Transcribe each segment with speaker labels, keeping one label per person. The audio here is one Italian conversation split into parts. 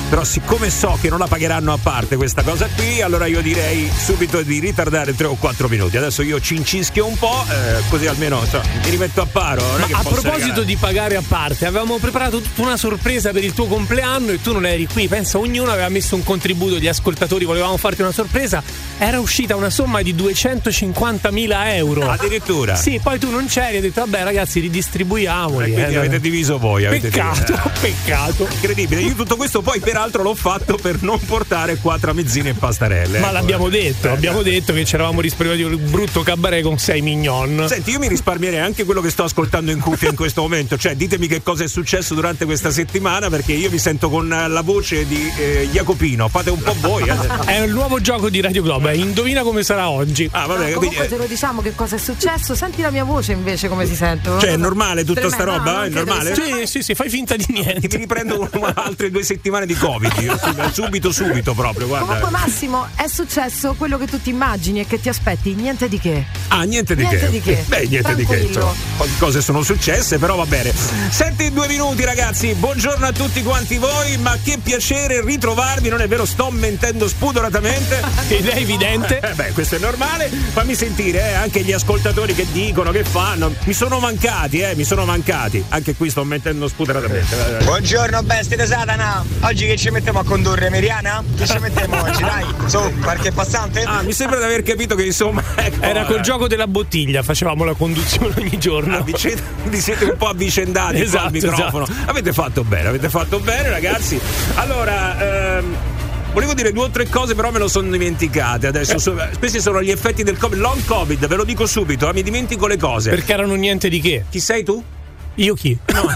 Speaker 1: però siccome so che non la pagheranno a parte questa cosa qui, allora io direi subito di ritardare 3 o 4 minuti. Adesso io cincischio un po', così almeno mi rimetto a paro.
Speaker 2: Ma a proposito di pagare a parte, avevamo preparato tutta una sorpresa per il tuo compleanno e tu non eri qui. Pensa, ognuno aveva messo un contributo, gli ascoltatori volevamo farti una sorpresa. Era uscita una somma di 250.000 euro.
Speaker 1: Addirittura?
Speaker 2: Sì, poi tu non c'eri, hai detto vabbè ragazzi, ridistribuiamoli.
Speaker 1: Quindi avete diviso voi.
Speaker 2: Peccato.
Speaker 1: Incredibile. Io tutto questo poi peraltro l'ho fatto per non portare qua tramezzine e pastarelle.
Speaker 2: Ma l'abbiamo detto, abbiamo detto che ci eravamo risparmiati un brutto cabaret con 6 mignon.
Speaker 1: Senti, io mi risparmierei anche quello che sto ascoltando in cuffia in questo momento, cioè ditemi che cosa è successo durante questa settimana, perché io mi sento con la voce di Jacopino, fate un po' voi.
Speaker 2: È un nuovo gioco di Radio Globo, indovina come sarà oggi.
Speaker 1: Vabbè,
Speaker 3: comunque te lo diciamo che cosa è successo, senti la mia voce invece come si sente.
Speaker 1: Cioè è normale tutta sta roba? È normale?
Speaker 2: Sì, fai finta di niente.
Speaker 1: Mi riprendo altre 2 settimane di Covid, io subito proprio, guarda.
Speaker 3: Comunque Massimo, è successo quello che tu ti immagini e che ti aspetti, niente di che.
Speaker 1: Niente di che. Beh, niente di che, insomma. Poche cose sono successe, però va bene. 7-2 minuti ragazzi, buongiorno a tutti quanti voi, ma che piacere ritrovarvi, non è vero? Sto mentendo spudoratamente.
Speaker 2: Ed è evidente.
Speaker 1: Beh, questo è normale. Fammi sentire anche gli ascoltatori che dicono, che fanno. Mi sono mancati. Anche qui sto mentendo spudoratamente.
Speaker 4: Buongiorno bestie di Satana. Oggi che ci mettiamo a condurre, Meriana? Che ci mettiamo oggi, dai? Qualche passante?
Speaker 1: Mi sembra di aver capito che insomma
Speaker 2: era col gioco della bottiglia, facevamo la conduzione ogni giorno.
Speaker 1: Vi siete un po' avvicendati al microfono. Esatto. Avete fatto bene ragazzi. Allora volevo dire 2 o 3 cose, però me lo sono dimenticate adesso. Questi sono gli effetti del Covid, long Covid, ve lo dico subito, mi dimentico le cose.
Speaker 2: Perché erano niente di che.
Speaker 1: Chi sei tu?
Speaker 2: Io chi?
Speaker 1: No.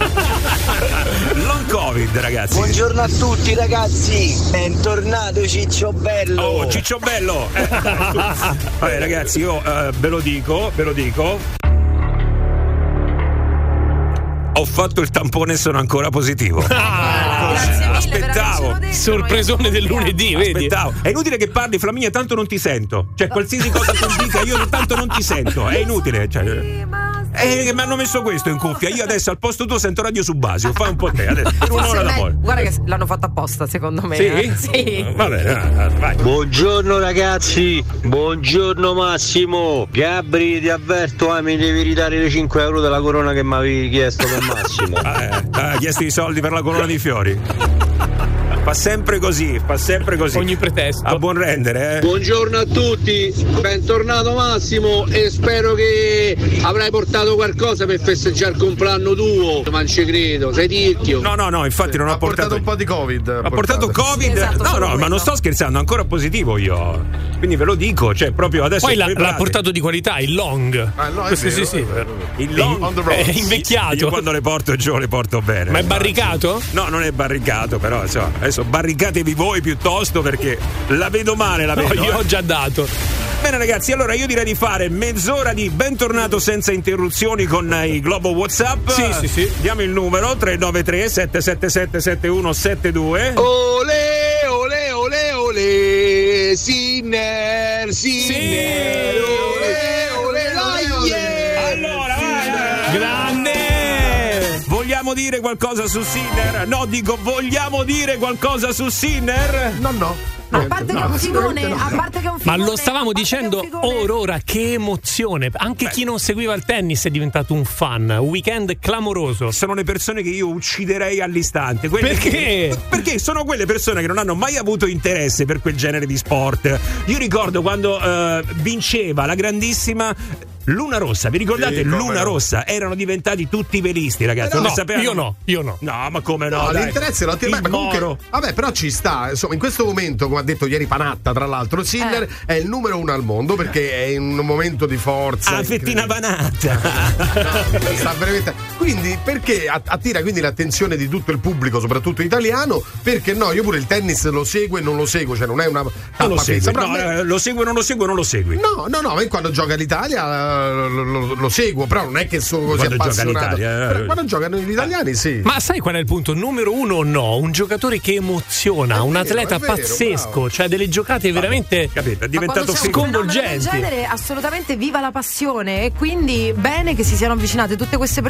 Speaker 1: Long Covid, ragazzi.
Speaker 4: Buongiorno a tutti ragazzi, bentornato Ciccio Bello.
Speaker 1: Oh, Ciccio Bello. Vabbè ragazzi, io ve lo dico. Ho fatto il tampone e sono ancora positivo. Aspettavo.
Speaker 2: Sorpresone del lunedì, vedi?
Speaker 1: Aspettavo. È inutile che parli, Flaminia, tanto non ti sento. Cioè, qualsiasi cosa tu dica, io tanto non ti sento. È inutile. Che mi hanno messo questo in cuffia. Io adesso al posto tuo sento Radio Subasio. Fai un po' te adesso. Per un'ora da poi.
Speaker 3: Guarda che l'hanno fatto apposta, secondo me.
Speaker 1: Sì?
Speaker 3: Sì.
Speaker 1: Va bene, vai.
Speaker 5: Buongiorno ragazzi, buongiorno Massimo. Gabri, ti avverto, mi devi ridare le 5 euro della corona che mi avevi chiesto per Massimo.
Speaker 1: Ha chiesto i soldi per la corona di fiori. Fa sempre così.
Speaker 2: Ogni pretesto.
Speaker 1: A buon rendere,
Speaker 5: Buongiorno a tutti, bentornato Massimo e spero che avrai portato qualcosa per festeggiare il compleanno tuo. Ma non ci credo, sei tirchio.
Speaker 1: No, infatti non ho portato
Speaker 6: un po' di Covid.
Speaker 1: Ha portato Covid.
Speaker 3: Sì, esatto,
Speaker 1: no, ma non sto scherzando, ancora positivo io. Quindi ve lo dico, cioè proprio adesso.
Speaker 2: Poi l'ha portato di qualità, il long. Sì.
Speaker 1: Il long
Speaker 2: è invecchiato.
Speaker 1: Io quando le porto giù le porto bene.
Speaker 2: Ma è barricato?
Speaker 1: No, non è barricato, però insomma, adesso barricatevi voi piuttosto perché la vedo male,
Speaker 2: Io ho già dato.
Speaker 1: Bene ragazzi, allora io direi di fare mezz'ora di bentornato senza interruzioni con i Globo WhatsApp.
Speaker 2: Sì.
Speaker 1: Diamo il numero 393 777 7172.
Speaker 5: Ole, ole, ole, ole, Sinner, ole,
Speaker 1: Allora, vai.
Speaker 2: Grande!
Speaker 1: Vogliamo dire qualcosa su Sinner? No, dico, vogliamo dire qualcosa su Sinner?
Speaker 6: No.
Speaker 3: A parte che è un figone,
Speaker 2: Ma lo stavamo dicendo ora, che emozione. Anche chi non seguiva il tennis è diventato un fan. Un weekend clamoroso.
Speaker 1: Sono le persone che io ucciderei all'istante.
Speaker 2: Perché?
Speaker 1: Perché sono quelle persone che non hanno mai avuto interesse per quel genere di sport. Io ricordo quando vinceva la grandissima Luna Rossa, vi ricordate? Luna Rossa, erano diventati tutti velisti, ragazzi.
Speaker 2: No, io no.
Speaker 1: No, ma come no?
Speaker 6: No,
Speaker 1: dai.
Speaker 6: l'interesse lo attiva, ma comunque, vabbè, però ci sta. Insomma, in questo momento, come ha detto ieri Panatta, tra l'altro, Sinner è il numero 1 al mondo perché è in un momento di forza.
Speaker 1: Fettina Panatta.
Speaker 6: Sta veramente. Quindi, perché attira quindi l'attenzione di tutto il pubblico, soprattutto italiano? Perché no, io pure il tennis lo seguo e non lo seguo, cioè non è una
Speaker 1: Non lo segui,
Speaker 6: tappa
Speaker 1: no,
Speaker 6: fissa,
Speaker 1: lo seguo, non lo seguo, non lo segui.
Speaker 6: No, ma quando gioca l'Italia lo seguo, però non è che sono così
Speaker 1: Quando gioca
Speaker 6: appassionato.
Speaker 1: l'Italia,
Speaker 6: Quando giocano gli italiani, sì.
Speaker 2: Ma sai qual è il punto? Numero 1 o no? Un giocatore che emoziona, un atleta
Speaker 6: è vero,
Speaker 2: pazzesco,
Speaker 6: bravo.
Speaker 2: cioè delle giocate veramente
Speaker 1: capito, è diventato
Speaker 2: sconvolgenti.
Speaker 3: Del genere, assolutamente viva la passione, e quindi bene che si siano avvicinate tutte queste persone al tennis.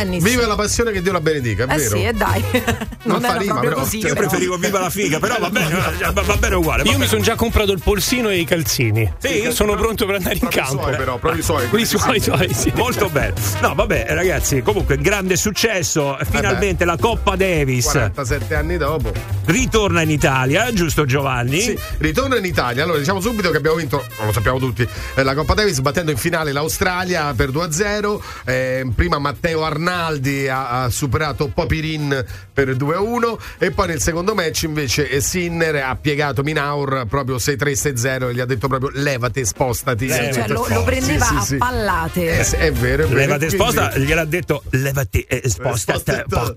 Speaker 3: tennis.
Speaker 6: Viva la passione, che Dio la benedica, è vero?
Speaker 3: Sì, e dai. Non
Speaker 6: fa
Speaker 3: era
Speaker 6: rima,
Speaker 3: proprio
Speaker 6: però.
Speaker 3: così.
Speaker 1: Io preferivo viva la figa, però va bene uguale.
Speaker 2: Io mi sono già comprato il polsino e i calzini.
Speaker 1: Sì?
Speaker 2: Sono pronto per andare in campo.
Speaker 6: Proprio i suoi.
Speaker 2: I suoi, sì.
Speaker 1: Molto bene. No, vabbè, ragazzi, comunque grande successo. Finalmente la Coppa Davis
Speaker 6: 47 anni dopo
Speaker 1: ritorna in Italia, giusto Giovanni?
Speaker 6: Sì, ritorna in Italia. Allora diciamo subito che abbiamo vinto, non lo sappiamo tutti, la Coppa Davis battendo in finale l'Australia per 2-0. Prima Matteo Arnaldi ha superato Popirin per 2-1 e poi nel secondo match invece Sinner ha piegato Minaur proprio 6-3-6-0 e gli ha detto proprio levate, spostati.
Speaker 3: Cioè, lo prendeva a pallate.
Speaker 6: È vero.
Speaker 1: Levate,
Speaker 6: quindi...
Speaker 1: sposta, gliel'ha detto levati e spostati.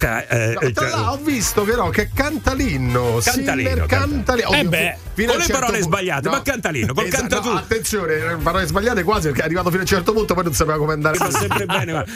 Speaker 6: Ho visto però che canta l'inno.
Speaker 1: Cantalino.
Speaker 6: Canta l'inno.
Speaker 1: Con le parole sbagliate, ma cantalino, col canta tu.
Speaker 6: Attenzione, parole sbagliate quasi, perché è arrivato fino a un certo punto, poi non sapeva come andare.
Speaker 1: Va sempre bene, ma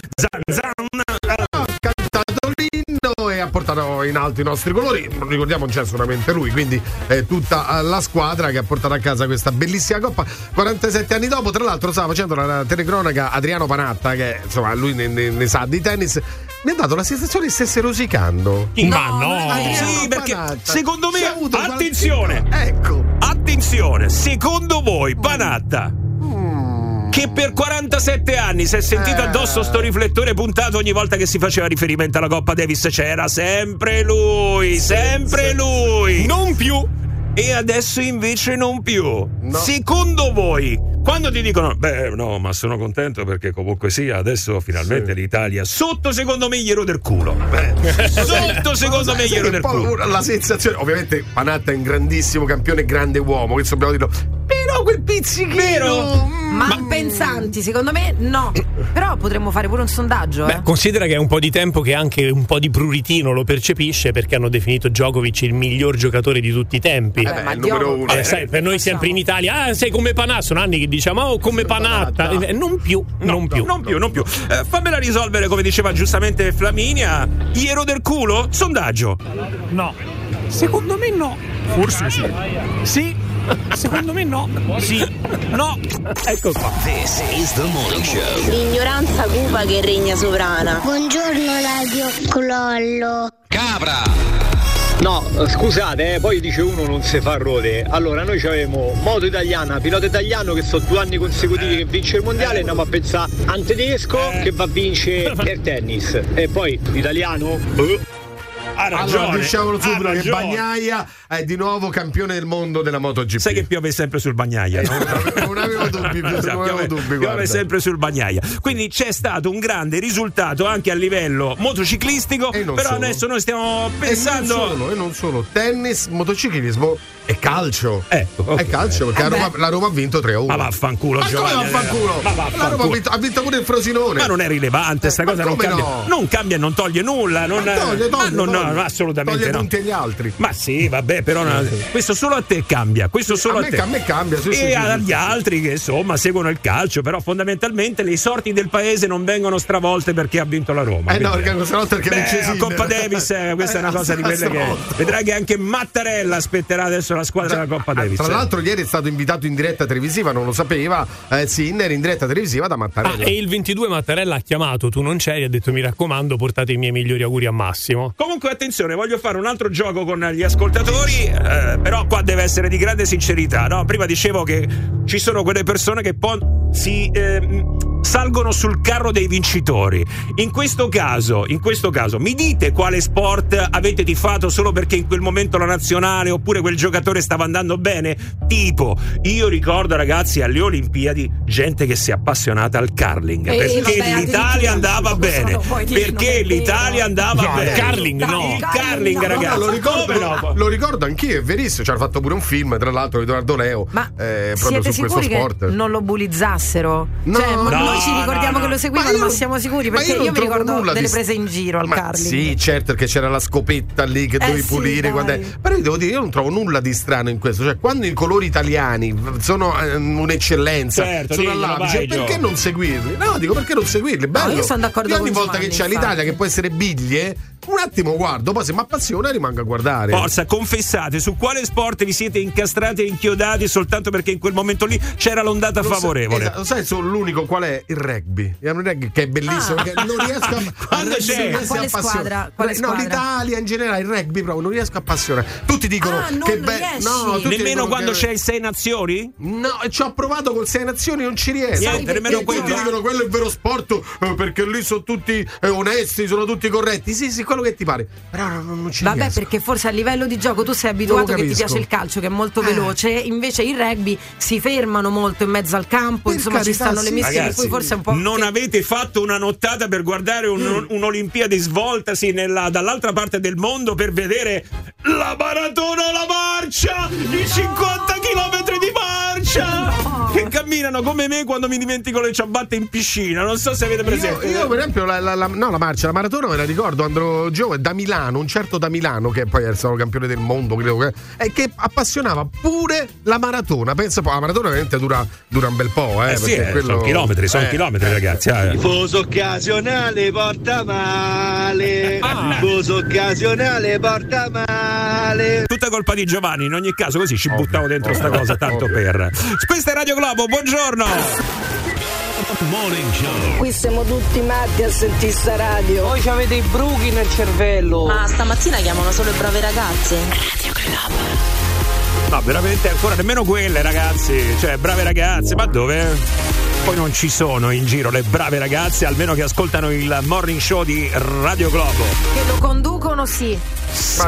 Speaker 6: Ha cantato l'inno e ha portato in alto i nostri colori. Ricordiamo, non c'è solamente lui, quindi tutta la squadra che ha portato a casa questa bellissima coppa 47 anni dopo. Tra l'altro stava facendo la telecronaca Adriano Panatta, che insomma lui ne sa di tennis. Mi ha dato la sensazione che stesse rosicando.
Speaker 2: Ma no!
Speaker 1: Sì, perché
Speaker 6: Panatta.
Speaker 1: secondo me,
Speaker 6: Attenzione, ecco.
Speaker 1: Attenzione, secondo voi Panatta, che per 47 anni si è sentito addosso sto riflettore puntato ogni volta che si faceva riferimento alla Coppa Davis, c'era sempre lui, lui.
Speaker 2: Non più.
Speaker 1: E adesso invece non più.
Speaker 6: No.
Speaker 1: Secondo voi, quando ti dicono no, ma sono contento perché comunque sia adesso finalmente l'Italia sotto, secondo me gli rode il culo. Sotto, secondo me gli rode il culo.
Speaker 6: La sensazione, ovviamente Panatta è un grandissimo campione, grande uomo, che dobbiamo dirlo. Però quel pizzichino
Speaker 3: Malpensanti, secondo me no. Però potremmo fare pure un sondaggio.
Speaker 2: Considera che è un po' di tempo che anche un po' di pruritino lo percepisce, perché hanno definito Djokovic il miglior giocatore di tutti i tempi.
Speaker 6: il numero uno.
Speaker 2: Sai, per noi sempre in Italia sei come Panatta, sono anni che diciamo come Panatta. Non più.
Speaker 1: Fammela risolvere, come diceva giustamente Flaminia. Gli rode il culo? Sondaggio.
Speaker 2: No, secondo me no. Forse sì. Sì. Secondo me no. Sì. No. Ecco qua.
Speaker 7: This is the morning show.
Speaker 8: L'ignoranza cupa che regna sovrana.
Speaker 9: Buongiorno Radio Clollo.
Speaker 7: Capra.
Speaker 10: No, scusate, poi dice uno non si fa rode. Allora noi avevamo moto italiana, pilota italiano che sono 2 anni consecutivi che vince il mondiale, andiamo a pensare a un tedesco che va a vincere il tennis. E poi l'italiano?
Speaker 1: Ha ragione.
Speaker 6: Allora, diciamolo subito che Bagnaia è di nuovo campione del mondo della MotoGP.
Speaker 1: Sai che piove sempre sul Bagnaia, no?
Speaker 6: Non avevo dubbi,
Speaker 1: piove sempre sul Bagnaia. Quindi c'è stato un grande risultato anche a livello motociclistico, però
Speaker 6: solo.
Speaker 1: Adesso noi stiamo pensando
Speaker 6: e non solo tennis, motociclismo e calcio.
Speaker 1: Okay.
Speaker 6: È calcio, perché la Roma ha vinto 3-1.
Speaker 1: Ma vaffanculo,
Speaker 6: Giovanni. La Roma ha vinto pure il Frosinone.
Speaker 1: Ma non è rilevante sta cosa, non cambia.
Speaker 6: No?
Speaker 1: Non cambia, non toglie nulla,
Speaker 6: toglie.
Speaker 1: No, assolutamente
Speaker 6: toglie
Speaker 1: no.
Speaker 6: punti agli altri.
Speaker 1: Ma sì, vabbè, però questo solo a te cambia. Questo solo a te.
Speaker 6: A me cambia, sì,
Speaker 1: e agli altri che insomma seguono il calcio, però fondamentalmente le sorti del paese non vengono stravolte perché ha vinto la Roma.
Speaker 6: No, perché questa volta vince
Speaker 1: la Coppa Davis, questa è una cosa di quelle che vedrai che anche Mattarella aspetterà adesso la squadra della Coppa Davis.
Speaker 6: Tra l'altro ieri è stato invitato in diretta televisiva, non lo sapeva, Sinner in diretta televisiva da Mattarella.
Speaker 2: E il 22 Mattarella ha chiamato, tu non c'eri, ha detto mi raccomando portate i miei migliori auguri a Massimo.
Speaker 1: Comunque attenzione, voglio fare un altro gioco con gli ascoltatori, però qua deve essere di grande sincerità, no? Prima dicevo che ci sono quelle persone che poi salgono sul carro dei vincitori. In questo caso mi dite quale sport avete tifato solo perché in quel momento la nazionale oppure quel giocatore stava andando bene? Tipo, io ricordo ragazzi alle Olimpiadi gente che si è appassionata al curling perché l'Italia andava bene, perché l'Italia andava bene.
Speaker 2: Il curling no.
Speaker 1: Il curling ragazzi,
Speaker 6: lo ricordo anch'io, è verissimo, ci hanno fatto pure un film tra l'altro di Edoardo Leo.
Speaker 3: Ma
Speaker 6: proprio
Speaker 3: siete
Speaker 6: su questo
Speaker 3: sicuri
Speaker 6: sport
Speaker 3: che non lo bullizzassero? Noi ci ricordiamo che lo seguivano, ma siamo sicuri, perché io mi ricordo delle prese in giro al curling.
Speaker 6: Sì, certo, perché c'era la scopetta lì che dovevi pulire però io devo dire, io non trovo nulla di strano in questo, cioè quando i colori italiani sono un'eccellenza, sono all'apice, perché non seguirli? No, dico perché non seguirli? Bello.
Speaker 3: No, io sono d'accordo
Speaker 6: ogni
Speaker 3: con
Speaker 6: volta
Speaker 3: Giovanni,
Speaker 6: che c'è l'Italia che può essere biglie, un attimo guardo, poi se mi appassiona rimango a guardare.
Speaker 1: Forza, confessate su quale sport vi siete incastrati e inchiodati soltanto perché in quel momento lì c'era l'ondata favorevole.
Speaker 6: Esatto, sai l'unico qual è? è il rugby. È un rugby che è bellissimo, perché non riesco a
Speaker 1: quando c'è
Speaker 3: quale squadra?
Speaker 6: No, l'Italia in generale, il rugby proprio non riesco a appassionare. Tutti dicono che bello.
Speaker 1: Nemmeno quando c'è il 6 Nazioni?
Speaker 6: No, ci ho provato col 6 Nazioni, non ci riesco.
Speaker 1: Niente, nemmeno quello.
Speaker 6: Tutti dicono quello è il vero sport, perché lì sono tutti onesti, sono tutti corretti. Sì, quello che ti pare. Però non ci riesco.
Speaker 3: Vabbè, perché forse a livello di gioco tu sei abituato che ti piace il calcio, che è molto veloce, invece il rugby si fermano molto in mezzo al campo, insomma ci stanno le missioni, per cui forse è un po'.
Speaker 1: Non avete fatto una nottata per guardare un'Olimpiadi svoltasi dall'altra parte del mondo per vedere la maratona o la marcia, i 50 km di marcia che camminano come me quando mi dimentico le ciabatte in piscina. Non so se avete presente.
Speaker 6: Io per esempio la marcia, la maratona me la ricordo, andrò giovane da Milano, un certo da Milano che poi è stato campione del mondo, credo, e che appassionava pure la maratona. Pensa un po', la maratona veramente dura un bel po',
Speaker 1: sì, sono chilometri, ragazzi.
Speaker 10: Tifoso occasionale porta male. Tifoso occasionale porta male.
Speaker 1: Tutta colpa di Giovanni, in ogni caso, così ci buttavo dentro sta cosa tanto per. Questa è Radio Globo, buongiorno.
Speaker 7: Morning Show.
Speaker 8: Qui siamo tutti matti a sentire sta radio.
Speaker 2: Poi avete i bruchi nel cervello.
Speaker 8: Ma stamattina chiamano solo le brave ragazze.
Speaker 7: Radio Globo.
Speaker 1: No, veramente ancora nemmeno quelle, ragazzi. Cioè, brave ragazze, ma dove? Poi non ci sono in giro le brave ragazze, almeno che ascoltano il morning show di Radio Globo.
Speaker 3: Che lo conducono, sì.
Speaker 6: Ma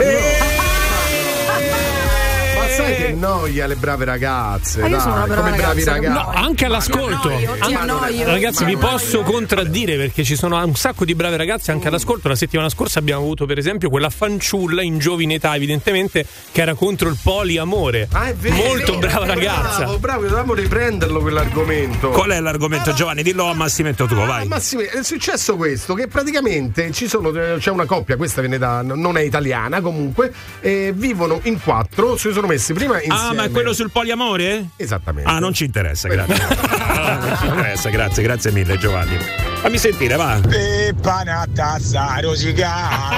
Speaker 6: sai che noia le brave ragazze,
Speaker 3: io sono una brava
Speaker 6: come bravi
Speaker 3: ragazza,
Speaker 6: ragazzi.
Speaker 2: No, anche all'ascolto. Ragazzi, vi posso contraddire, perché ci sono un sacco di brave ragazze anche all'ascolto. La settimana scorsa abbiamo avuto per esempio quella fanciulla in giovine età, evidentemente, che era contro il poliamore.
Speaker 6: È vero,
Speaker 2: molto brava ragazza.
Speaker 6: Bravo, dovevamo riprenderlo quell'argomento.
Speaker 1: Qual è l'argomento, Giovanni? Dillo a Massimento tuo, vai.
Speaker 6: Massimo, è successo questo, che praticamente c'è una coppia, questa viene non è italiana comunque, vivono in 4, si sono messi prima insieme.
Speaker 1: Ma è quello sul poliamore?
Speaker 6: Esattamente.
Speaker 1: Non ci interessa, grazie. Non ci interessa, grazie mille, Giovanni. Fammi sentire, va.
Speaker 4: E panata rosica,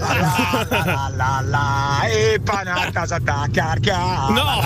Speaker 4: e panata s'attacca.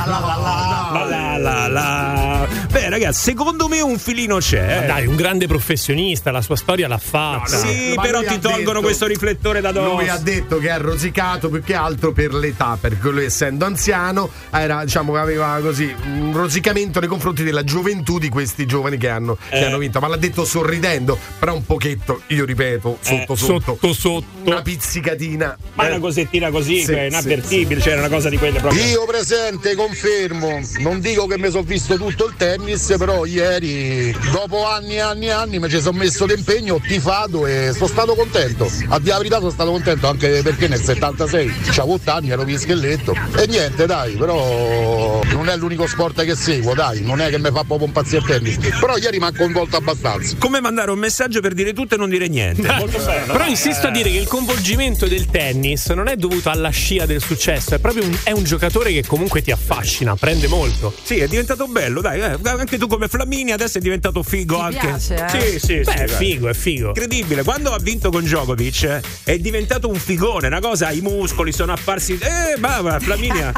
Speaker 1: Beh, ragazzi, secondo me un filino c'è.
Speaker 2: Dai, un grande professionista, la sua storia l'ha fatta.
Speaker 1: Sì, però ti tolgono questo riflettore da dosso.
Speaker 6: Lui ha detto che ha rosicato più che altro per l'età, perché lui, essendo anziano, aveva così un rosicamento nei confronti della gioventù di questi giovani che hanno vinto, ma l'ha detto sorridendo, però un pochetto, io ripeto, sotto una pizzicatina,
Speaker 1: ma una cosettina così, che è inavvertibile, cioè una cosa di quelle proprio.
Speaker 11: Io presente confermo, non dico che mi sono visto tutto il tennis, però ieri dopo anni mi ci sono messo d'impegno, ho tifato e sono stato contento. A dire la verità sono stato contento, anche perché nel 76 c'avevo 8 anni, ero pischelletto e niente, dai, però non è l'unico sport che seguo, dai, non è che mi fa proprio impazzire il tennis, però ieri mi ha coinvolto abbastanza.
Speaker 1: Come mandare un messaggio per dire tutto e non dire niente. Molto bello.
Speaker 2: Però insisto a dire che il coinvolgimento del tennis non è dovuto alla scia del successo, è proprio un giocatore che comunque ti affascina, prende molto.
Speaker 1: Sì, è diventato bello, dai, anche tu come Flaminia adesso è diventato figo.
Speaker 3: Ti
Speaker 1: anche
Speaker 3: piace,
Speaker 1: Sì.
Speaker 2: Beh, è figo.
Speaker 1: Incredibile, quando ha vinto con Djokovic è diventato un figone, una cosa, i muscoli sono apparsi. Ma Flaminia.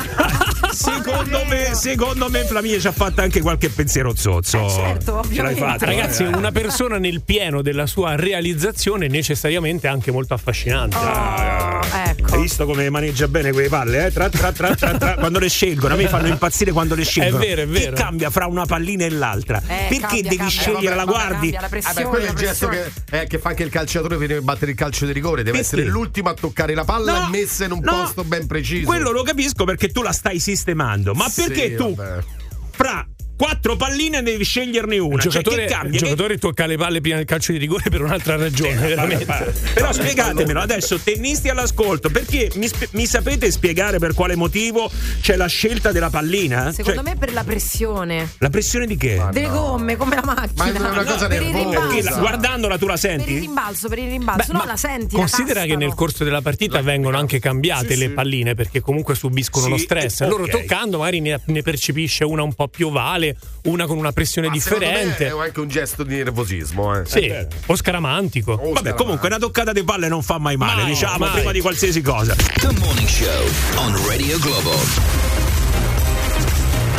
Speaker 1: Secondo me Flaminia ci ha fatto anche qualche pensiero zozzo.
Speaker 3: Certo,
Speaker 1: ce l'hai fatta.
Speaker 2: Ragazzi, una persona nel pieno della sua realizzazione necessariamente anche molto affascinante.
Speaker 3: Ecco.
Speaker 1: Hai visto come maneggia bene quelle palle? Tra, quando le scelgono, a me fanno impazzire quando le scelgono.
Speaker 2: È vero.
Speaker 1: Che cambia fra una pallina e l'altra? Perché devi scegliere, la guardi?
Speaker 3: La pressione,
Speaker 6: quello è il gesto che fa anche il calciatore per battere il calcio di rigore. Deve essere l'ultimo a toccare la palla e messa in un posto ben preciso.
Speaker 1: Quello lo capisco, perché tu la stai sistemando. Ma perché tu fra 4 palline devi sceglierne una?
Speaker 2: Il giocatore tocca le palle prima del calcio di rigore per un'altra ragione, veramente.
Speaker 1: Però spiegatemelo adesso, tennisti all'ascolto, perché mi sapete spiegare per quale motivo c'è la scelta della pallina?
Speaker 3: Secondo me per la pressione.
Speaker 1: La pressione di che?
Speaker 3: Delle gomme, come la macchina.
Speaker 6: Ma è una cosa nervosa.
Speaker 1: Guardandola tu la senti?
Speaker 3: Per il rimbalzo, no, la senti.
Speaker 2: Considera che nel corso della partita vengono anche cambiate le palline, perché comunque subiscono lo stress. Loro toccando magari ne percepisce una un po' più ovale, una con una pressione differente.
Speaker 6: È anche un gesto di nervosismo,
Speaker 2: Sì, o scaramantico.
Speaker 1: Vabbè, comunque una toccata di palle non fa mai male, diciamo, prima di qualsiasi cosa.
Speaker 7: The Morning Show on Radio Globo.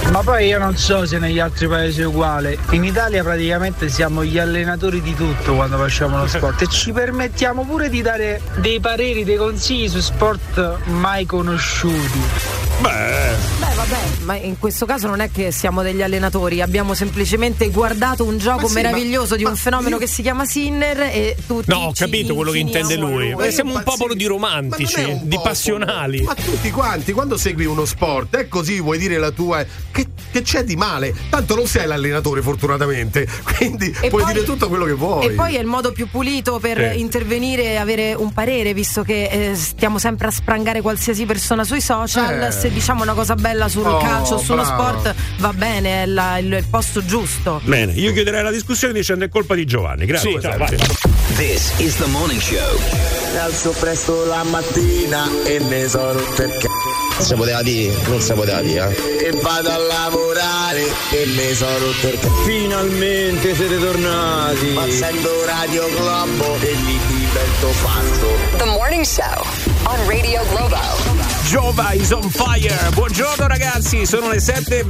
Speaker 12: Ma poi io non so se negli altri paesi è uguale. In Italia praticamente siamo gli allenatori di tutto quando facciamo lo sport e ci permettiamo pure di dare dei pareri, dei consigli su sport mai conosciuti.
Speaker 3: Beh, vabbè, ma in questo caso non è che siamo degli allenatori, abbiamo semplicemente guardato un gioco meraviglioso di un fenomeno che si chiama Sinner e tutti.
Speaker 2: No, ho capito quello che intende lui. Siamo un popolo di romantici, di passionali.
Speaker 6: Ma tutti quanti, quando segui uno sport, è così, vuoi dire la tua. Che c'è di male? Tanto non sei l'allenatore, fortunatamente. Quindi puoi dire tutto quello che vuoi.
Speaker 3: E poi è il modo più pulito per intervenire e avere un parere, visto che stiamo sempre a sprangare qualsiasi persona sui social. Se diciamo una cosa bella sul calcio o sullo sport, va bene, è il posto giusto.
Speaker 1: Bene, io chiuderei la discussione dicendo è colpa di Giovanni. Grazie.
Speaker 7: Sì, ciao, vai. This is the morning show.
Speaker 13: Alzo presto la mattina e ne sono rotto il c***o. Si poteva dire? Non si poteva dire, E vado a lavorare e ne sono rotto il c***o.
Speaker 10: Finalmente siete tornati.
Speaker 13: Facendo Radio Globo e li divento pazzo.
Speaker 14: The morning show on Radio Globo.
Speaker 1: Giova is on fire. Buongiorno ragazzi, sono le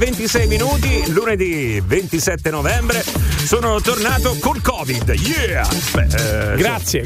Speaker 1: 7:26, lunedì 27 novembre. Sono tornato col Covid. Yeah!
Speaker 2: Grazie.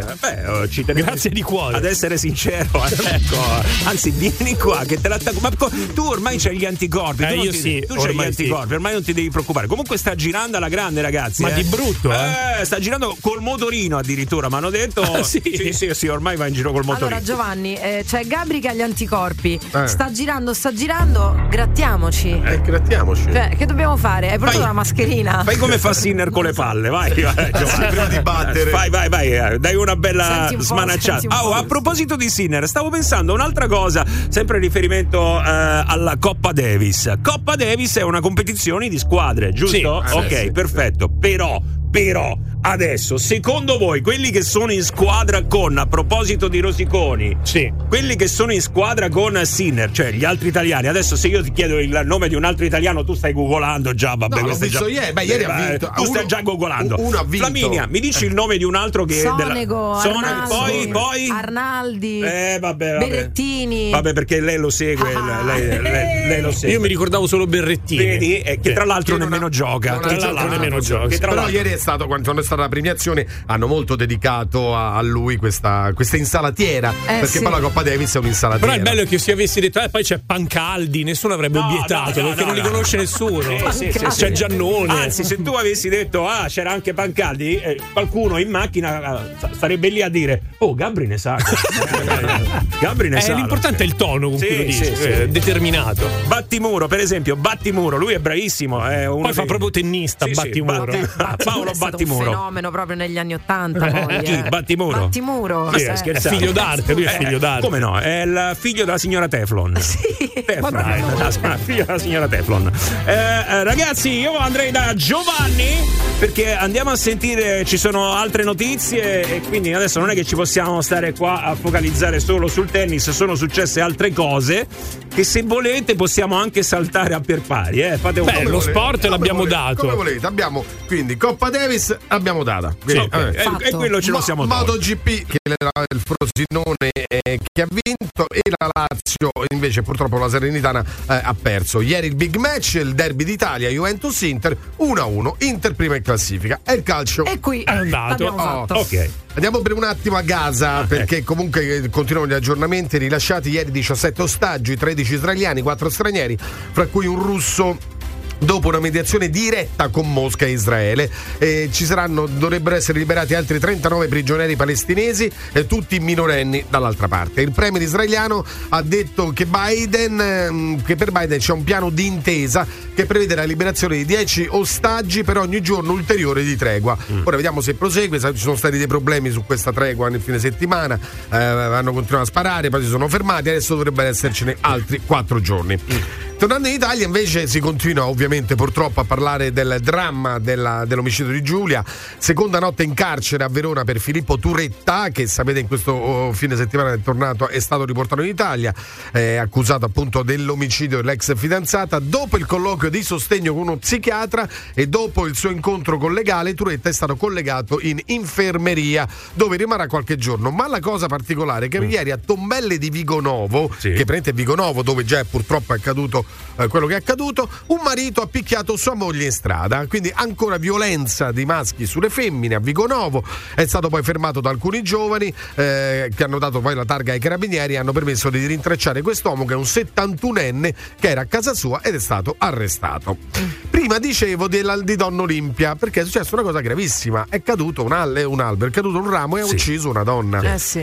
Speaker 1: Ci tenevo
Speaker 2: grazie di cuore.
Speaker 1: ad essere sincero. Ecco, anzi, vieni qua che te l'attacco. Ma tu ormai c'hai gli anticorpi. Tu c'hai gli anticorpi, ormai non ti devi preoccupare. Comunque sta girando alla grande, ragazzi.
Speaker 2: Ma di brutto,
Speaker 1: sta girando col motorino addirittura. Mi hanno detto. Sì, ormai va in giro col motorino.
Speaker 3: Allora, Giovanni, c'è Gabri che ha gli anticorpi. Sta girando, grattiamoci.
Speaker 6: Grattiamoci.
Speaker 3: Cioè, che dobbiamo fare? Hai portato la mascherina?
Speaker 1: Fai come fa Sinner con le palle, vai Giovanni.
Speaker 6: Prima di battere.
Speaker 1: Vai, dai una bella smanacciata. A proposito di Sinner, stavo pensando un'altra cosa, sempre in riferimento alla Coppa Davis. Coppa Davis è una competizione di squadre, giusto?
Speaker 2: Sì.
Speaker 1: Ok, perfetto. Però adesso, secondo voi, quelli che sono in squadra con, a proposito di Rosiconi, quelli che sono in squadra con Sinner, cioè gli altri italiani, adesso se io ti chiedo il nome di un altro italiano, tu stai googolando già, vabbè.
Speaker 6: No, l'ho visto ieri ha vinto.
Speaker 1: Tu stai già googolando.
Speaker 6: Uno ha vinto.
Speaker 1: Flaminia, mi dici il nome di un altro che
Speaker 3: Sonego,
Speaker 1: Arnaldi, poi
Speaker 3: Arnaldi,
Speaker 1: vabbè.
Speaker 3: Berrettini.
Speaker 1: Vabbè, perché lei lo segue, lei lo segue.
Speaker 2: Io mi ricordavo solo Berrettini.
Speaker 1: Vedi? Che tra l'altro nemmeno gioca.
Speaker 6: Però ieri è stato, quando è stata la premiazione, hanno molto dedicato a lui questa insalatiera, perché poi la Coppa Davis è un'insalatiera.
Speaker 2: Però il bello è che se avessi detto poi c'è Pancaldi, nessuno avrebbe obietato, perché non li conosce nessuno. C'è Giannone.
Speaker 1: Anzi, se tu avessi detto c'era anche Pancaldi, qualcuno in macchina starebbe lì a dire Gabri ne sa. Gabri ne sa.
Speaker 2: L'importante è il tono con cui lo dice, determinato.
Speaker 1: Battimuro, per esempio, lui è bravissimo,
Speaker 2: poi fa proprio tennista. Battimuro.
Speaker 1: Paolo Battimuro.
Speaker 3: Un fenomeno proprio negli anni '80.
Speaker 1: Chi? Battimuro?
Speaker 3: Ma
Speaker 2: è figlio d'arte, lui è figlio d'arte.
Speaker 1: Come no? È il figlio della signora Teflon. Figlio della signora Teflon. Ragazzi, io andrei da Giovanni perché andiamo a sentire, ci sono altre notizie e quindi adesso non è che ci possiamo stare qua a focalizzare solo sul tennis, sono successe altre cose che se volete possiamo anche saltare a per pari. Fate un
Speaker 2: lo sport l'abbiamo dato.
Speaker 6: Come volete, abbiamo quindi Coppa Davis l'abbiamo data. Quindi,
Speaker 1: e quello ce lo siamo tolti.
Speaker 6: MotoGP, che era il Frosinone che ha vinto, e la Lazio invece purtroppo la Salernitana ha perso. Ieri il big match, il derby d'Italia, Juventus-Inter 1-1, Inter prima in classifica. E il calcio
Speaker 3: e qui
Speaker 2: è andato.
Speaker 1: Ok.
Speaker 6: Andiamo per un attimo a Gaza, perché comunque continuano gli aggiornamenti. Rilasciati ieri 17 ostaggi, 13 israeliani, 4 stranieri, fra cui un russo. Dopo una mediazione diretta con Mosca e Israele, dovrebbero essere liberati altri 39 prigionieri palestinesi, tutti minorenni dall'altra parte. Il premier israeliano ha detto che per Biden c'è un piano di intesa che prevede la liberazione di 10 ostaggi per ogni giorno ulteriore di tregua. Ora vediamo se prosegue. Ci sono stati dei problemi su questa tregua nel fine settimana, hanno continuato a sparare, poi si sono fermati, adesso dovrebbero essercene altri 4 giorni. Tornando in Italia invece si continua ovviamente purtroppo a parlare del dramma dell'omicidio di Giulia. Seconda notte in carcere a Verona per Filippo Turetta, che sapete in questo fine settimana è stato riportato in Italia, accusato appunto dell'omicidio dell'ex fidanzata. Dopo il colloquio di sostegno con uno psichiatra e dopo il suo incontro con legale, Turetta è stato collegato in infermeria dove rimarrà qualche giorno. Ma la cosa particolare è che ieri a Tombelle di Vigonovo, che praticamente è Vigonovo dove già purtroppo è accaduto quello che è accaduto. Un marito ha picchiato sua moglie in strada, quindi ancora violenza di maschi sulle femmine a Vigonovo. È stato poi fermato da alcuni giovani che hanno dato poi la targa ai carabinieri e hanno permesso di rintracciare quest'uomo che è un 71enne che era a casa sua ed è stato arrestato. Prima dicevo di Donna Olimpia, perché è successa una cosa gravissima. È caduto un albero, è caduto un ramo e ha ucciso una donna.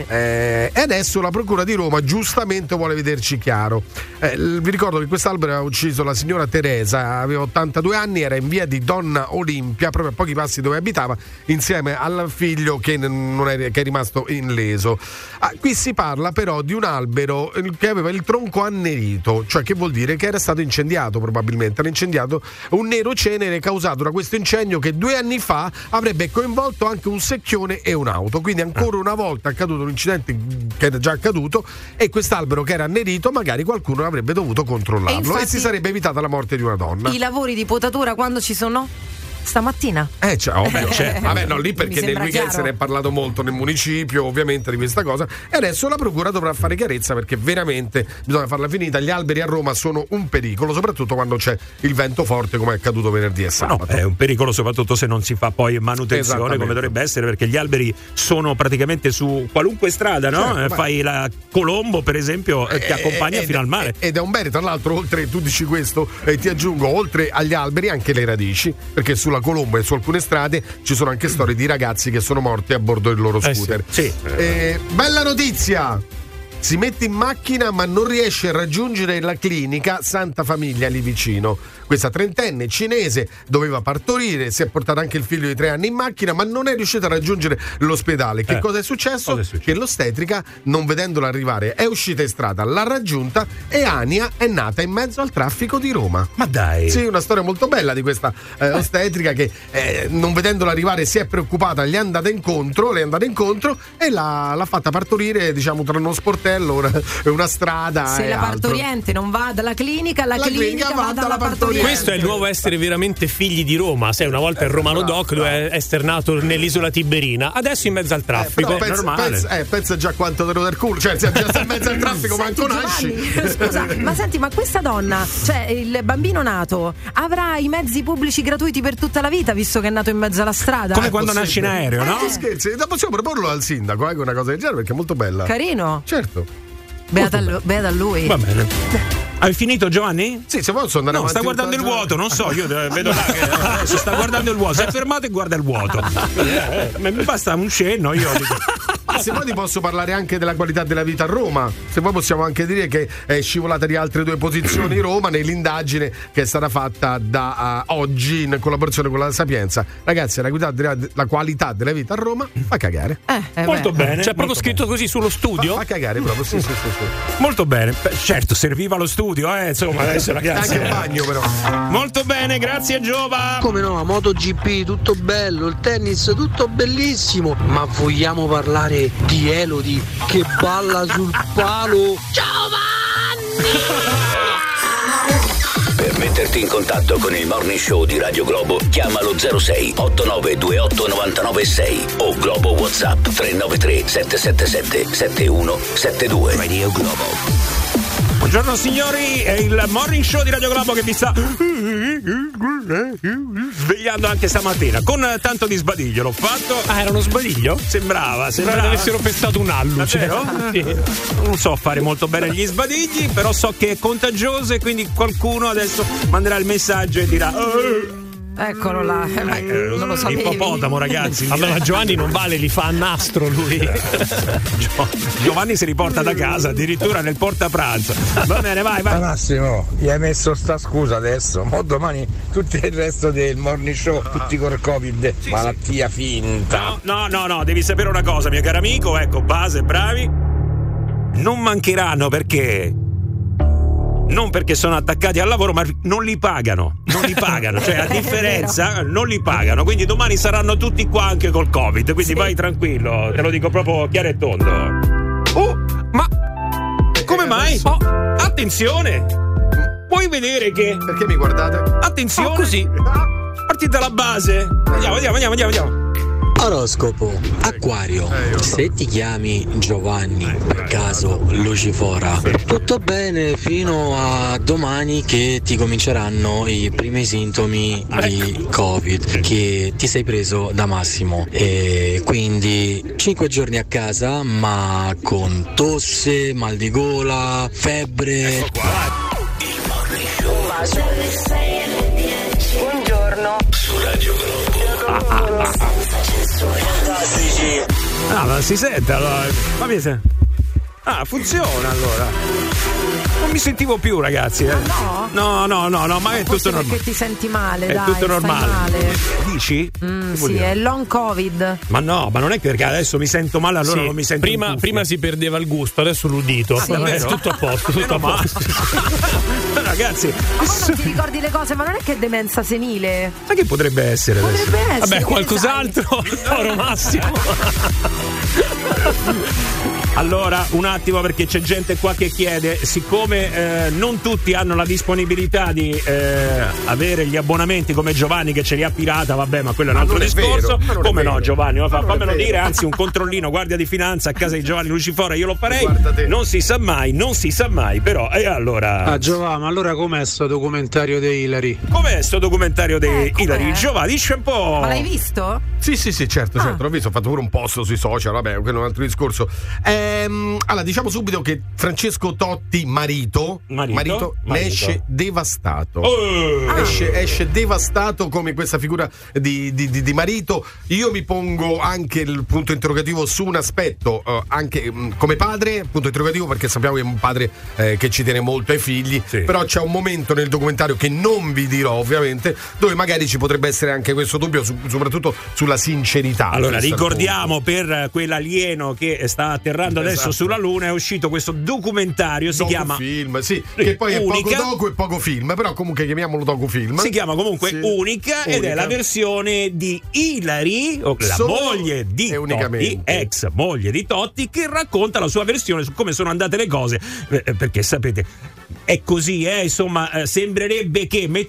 Speaker 6: E adesso la Procura di Roma giustamente vuole vederci chiaro. Vi ricordo che quest'albero ha ucciso la signora Teresa, aveva 82 anni, era in via di Donna Olimpia, proprio a pochi passi dove abitava, insieme al figlio che è rimasto illeso. Qui si parla però di un albero che aveva il tronco annerito, cioè che vuol dire che era stato incendiato, probabilmente era incendiato, un nero cenere causato da questo incendio che 2 anni fa avrebbe coinvolto anche un secchione e un'auto, quindi ancora una volta è accaduto un incidente che era già accaduto e quest'albero che era annerito magari qualcuno avrebbe dovuto controllarlo e si sarebbe evitata la morte di una donna.
Speaker 3: I lavori di potatura quando ci sono? Stamattina?
Speaker 6: Vabbè, no, lì perché nel weekend
Speaker 3: chiaro.
Speaker 6: se ne è parlato molto nel municipio, ovviamente, di questa cosa, e adesso la procura dovrà fare chiarezza perché veramente bisogna farla finita. Gli alberi a Roma sono un pericolo, soprattutto quando c'è il vento forte come è accaduto venerdì e sabato.
Speaker 1: No, è un pericolo soprattutto se non si fa poi manutenzione come dovrebbe essere, perché gli alberi sono praticamente su qualunque strada, no? Fai la Colombo, per esempio, ti accompagna fino al mare.
Speaker 6: Ed è un bene, tra l'altro, oltre, tu dici questo, ti aggiungo, oltre agli alberi anche le radici, perché sulla Colombo e su alcune strade ci sono anche storie di ragazzi che sono morti a bordo del loro scooter. Bella notizia! Si mette in macchina ma non riesce a raggiungere la clinica Santa Famiglia lì vicino. Questa trentenne cinese doveva partorire, si è portata anche il figlio di 3 anni in macchina ma non è riuscita a raggiungere l'ospedale. Che cosa è successo? Che l'ostetrica, non vedendola arrivare, è uscita in strada, l'ha raggiunta e Ania è nata in mezzo al traffico di Roma.
Speaker 1: Ma dai!
Speaker 6: Sì, una storia molto bella di questa ostetrica che non vedendola arrivare si è preoccupata, le è andata incontro e l'ha fatta partorire, diciamo, tra uno sportello una strada.
Speaker 3: Se la partoriente non va dalla clinica, la clinica va dalla partoriente.
Speaker 2: Questo è il nuovo essere veramente figli di Roma. Sai, una volta il Romano Doc dove è esternato nell'isola Tiberina, adesso in mezzo al traffico.
Speaker 6: Pensa già quanto te lo dal culo, cioè se già in mezzo al traffico manco nasci.
Speaker 3: Scusa, ma senti, ma questa donna, cioè il bambino nato, avrà i mezzi pubblici gratuiti per tutta la vita, visto che è nato in mezzo alla strada?
Speaker 1: Come quando nasci in aereo, no?
Speaker 6: Scherzi, possiamo proporlo al sindaco, una cosa del genere, perché è molto bella.
Speaker 3: Carino.
Speaker 6: Certo.
Speaker 3: Beata a lui.
Speaker 1: Va bene. Hai finito, Giovanni?
Speaker 6: Sì, se posso andare avanti.
Speaker 1: Sta guardando il vuoto, non so, io vedo là che adesso sta guardando il vuoto, si è fermato e guarda il vuoto. Mi basta un cenno, io dico.
Speaker 6: Se vuoi ti posso parlare anche della qualità della vita a Roma. Se vuoi possiamo anche dire che è scivolata di altre 2 posizioni Roma nell'indagine che è stata fatta da oggi in collaborazione con la Sapienza. Ragazzi, la qualità della vita a Roma fa cagare.
Speaker 1: Molto bene.
Speaker 2: C'è proprio scritto così sullo studio?
Speaker 6: Fa cagare proprio, sì.
Speaker 1: Molto bene. Certo, serviva lo studio, insomma, adesso ragazzi.
Speaker 6: Anche il bagno però.
Speaker 1: Molto bene, grazie Giova.
Speaker 12: Come no, MotoGP tutto bello, il tennis tutto bellissimo, ma vogliamo parlare di Elodie che balla sul palo?
Speaker 14: Giovanni!
Speaker 7: Per metterti in contatto con il Morning Show di Radio Globo, chiamalo 06 8928 996 o Globo WhatsApp 393 777 7172. Radio Globo.
Speaker 1: Buongiorno signori, è il Morning Show di Radio Globo che vi sta svegliando anche stamattina con tanto di sbadiglio. L'ho fatto.
Speaker 2: Era uno sbadiglio?
Speaker 1: Sembrava
Speaker 2: che avessero pestato un alluce.
Speaker 1: Sì. Non so fare molto bene gli sbadigli, però so che è contagioso e quindi qualcuno adesso manderà il messaggio e dirà
Speaker 3: eccolo là, non lo sapevi.
Speaker 1: Ippopotamo, ragazzi.
Speaker 2: Allora Giovanni non vale, li fa a nastro lui.
Speaker 1: Giovanni si riporta da casa addirittura nel portapranzo. Va bene, vai.
Speaker 15: Massimo, gli hai messo sta scusa adesso, ma domani tutto il resto del Morning Show tutti col Covid, malattia finta.
Speaker 1: No, devi sapere una cosa, mio caro amico, ecco, base, bravi, non mancheranno perché non perché sono attaccati al lavoro, ma non li pagano, cioè a differenza non li pagano, quindi domani saranno tutti qua anche col Covid, quindi vai tranquillo, te lo dico proprio chiaro e tondo. Ma come mai? Attenzione, puoi vedere che
Speaker 6: perché mi guardate?
Speaker 1: Attenzione, così partite dalla base, andiamo.
Speaker 16: Oroscopo Acquario. Se ti chiami Giovanni, per caso Lucifora, tutto bene fino a domani che ti cominceranno i primi sintomi di Covid che ti sei preso da Massimo, e quindi 5 giorni a casa ma con tosse, mal di gola, febbre.
Speaker 8: Buongiorno.
Speaker 7: Su Radio Globo.
Speaker 1: Ma si sente allora. Ma mi sente? Funziona allora. Non mi sentivo più, ragazzi. No, ma è tutto normale.
Speaker 3: Perché ti senti male,
Speaker 1: è
Speaker 3: dai.
Speaker 1: tutto normale.
Speaker 3: Male.
Speaker 1: Dici?
Speaker 3: Sì, è long Covid.
Speaker 1: Ma non è perché adesso mi sento male, allora non mi sento.
Speaker 2: Prima si perdeva il gusto, adesso l'udito. È tutto a posto, tutto a posto.
Speaker 1: Ragazzi,
Speaker 3: ma non ti ricordi le cose, ma non è che è demenza senile.
Speaker 1: Ma che potrebbe essere?
Speaker 2: Vabbè, qualcos'altro. Oro Massimo.
Speaker 1: Allora, un attimo, perché c'è gente qua che chiede, siccome non tutti hanno la disponibilità di avere gli abbonamenti come Giovanni che ce li ha pirata, vabbè, ma quello è un altro discorso. Come no, Giovanni? Fammelo dire, anzi un controllino, guardia di finanza a casa di Giovanni Lucifora, io lo farei. Non si sa mai, però. E allora.
Speaker 12: Giovanni, ma allora com'è sto documentario di Ilari?
Speaker 1: Com'è sto documentario di Ilari? Giovanni, dice un po'.
Speaker 3: Ma l'hai visto?
Speaker 6: Sì, certo, l'ho visto, ho fatto pure un post sui social, vabbè, quello è un altro discorso. Allora, diciamo subito che Francesco Totti, marito ne esce devastato. Esce devastato come questa figura di marito. Io mi pongo anche il punto interrogativo su un aspetto, anche come padre, punto interrogativo, perché sappiamo che è un padre che ci tiene molto ai figli, però c'è un momento nel documentario che non vi dirò ovviamente, dove magari ci potrebbe essere anche questo dubbio, soprattutto sulla sincerità.
Speaker 1: Allora, ricordiamo per quell'alieno che sta atterrando adesso sulla Luna, è uscito questo documentario, si chiama
Speaker 6: film, che poi è poco docu e poco film, però comunque chiamiamolo docufilm.
Speaker 1: Si chiama comunque Unica ed è la versione di Ilari, la moglie di Totti, ex moglie di Totti, che racconta la sua versione su come sono andate le cose, perché sapete è così, insomma, sembrerebbe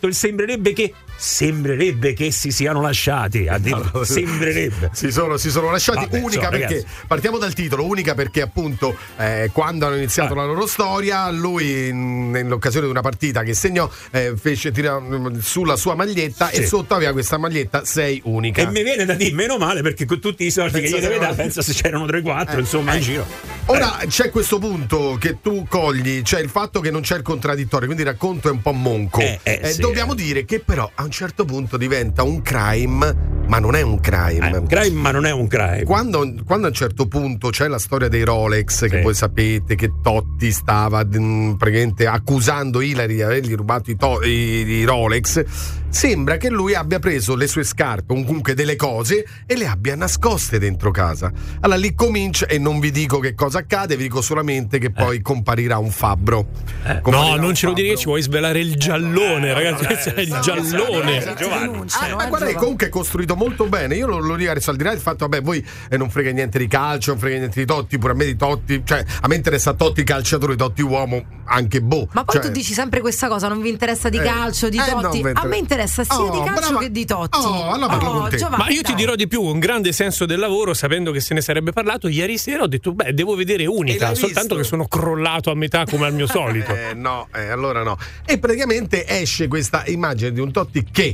Speaker 1: che si siano lasciati, sembrerebbe.
Speaker 6: Si sono lasciati. Unica perché ragazzi, partiamo dal titolo. Unica perché appunto quando hanno iniziato la loro storia, lui nell'occasione di una partita che segnò fece tirare sulla sua maglietta e sotto aveva questa maglietta "Sei unica".
Speaker 2: E mi viene da dire meno male, perché con tutti i soldi che gli deve dare, pensa se c'erano 3-4 insomma in giro.
Speaker 6: Ora c'è questo punto che tu cogli, cioè il fatto che non c'è il contraddittorio, quindi il racconto è un po' monco. Dobbiamo dire che però a un certo punto diventa un crime, ma non è un crime.
Speaker 1: Un crime, ma non è un crime.
Speaker 6: Quando a un certo punto c'è la storia dei Rolex, che voi sapete che Totti stava praticamente accusando Ilari di avergli rubato i Rolex, sembra che lui abbia preso le sue scarpe o comunque delle cose e le abbia nascoste dentro casa. Allora lì comincia, e non vi dico che cosa accade, vi dico solamente che poi comparirà un fabbro.
Speaker 2: No, non ce lo dire, che ci vuoi svelare il giallone, ragazzi. Questo è il giallone.
Speaker 1: Giovanni.
Speaker 6: Ma guarda, comunque è costruito molto bene. Io lo ringrazio, al di là del fatto, vabbè, voi non frega niente di calcio, non frega niente di Totti, pure a me di Totti, cioè a me interessa Totti calciatore, Totti uomo, anche
Speaker 3: Ma poi tu dici sempre questa cosa, non vi interessa di calcio, di Totti. A me interessa sia di calcio che di Totti.
Speaker 6: Allora parlo con te.
Speaker 3: Giovanni,
Speaker 2: ma io ti dirò di più, un grande senso del lavoro, sapendo che se ne sarebbe parlato ieri sera, ho detto devo vedere Unica, soltanto che sono crollato a metà come al mio solito.
Speaker 6: Allora no. E praticamente esce questa immagine di un Totti che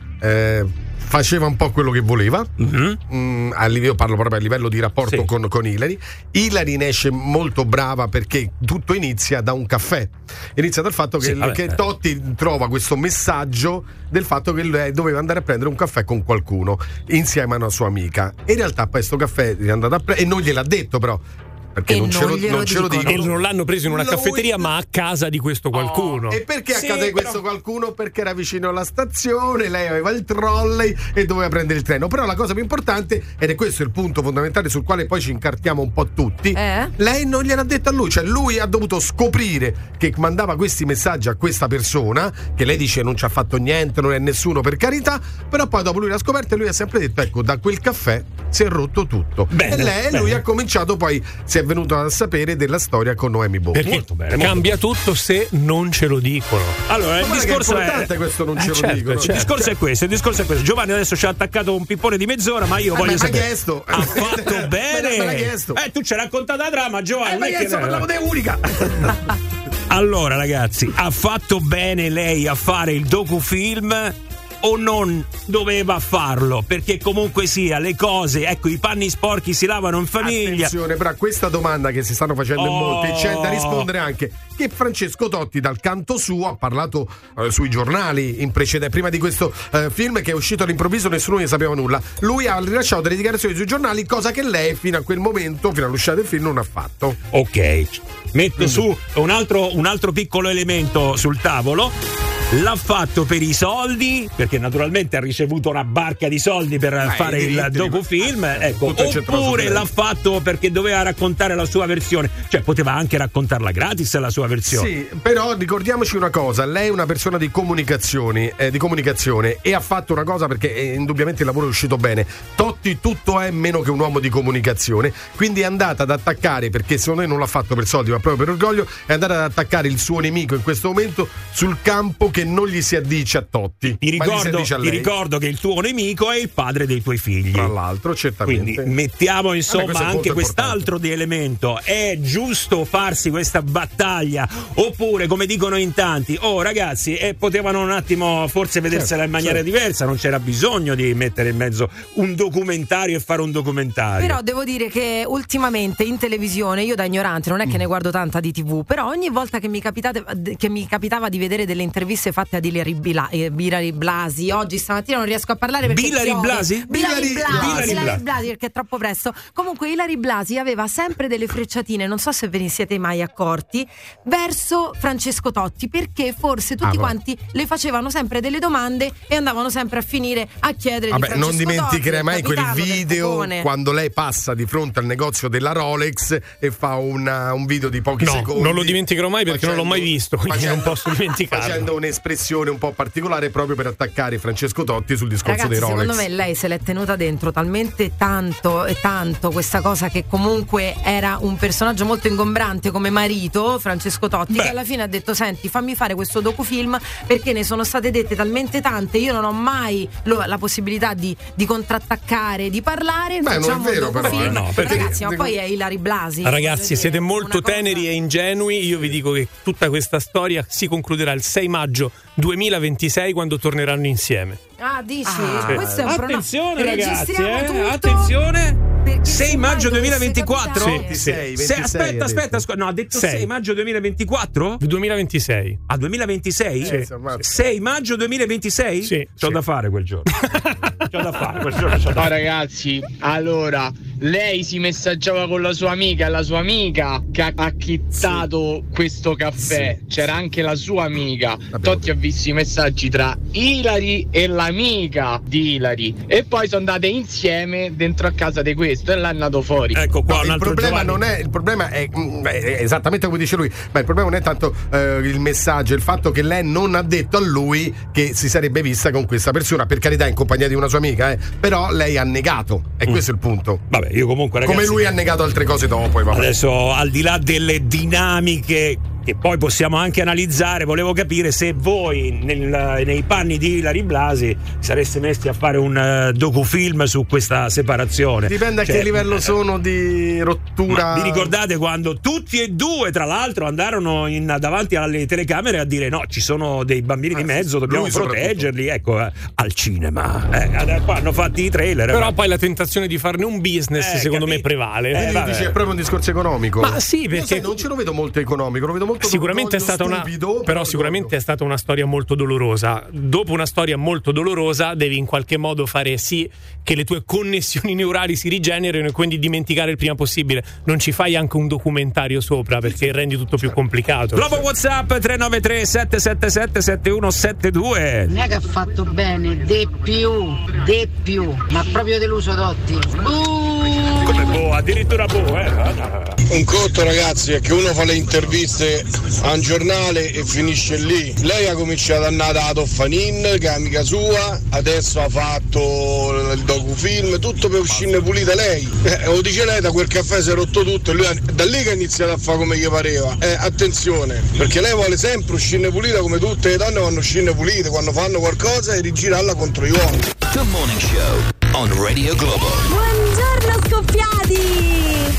Speaker 6: faceva un po' quello che voleva. Io parlo proprio a livello di rapporto con Ilari. Ilari ne esce molto brava perché tutto inizia da un caffè. Inizia dal fatto che Totti trova questo messaggio del fatto che lei doveva andare a prendere un caffè con qualcuno insieme a una sua amica. E in realtà poi questo caffè è andato a prendere, e non gliel'ha detto però, perché non ce lo dico.
Speaker 2: E non l'hanno preso in una caffetteria, ma a casa di questo qualcuno.
Speaker 6: E perché a casa di questo qualcuno? Perché era vicino alla stazione, lei aveva il trolley e doveva prendere il treno. Però la cosa più importante, ed è questo il punto fondamentale sul quale poi ci incartiamo un po' tutti, lei non gliel'ha detto a lui, cioè lui ha dovuto scoprire che mandava questi messaggi a questa persona, che lei dice non ci ha fatto niente, non è nessuno, per carità, però poi dopo lui l'ha scoperto e lui ha sempre detto, ecco, da quel caffè si è rotto tutto. Lui ha cominciato, poi si è venuto a sapere della storia con Noemi Bo.
Speaker 2: Perché
Speaker 1: molto bene,
Speaker 2: cambia tutto se non ce lo dicono.
Speaker 1: Allora, il discorso
Speaker 6: è importante questo, non ce lo dicono.
Speaker 1: Il discorso è questo, Giovanni adesso ci ha attaccato un pippone di mezz'ora, ma io voglio sapere.
Speaker 6: Chiesto.
Speaker 1: Ha fatto bene.
Speaker 6: Me l'ha chiesto.
Speaker 1: Tu ci hai raccontato la trama, Giovanni.
Speaker 6: Ma chiesto, parlavo di Unica.
Speaker 1: Allora, ragazzi, ha fatto bene lei a fare il docufilm o non doveva farlo? Perché comunque sia, le cose, ecco, i panni sporchi si lavano in famiglia.
Speaker 6: Attenzione, però, questa domanda che si stanno facendo in molti, c'è da rispondere anche che Francesco Totti dal canto suo ha parlato sui giornali in prima di questo film che è uscito all'improvviso, nessuno ne sapeva nulla. Lui ha rilasciato delle dichiarazioni sui giornali, cosa che lei fino a quel momento, fino all'uscita del film, non ha fatto.
Speaker 1: Ok, metto su un altro piccolo elemento sul tavolo. L'ha fatto per i soldi, perché naturalmente ha ricevuto una barca di soldi per fare il docufilm, ecco, oppure l'ha fatto perché doveva raccontare la sua versione, cioè poteva anche raccontarla gratis la sua versione.
Speaker 6: Sì, però ricordiamoci una cosa, lei è una persona di comunicazione e ha fatto una cosa, perché indubbiamente il lavoro è uscito bene. Totti tutto è meno che un uomo di comunicazione, quindi è andata ad attaccare, perché secondo me non l'ha fatto per soldi ma proprio per orgoglio, è andata ad attaccare il suo nemico in questo momento sul campo che non gli si addice a Totti.
Speaker 1: Ti ricordo che il tuo nemico è il padre dei tuoi figli.
Speaker 6: Tra l'altro, certamente.
Speaker 1: Quindi mettiamo insomma anche quest'altro di elemento. È giusto farsi questa battaglia? Oppure, come dicono in tanti, ragazzi, potevano un attimo forse vedersela in maniera diversa, non c'era bisogno di mettere in mezzo un documentario e fare un documentario.
Speaker 3: Però devo dire che ultimamente in televisione, io da ignorante non è che ne guardo tanta di TV, però ogni volta che mi capitava di vedere delle interviste fatte ad Ilary Blasi, oggi stamattina non riesco a parlare perché
Speaker 1: Ilary Blasi
Speaker 3: perché è troppo presto. Comunque Ilary Blasi aveva sempre delle frecciatine, non so se ve ne siete mai accorti, verso Francesco Totti, perché forse tutti quanti le facevano sempre delle domande e andavano sempre a finire a chiedere di Francesco
Speaker 6: non dimenticherei
Speaker 3: Totti,
Speaker 6: mai quel video quando lei passa di fronte al negozio della Rolex e fa un video di pochi secondi.
Speaker 2: Non lo dimenticherò mai perché non l'ho mai visto, quindi non posso dimenticarlo.
Speaker 6: Facendo un'espressione un po' particolare proprio per attaccare Francesco Totti sul discorso
Speaker 3: dei
Speaker 6: Rolex.
Speaker 3: Secondo me lei se l'è tenuta dentro talmente tanto questa cosa, che comunque era un personaggio molto ingombrante come marito, Francesco Totti, che alla fine ha detto: senti, fammi fare questo docufilm perché ne sono state dette talmente tante, io non ho mai la possibilità di contrattaccare, di parlare.
Speaker 6: Facciamo non è vero, un docufilm.
Speaker 1: No,
Speaker 3: ragazzi, ma poi è Ilary Blasi.
Speaker 2: Ragazzi, siete molto teneri e ingenui. Io vi dico che tutta questa storia si concluderà il 6 maggio 2026 quando torneranno insieme.
Speaker 3: Ah, dici?
Speaker 1: Sì.
Speaker 3: Questo è un
Speaker 1: attenzione ragazzi,
Speaker 3: tutto.
Speaker 1: Attenzione. 6 maggio 2024?
Speaker 6: Sì. 26,
Speaker 1: aspetta, no, ha detto 6 maggio 2024?
Speaker 2: 2026.
Speaker 1: Ah, 2026?
Speaker 2: Sì.
Speaker 1: 6 maggio 2026?
Speaker 2: Sì.
Speaker 1: C'ho da fare quel giorno.
Speaker 12: No, ragazzi, allora lei si messaggiava con la sua amica, e la sua amica che ha acquistato questo caffè, c'era anche la sua amica. Totti ha visto i messaggi tra Ilary e l'amica di Ilary e poi sono andate insieme dentro a casa di questo e l'ha andato fuori.
Speaker 1: Ecco qua,
Speaker 6: il problema è esattamente come dice lui, ma il problema non è tanto il messaggio, il fatto che lei non ha detto a lui che si sarebbe vista con questa persona, per carità in compagnia di una sua amica, però lei ha negato, e questo è il punto.
Speaker 1: Vabbè, io comunque, ragazzi,
Speaker 6: come lui ha negato altre cose dopo.
Speaker 1: Adesso, al di là delle dinamiche che poi possiamo anche analizzare, volevo capire se voi nei panni di Ilary Blasi sareste messi a fare un docufilm su questa separazione.
Speaker 6: Dipende a che livello sono di rottura.
Speaker 1: Vi ricordate quando tutti e due, tra l'altro, andarono davanti alle telecamere a dire: no, ci sono dei bambini di mezzo, dobbiamo proteggerli, ecco, al cinema. Poi hanno fatto i trailer.
Speaker 2: Però poi la tentazione di farne un business secondo me prevale.
Speaker 6: Dice è proprio un discorso economico.
Speaker 2: Ma sì, perché
Speaker 6: non ce lo vedo molto economico, lo vedo molto
Speaker 2: sicuramente è stata sicuramente è stata una storia molto dolorosa. Dopo una storia molto dolorosa devi in qualche modo fare sì che le tue connessioni neurali si rigenerino e quindi dimenticare il prima possibile. Non ci fai anche un documentario sopra perché rendi tutto più complicato.
Speaker 1: Globo WhatsApp 393 777 7172.
Speaker 8: Non è che ha fatto bene, de più, ma proprio deluso Totti.
Speaker 1: Come boh, addirittura boh,
Speaker 11: Un conto, ragazzi, è che uno fa le interviste a un giornale e finisce lì. Lei ha cominciato ad andare a Toffanin, che è amica sua, adesso ha fatto il docufilm, tutto per uscirne pulita lei. Lo dice lei, da quel caffè si è rotto tutto e lui da lì che ha iniziato a fare come gli pareva. Attenzione, perché lei vuole sempre uscirne pulita, come tutte le donne vanno uscirne pulite quando fanno qualcosa e rigirarla contro gli uomini.
Speaker 7: The Morning Show on Radio Globo.
Speaker 14: Buongiorno scoppiati!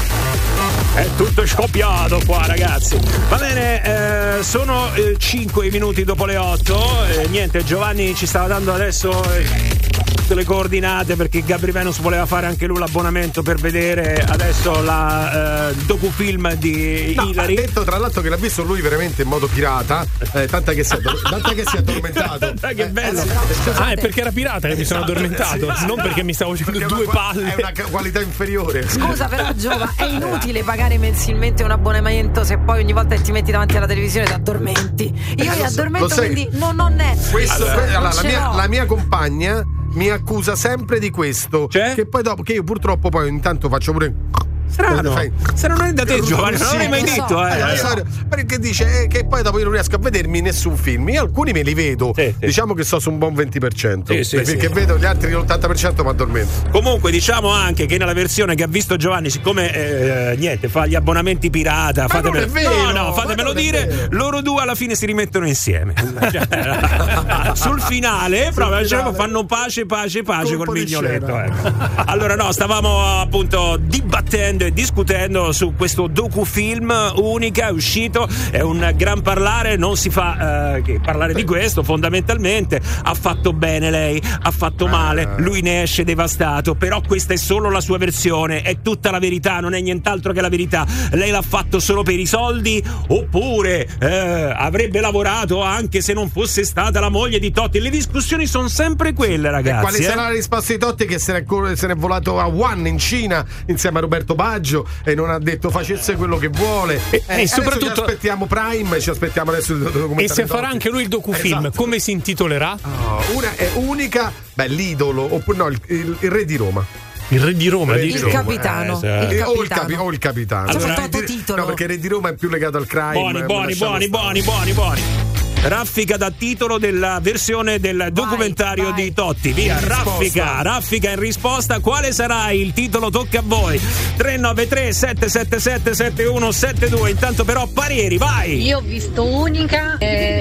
Speaker 1: È tutto scoppiato qua, ragazzi. Va bene, sono 5 minuti dopo le 8. Niente, Giovanni ci stava dando adesso tutte le coordinate perché Gabri Venus voleva fare anche lui l'abbonamento per vedere adesso la docufilm di Ilari.
Speaker 6: Ha detto tra l'altro che l'ha visto lui veramente in modo pirata, tant'è che si è addormentato.
Speaker 1: Che bello.
Speaker 2: È perché era pirata che mi sono addormentato, non perché mi stavo facendo due palle.
Speaker 6: È una qualità inferiore.
Speaker 3: Scusa però Giova, è inutile pagare mensilmente un abbonamento se poi ogni volta che ti metti davanti alla televisione ti addormenti. Io mi addormento, quindi non è
Speaker 6: questo. La mia compagna mi accusa sempre di questo, che poi dopo che io purtroppo poi ogni tanto faccio pure
Speaker 1: strano. Se non è da te, Giovanni, non l'hai mai detto,
Speaker 6: perché dice che poi dopo io non riesco a vedermi nessun film. Io alcuni me li vedo, diciamo che sto su un buon 20%, perché vedo gli altri l'80% mi addormento.
Speaker 1: Comunque diciamo anche che nella versione che ha visto Giovanni, siccome niente, fa gli abbonamenti pirata, fatemelo dire, loro due alla fine si rimettono insieme. Sul finale proprio fanno pace col mignoletto. Allora stavamo appunto dibattendo e discutendo su questo docufilm Unica, è uscito, è un gran parlare, non si fa che parlare di questo fondamentalmente. Ha fatto bene lei, ha fatto male, lui ne esce devastato, però questa è solo la sua versione, è tutta la verità, non è nient'altro che la verità. Lei l'ha fatto solo per i soldi oppure avrebbe lavorato anche se non fosse stata la moglie di Totti? Le discussioni sono sempre quelle, ragazzi.
Speaker 6: E quale sarà la risposta di Totti, che se n'è volato a Wuhan in Cina insieme a Roberto Baggio e non ha detto facesse quello che vuole,
Speaker 2: e soprattutto
Speaker 6: ci aspettiamo Prime, ci aspettiamo adesso il documentario.
Speaker 2: E se farà anche lui il docufilm, come si intitolerà?
Speaker 6: Una è Unica, l'idolo, oppure no, il re di Roma.
Speaker 2: Il re di Roma,
Speaker 3: il capitano,
Speaker 6: o il capitano.
Speaker 3: Allora, titolo.
Speaker 6: No, perché il re di Roma è più legato al crime.
Speaker 1: Buoni. Raffica da titolo della versione del documentario di Totti. Via, raffica in risposta. Quale sarà il titolo? Tocca a voi. 393 777 7172. Intanto però pareri, vai.
Speaker 17: Io ho visto Unica,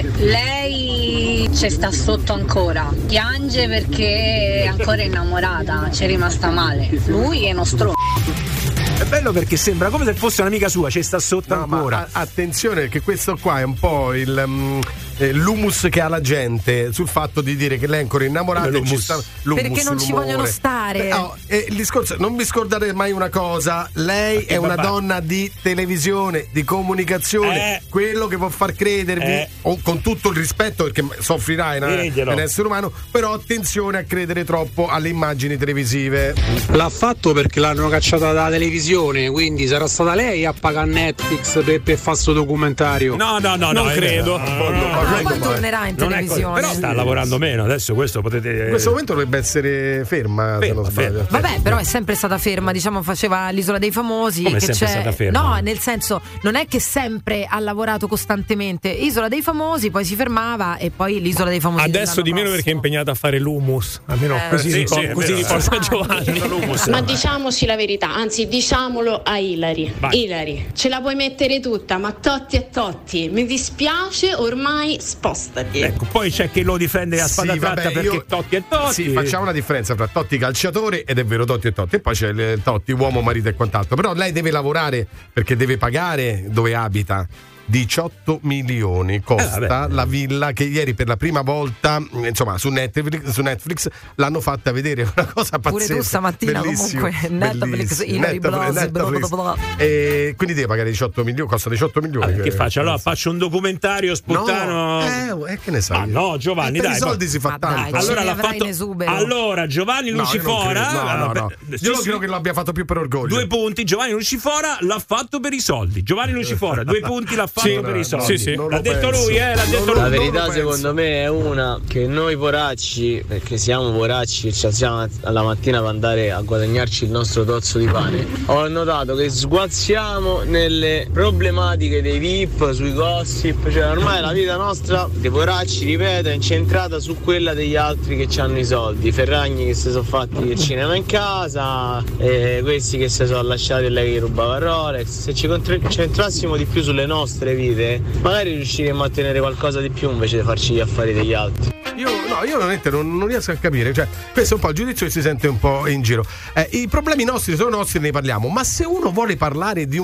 Speaker 17: lei ci sta sotto ancora, piange perché è ancora innamorata, ci è rimasta male. Lui è uno stronzo.
Speaker 1: È bello perché sembra come se fosse un'amica sua, ci sta sotto ancora.
Speaker 6: Attenzione, che questo qua è un po' l'humus che ha la gente sul fatto di dire che lei è ancora innamorata
Speaker 3: perché non ci vogliono stare.
Speaker 6: Il discorso, non vi scordate mai una cosa, lei è una donna di televisione, di comunicazione, quello che può far credervi, con tutto il rispetto, perché soffrirà in un essere umano, però attenzione a credere troppo alle immagini televisive.
Speaker 12: L'ha fatto perché l'hanno cacciata dalla televisione, quindi sarà stata lei a pagare Netflix per fare sto documentario.
Speaker 1: No,
Speaker 2: non credo.
Speaker 3: Poi tornerà in televisione.
Speaker 1: Però sta lavorando meno, adesso questo potete.
Speaker 6: In questo momento dovrebbe essere ferma, se non sbaglio.
Speaker 3: Vabbè, però è sempre stata ferma, diciamo, faceva l'Isola dei Famosi.
Speaker 1: Come che stata ferma?
Speaker 3: No, nel senso, non è che sempre ha lavorato costantemente. Isola dei Famosi, poi si fermava e poi l'Isola dei Famosi.
Speaker 2: Adesso di meno perché è impegnata a fare l'humus. Almeno così riposa Giovanni.
Speaker 18: Ma diciamoci la verità, anzi diciamolo a Ilari. Ilari, ce la puoi mettere tutta, ma Totti è Totti. Mi dispiace, ormai spostati.
Speaker 1: Ecco, poi c'è chi lo difende a spada tratta perché Totti è Totti.
Speaker 6: Sì, facciamo una differenza tra Totti calciatore ed è vero Totti e Totti, e poi c'è il Totti uomo, marito e quant'altro. Però lei deve lavorare perché deve pagare dove abita. 18 milioni costa la villa, che ieri per la prima volta, insomma, su Netflix l'hanno fatta vedere, una cosa pazzesca.
Speaker 3: Pure tu stamattina comunque Netflix.
Speaker 6: E quindi deve pagare 18 milioni, costa 18 milioni.
Speaker 1: Che faccio? Allora faccio un documentario sputtano.
Speaker 6: No, che ne sai?
Speaker 1: No, Giovanni, dai.
Speaker 6: I soldi si fa tanto.
Speaker 1: Allora l'ha fatto. Allora Giovanni Lucifora.
Speaker 6: Io credo che l'abbia fatto più per orgoglio.
Speaker 1: 2 punti. Giovanni Lucifora l'ha fatto per i soldi. Giovanni Lucifora, 2 punti l'ha fatto fatto per i soldi.
Speaker 2: Sì.
Speaker 1: L'ha detto lui, l'ha detto lui.
Speaker 19: La verità secondo me è una che noi poracci, perché siamo poracci e ci alziamo alla mattina per andare a guadagnarci il nostro tozzo di pane, ho notato che sguazziamo nelle problematiche dei VIP, sui gossip, cioè ormai la vita nostra dei poracci, ripeto, è incentrata su quella degli altri che hanno i soldi, i Ferragni che si sono fatti il cinema in casa, questi che si sono lasciati e lei che rubava Rolex. Se ci concentrassimo di più sulle nostre vite, magari riusciremmo a tenere qualcosa di più invece di farci gli affari degli altri.
Speaker 6: Io veramente non riesco a capire, cioè questo è un po' il giudizio che si sente un po' in giro. I problemi nostri sono nostri, ne parliamo, ma se uno vuole parlare di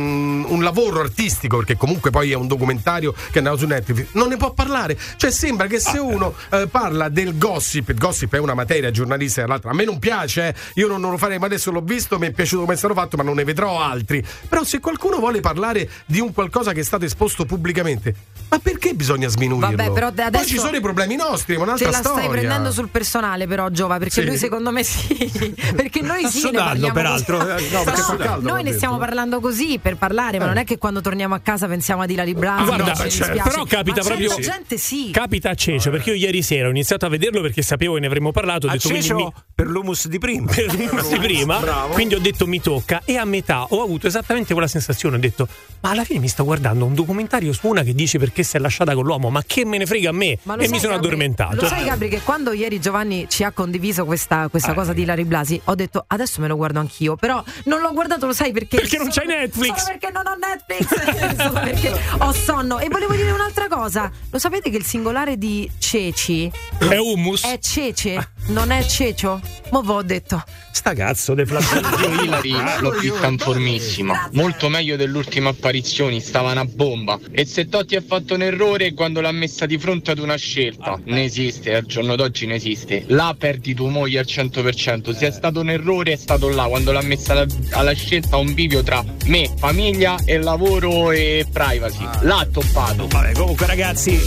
Speaker 6: un lavoro artistico, perché comunque poi è un documentario che è andato su Netflix, non ne può parlare. Cioè sembra che se uno parla del gossip, il gossip è una materia giornalistica, l'altra a me non piace, io non lo farei, ma adesso l'ho visto, mi è piaciuto come è stato fatto, ma non ne vedrò altri. Però se qualcuno vuole parlare di un qualcosa che è stato esposto pubblicamente, ma perché bisogna sminuirlo?
Speaker 3: Vabbè, però adesso
Speaker 6: poi ci sono i problemi nostri, è un'altra storia.
Speaker 3: Te la stai prendendo sul personale però, Giova, perché lui secondo me sì. Perché noi sì ne parliamo
Speaker 1: peraltro.
Speaker 6: No, perché fa caldo,
Speaker 3: noi ne stiamo parlando così per parlare, ma non è che quando torniamo a casa pensiamo ad Ilari Blasi.
Speaker 2: Guarda, però capita proprio.
Speaker 3: Gente sì.
Speaker 2: Capita a Cecio, perché io ieri sera ho iniziato a vederlo perché sapevo che ne avremmo parlato. Ho detto,
Speaker 1: Cecio per l'humus di prima.
Speaker 2: Per l'humus di prima. Quindi ho detto mi tocca, e a metà ho avuto esattamente quella sensazione. Ho detto, ma alla fine mi sto guardando un documentario su una che dice perché si è lasciata con l'uomo, ma che me ne frega a me? E mi sono addormentato.
Speaker 3: Lo sai, Gabri, che quando ieri Giovanni ci ha condiviso questa cosa di Ilari Blasi, ho detto adesso me lo guardo anch'io, però non l'ho guardato, lo sai perché?
Speaker 2: Perché non c'hai Netflix?
Speaker 3: Solo perché non ho Netflix. Solo perché ho sonno. E volevo dire un'altra cosa, lo sapete che il singolare di ceci
Speaker 2: è hummus?
Speaker 3: È cece, non è cecio? Mo' ve l'ho detto.
Speaker 1: Sta cazzo deflazione.
Speaker 20: Io Ilari l'ho vista in formissima, molto meglio dell'ultima apparizione, stava una bomba. E se Totti ha fatto un errore quando l'ha messa di fronte ad una scelta, ne esiste, al giorno d'oggi ne esiste. Là perdi tu moglie al 100%. Se è stato un errore è stato là, quando l'ha messa alla scelta un bivio tra me, famiglia e lavoro e privacy. Là ha toppato.
Speaker 1: Vabbè, comunque ragazzi,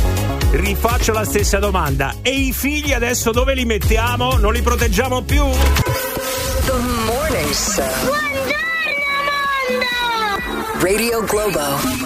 Speaker 1: rifaccio la stessa domanda. E i figli adesso dove li mettiamo? Non li proteggiamo più?
Speaker 21: The Morning Show.
Speaker 14: Buongiorno mondo!
Speaker 21: Radio Globo.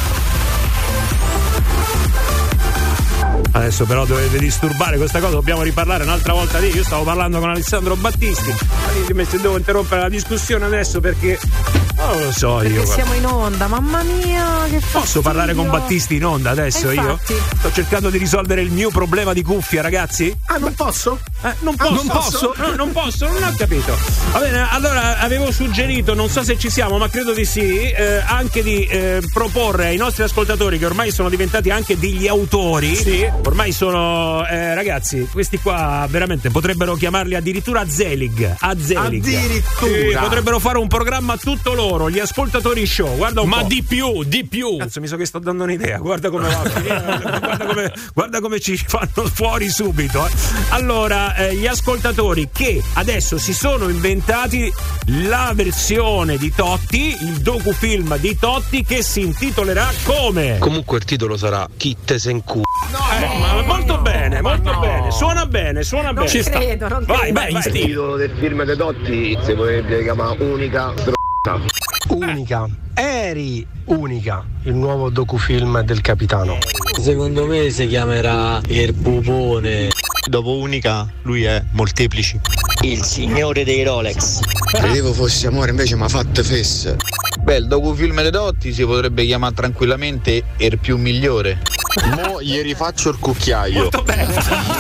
Speaker 1: Adesso però dovete disturbare questa cosa, dobbiamo riparlare un'altra volta lì. Io stavo parlando con Alessandro Battisti, devo interrompere la discussione adesso perché non lo so
Speaker 3: perché
Speaker 1: io.
Speaker 3: Siamo in onda, mamma mia, che fastidio.
Speaker 1: Posso parlare con Battisti in onda adesso io? Sto cercando di risolvere il mio problema di cuffia, ragazzi.
Speaker 6: Non posso?
Speaker 1: Non posso? No, non posso, non ho capito. Va bene, allora avevo suggerito, non so se ci siamo, ma credo di sì, anche di proporre ai nostri ascoltatori, che ormai sono diventati anche degli autori. Sì. Ormai sono ragazzi, questi qua veramente potrebbero chiamarli addirittura Zelig.
Speaker 6: Addirittura.
Speaker 1: Sì, potrebbero fare un programma tutto loro, gli ascoltatori show. Guarda un po'.
Speaker 2: Ma di più.
Speaker 1: Cazzo, mi so che sto dando un'idea. Guarda come va. guarda come ci fanno fuori subito. Allora, gli ascoltatori che adesso si sono inventati la versione di Totti, il docufilm di Totti che si intitolerà come?
Speaker 22: Comunque il titolo sarà Chi te se in culo.
Speaker 1: Ma molto bene, suona bene.
Speaker 3: Non credo.
Speaker 1: Vai.
Speaker 11: Il titolo del film di Totti si potrebbe chiamare Unica
Speaker 22: Unica. Eri Unica, il nuovo docufilm del capitano.
Speaker 16: Secondo me si chiamerà Il Pupone.
Speaker 22: Dopo Unica, lui è Molteplici.
Speaker 19: Il signore dei Rolex.
Speaker 11: Credevo fosse amore, invece mi ha fatto fesse.
Speaker 22: Beh, il docufilm di Totti si potrebbe chiamare tranquillamente Il più migliore. Mo gli rifaccio il cucchiaio.
Speaker 1: Molto bene.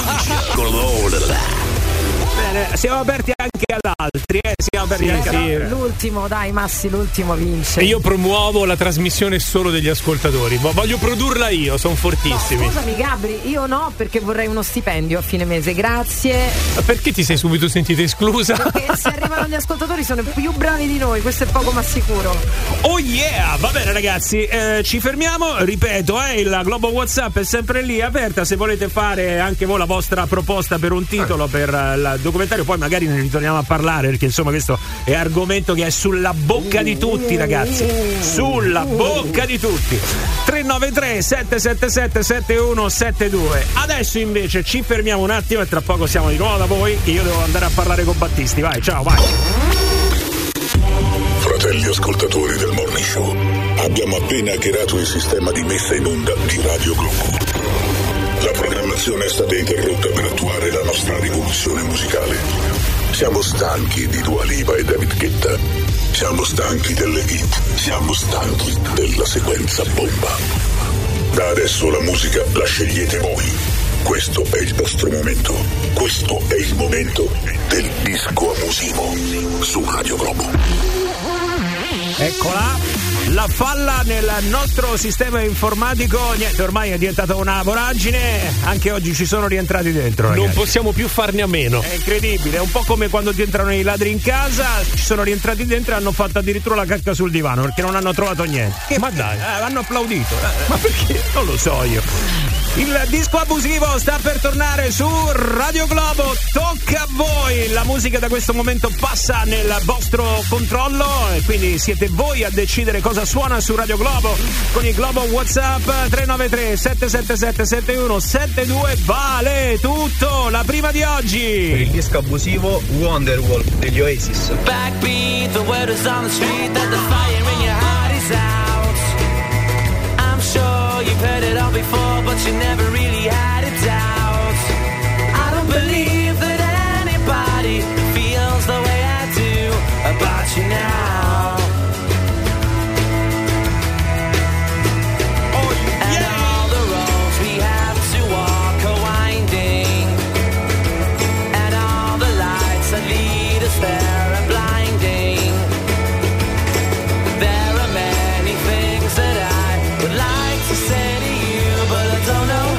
Speaker 1: Bene, siamo aperti anche ad altri,
Speaker 3: L'ultimo, dai Massi, l'ultimo vince.
Speaker 2: E io promuovo la trasmissione solo degli ascoltatori. Voglio produrla io, sono fortissimi.
Speaker 3: No, scusami Gabri, io no, perché vorrei uno stipendio a fine mese, grazie.
Speaker 2: Ma perché ti sei subito sentita esclusa?
Speaker 3: Perché se arrivano gli ascoltatori sono più bravi di noi, questo è poco ma sicuro.
Speaker 1: Oh yeah, va bene ragazzi, ci fermiamo, ripeto, la Globo WhatsApp è sempre lì aperta, se volete fare anche voi la vostra proposta per un titolo per il documentario, poi magari ne ritorniamo a parlare, perché insomma questo è argomento che è sulla bocca di tutti ragazzi, sulla bocca di tutti. 393 777 7172. Adesso invece ci fermiamo un attimo e tra poco siamo di nuovo da voi e io devo andare a parlare con Battisti. Vai, ciao, vai.
Speaker 7: Fratelli ascoltatori del Morning Show,
Speaker 5: Abbiamo appena hackerato il sistema di messa in onda di Radio Globo. La programmazione è stata interrotta per attuare la nostra rivoluzione musicale. Siamo stanchi di Dua Lipa e David Guetta. Siamo stanchi delle hit. Siamo stanchi della sequenza bomba. Da adesso la musica la scegliete voi. Questo è il vostro momento. Questo è il momento del disco abusivo su Radio Globo.
Speaker 1: Eccola, la falla nel nostro sistema informatico, niente, ormai è diventata una voragine, anche oggi ci sono rientrati dentro, ragazzi.
Speaker 2: Non possiamo più farne a meno.
Speaker 1: È incredibile, è un po' come quando ti entrano i ladri in casa, ci sono rientrati dentro e hanno fatto addirittura la cacca sul divano perché non hanno trovato niente.
Speaker 2: Ma dai,
Speaker 1: hanno applaudito. Ma perché? Non lo so io. Il disco abusivo sta per tornare su Radio Globo, tocca a voi, la musica da questo momento passa nel vostro controllo e quindi siete voi a decidere cosa suona su Radio Globo con il Globo WhatsApp 393 777 7172. Vale tutto, la prima di oggi.
Speaker 9: Per il disco abusivo Wonderwall degli Oasis.
Speaker 23: Backbeat, the word is on the street that the fire in your heart is out. I'm sure you've heard it all before, but you never really had a doubt. I don't believe that anybody feels the way I do about you now. And all the roads we have to walk are winding, and all the lights that lead us there are blinding. There are many things that I would like to say to you, but I don't know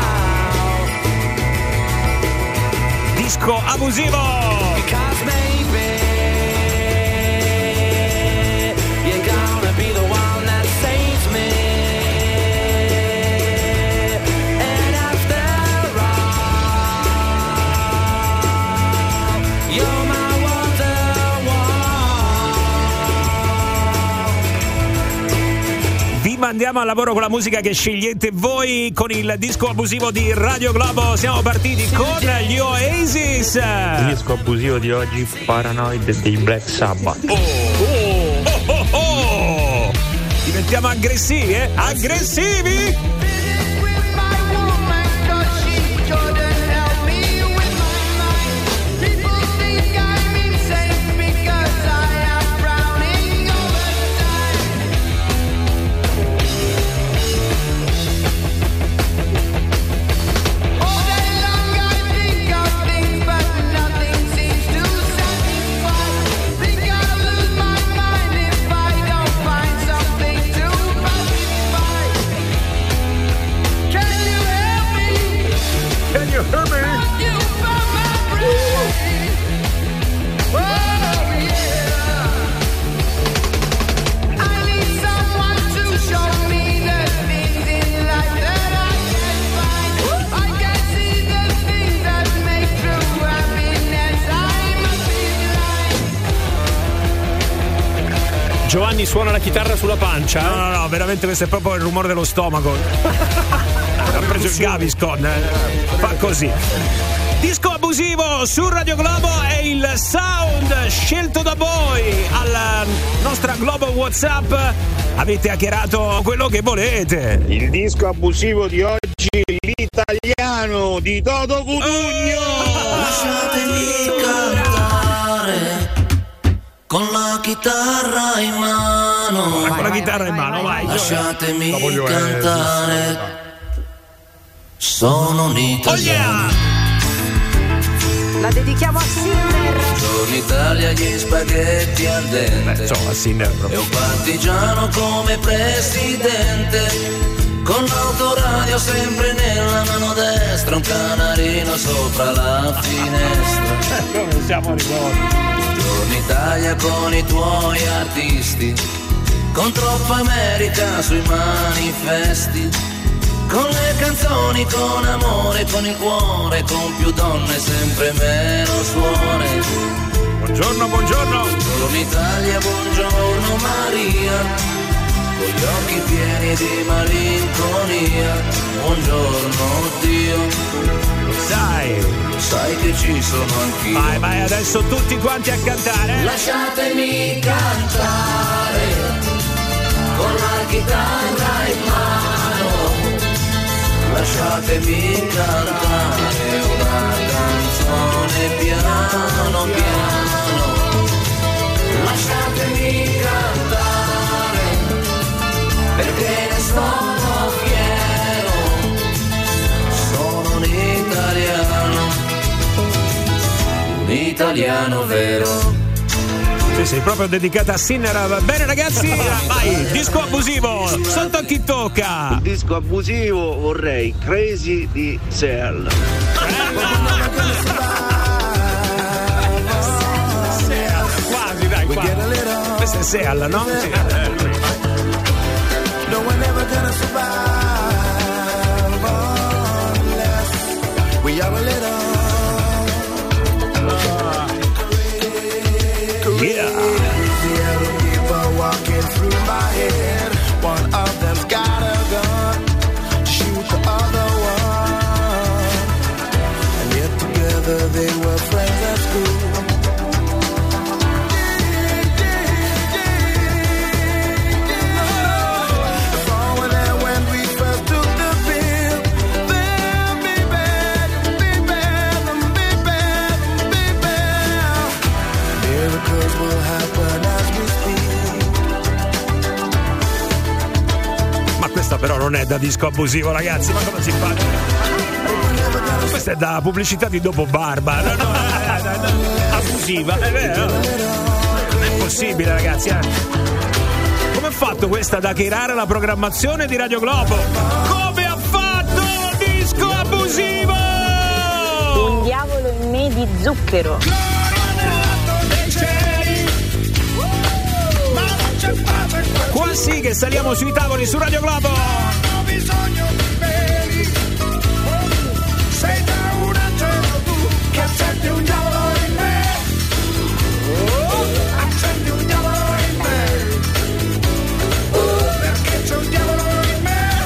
Speaker 23: how.
Speaker 1: Disco abusivo.
Speaker 23: Because maybe you're gonna be the one that saves me. And after all, you're my wonderwall.
Speaker 1: Vi mandiamo al lavoro con la musica che scegliete voi con il disco abusivo di Radio Globo. Siamo partiti con gli Oasis.
Speaker 24: Il disco abusivo di oggi, Paranoid dei Black Sabbath.
Speaker 1: Oh. Diventiamo aggressivi, eh? Aggressivi?
Speaker 2: Giovanni suona la chitarra sulla pancia.
Speaker 1: No, veramente questo è proprio il rumore dello stomaco. Ha preso il Gaviscon. Fa così. Disco abusivo su Radio Globo è il sound scelto da voi alla nostra Globo WhatsApp. Avete hackerato quello che volete.
Speaker 9: Il disco abusivo di oggi è l'italiano di Toto Cutugno.
Speaker 23: Lasciatemi cantare con la chitarra in mano.
Speaker 1: Con la chitarra in mano, vai.
Speaker 23: Lasciatemi cantare. Sono un italiano.
Speaker 3: La dedichiamo a Sinner.
Speaker 23: Buongiorno Italia, gli spaghetti al dente.
Speaker 1: Insomma, Sinner
Speaker 23: e un partigiano come presidente, con l'autoradio sempre nella mano destra, un canarino sopra la finestra.
Speaker 1: Come siamo ricordi?
Speaker 23: Buongiorno Italia con i tuoi artisti, con troppa America sui manifesti, con le canzoni, con amore, con il cuore, con più donne, sempre meno suore.
Speaker 1: Buongiorno.
Speaker 23: Buongiorno Italia, buongiorno Maria, con gli occhi pieni di malinconia. Buongiorno Dio,
Speaker 1: lo sai
Speaker 23: che ci sono anch'io.
Speaker 1: Vai adesso tutti quanti a cantare.
Speaker 23: Lasciatemi cantare con la chitarra in mano, lasciatemi cantare una canzone piano piano, lasciatemi cantare, perché ne sono fiero, sono un italiano vero.
Speaker 1: Sì, sei proprio dedicata a Sinner. Va bene ragazzi, vai, disco abusivo, sotto a chi tocca.
Speaker 9: Il disco abusivo vorrei Crazy di Seal.
Speaker 1: Quasi, dai, qua. Questa è Seal, no? Sì.
Speaker 23: No one ever gonna survive unless we are a little.
Speaker 1: Yeah.
Speaker 23: People walking through my head. One of them's got a gun to shoot the other one. And yet together they were friends at school.
Speaker 1: Questa però non è da disco abusivo, ragazzi, ma come si fa? Questa è da pubblicità di dopo barba. No, abusiva, è vero? Non è possibile, ragazzi, Come ha fatto questa da tirare la programmazione di Radio Globo? Come ha fatto disco abusivo?
Speaker 4: Un diavolo in me di zucchero.
Speaker 1: Qua sì che saliamo sui tavoli su Radio Globo.
Speaker 23: Ho bisogno di peli. Sei già un angelo tu che accetti un diavolo in me. Accetti un diavolo in me. Perché c'è un diavolo in me.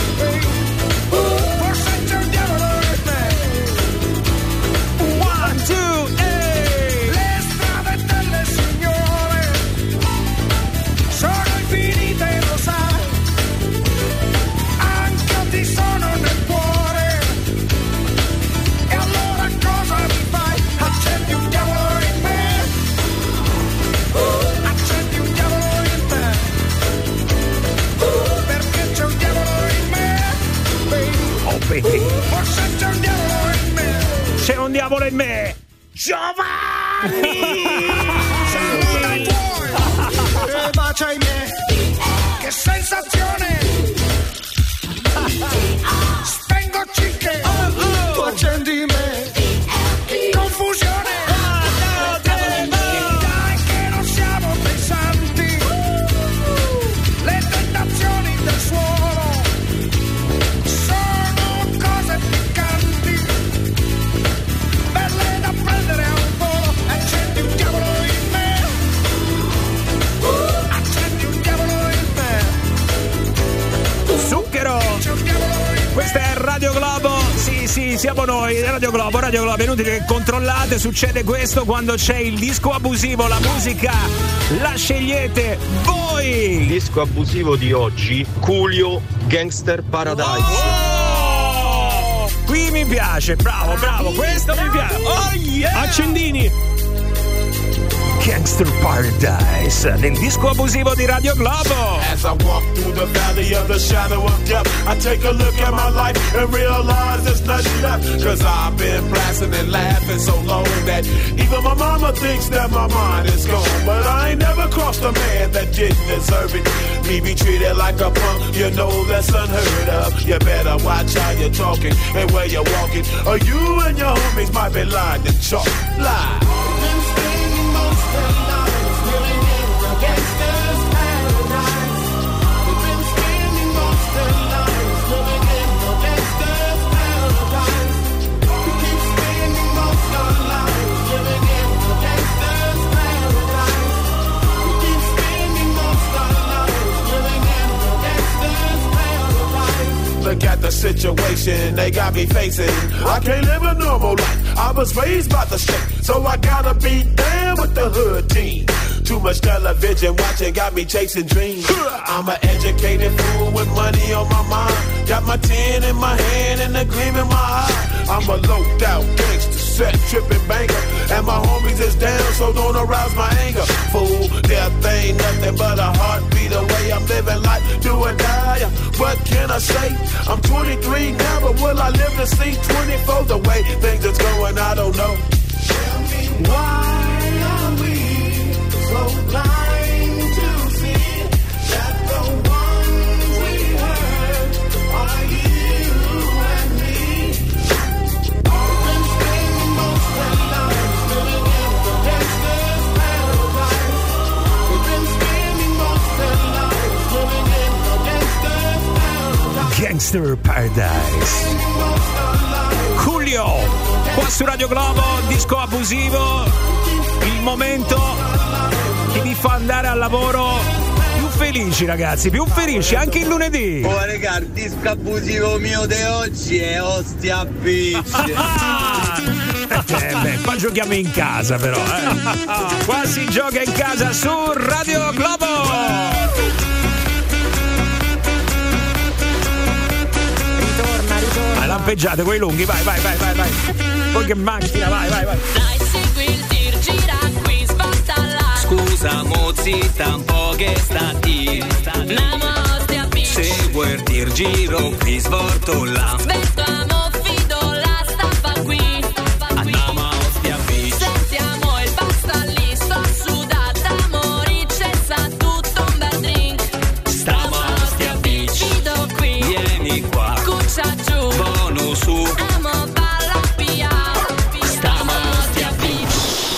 Speaker 23: Forse c'è un diavolo in me.
Speaker 1: 1, 2, 3.
Speaker 23: Le strade delle signore sono infinite, lo sai, anche ti sono nel cuore. E allora cosa mi fai? Accetti un diavolo in me. Accetti un diavolo in me. Perché c'è un diavolo in me.
Speaker 1: Oh baby,
Speaker 23: Forse c'è un diavolo in me.
Speaker 1: c'è un diavolo in me.
Speaker 23: Giovanni! Sei tuoi! E bacia i miei! Che sensazione! Spengo cicche! Tu accendi me! Confusione! Dai che non siamo pensanti! Le tentazioni del suolo sono cose piccanti, belle da prendere a un volo. Accendi un diavolo in me. Accendi un diavolo in me.
Speaker 1: Zucchero. Questa è Radio Globo. Sì, siamo noi, Radio Globo, è inutile che controllate, succede questo quando c'è il disco abusivo, la musica la scegliete voi.
Speaker 10: Il disco abusivo di oggi, Coolio, Gangster Paradise.
Speaker 1: Oh! Qui mi piace, bravo, questo mi piace. Oh yeah!
Speaker 2: Accendini.
Speaker 1: Gangster Paradise, nel disco abusivo di Radio Globo.
Speaker 13: As I walk through the valley of the shadow of death, I take a look at my life and realize there's nothing left. Cause I've been blasting and laughing so long that even my mama thinks that my mind is gone. But I ain't never crossed a man that didn't deserve it. Me be treated like a punk, you know that's unheard of. You better watch how you're talking and where you're walking, or you and your homies might be lying to chalk. Lie. Look at the situation they got me facing. I can't live a normal life. I was raised by the street, so I gotta be down with the hood team. Too much television watching got me chasing dreams. I'm an educated fool with money on my mind. Got my 10 in my hand and a gleam in my eye. I'm a loped out gangster, set tripping banker. And my homies is down, so don't arouse my anger. Fool, death ain't nothing but a heartbeat away. I'm living life, do or die. What can I say? I'm 23 now, but will I live to see 24? The way things is going, I don't know. Tell me why are we so blind to see that the ones we hurt are you and me? We've been spending most of our lives living in the gangster's paradise. We've been spending most of our lives living in the gangster's paradise.
Speaker 1: Gangster Paradise. Julio, qua su Radio Globo, disco abusivo, il momento che vi fa andare al lavoro più felici, ragazzi, più felici anche il lunedì.
Speaker 22: Oh raga, il disco abusivo mio di oggi è Ostia Beach.
Speaker 1: Beh, qua giochiamo in casa però, Qua si gioca in casa su Radio Globo. Lampeggiate quei lunghi, vai. Poi che macchina, vai.
Speaker 23: Dai, segui il tir, gira qui, sposta là. Scusa, mozzita, un po' che sta di. Namaste, seguo il tir, giro qui, svolto là. Svetto, amo, fido, la stampa qui. Andiamo a Ostia Beach. Sentiamo il pasta lì, sto sudata, morice, sa tutto un bel drink. Stiamo a Ostia Beach. Fido qui, vieni qua. Cuccia giù. Su. Amo balla pia. Stiamo a Ostia Beach.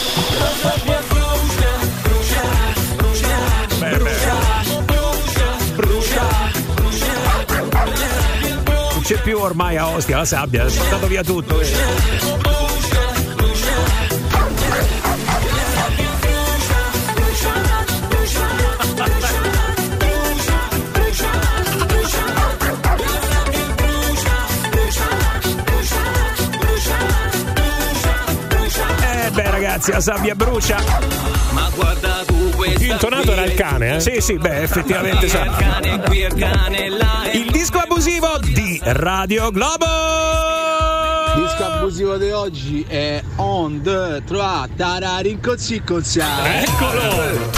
Speaker 1: Non c'è più ormai a Ostia la sabbia, è stato via tutto. Ragazzi, la sabbia brucia.
Speaker 23: Ma guarda tu questa.
Speaker 2: Il intonato era il cane, eh?
Speaker 1: Sì, beh, effettivamente il disco abusivo di Radio Globo.
Speaker 22: Il disco abusivo di oggi è On the Trois Tararincozziconza.
Speaker 1: Eccolo!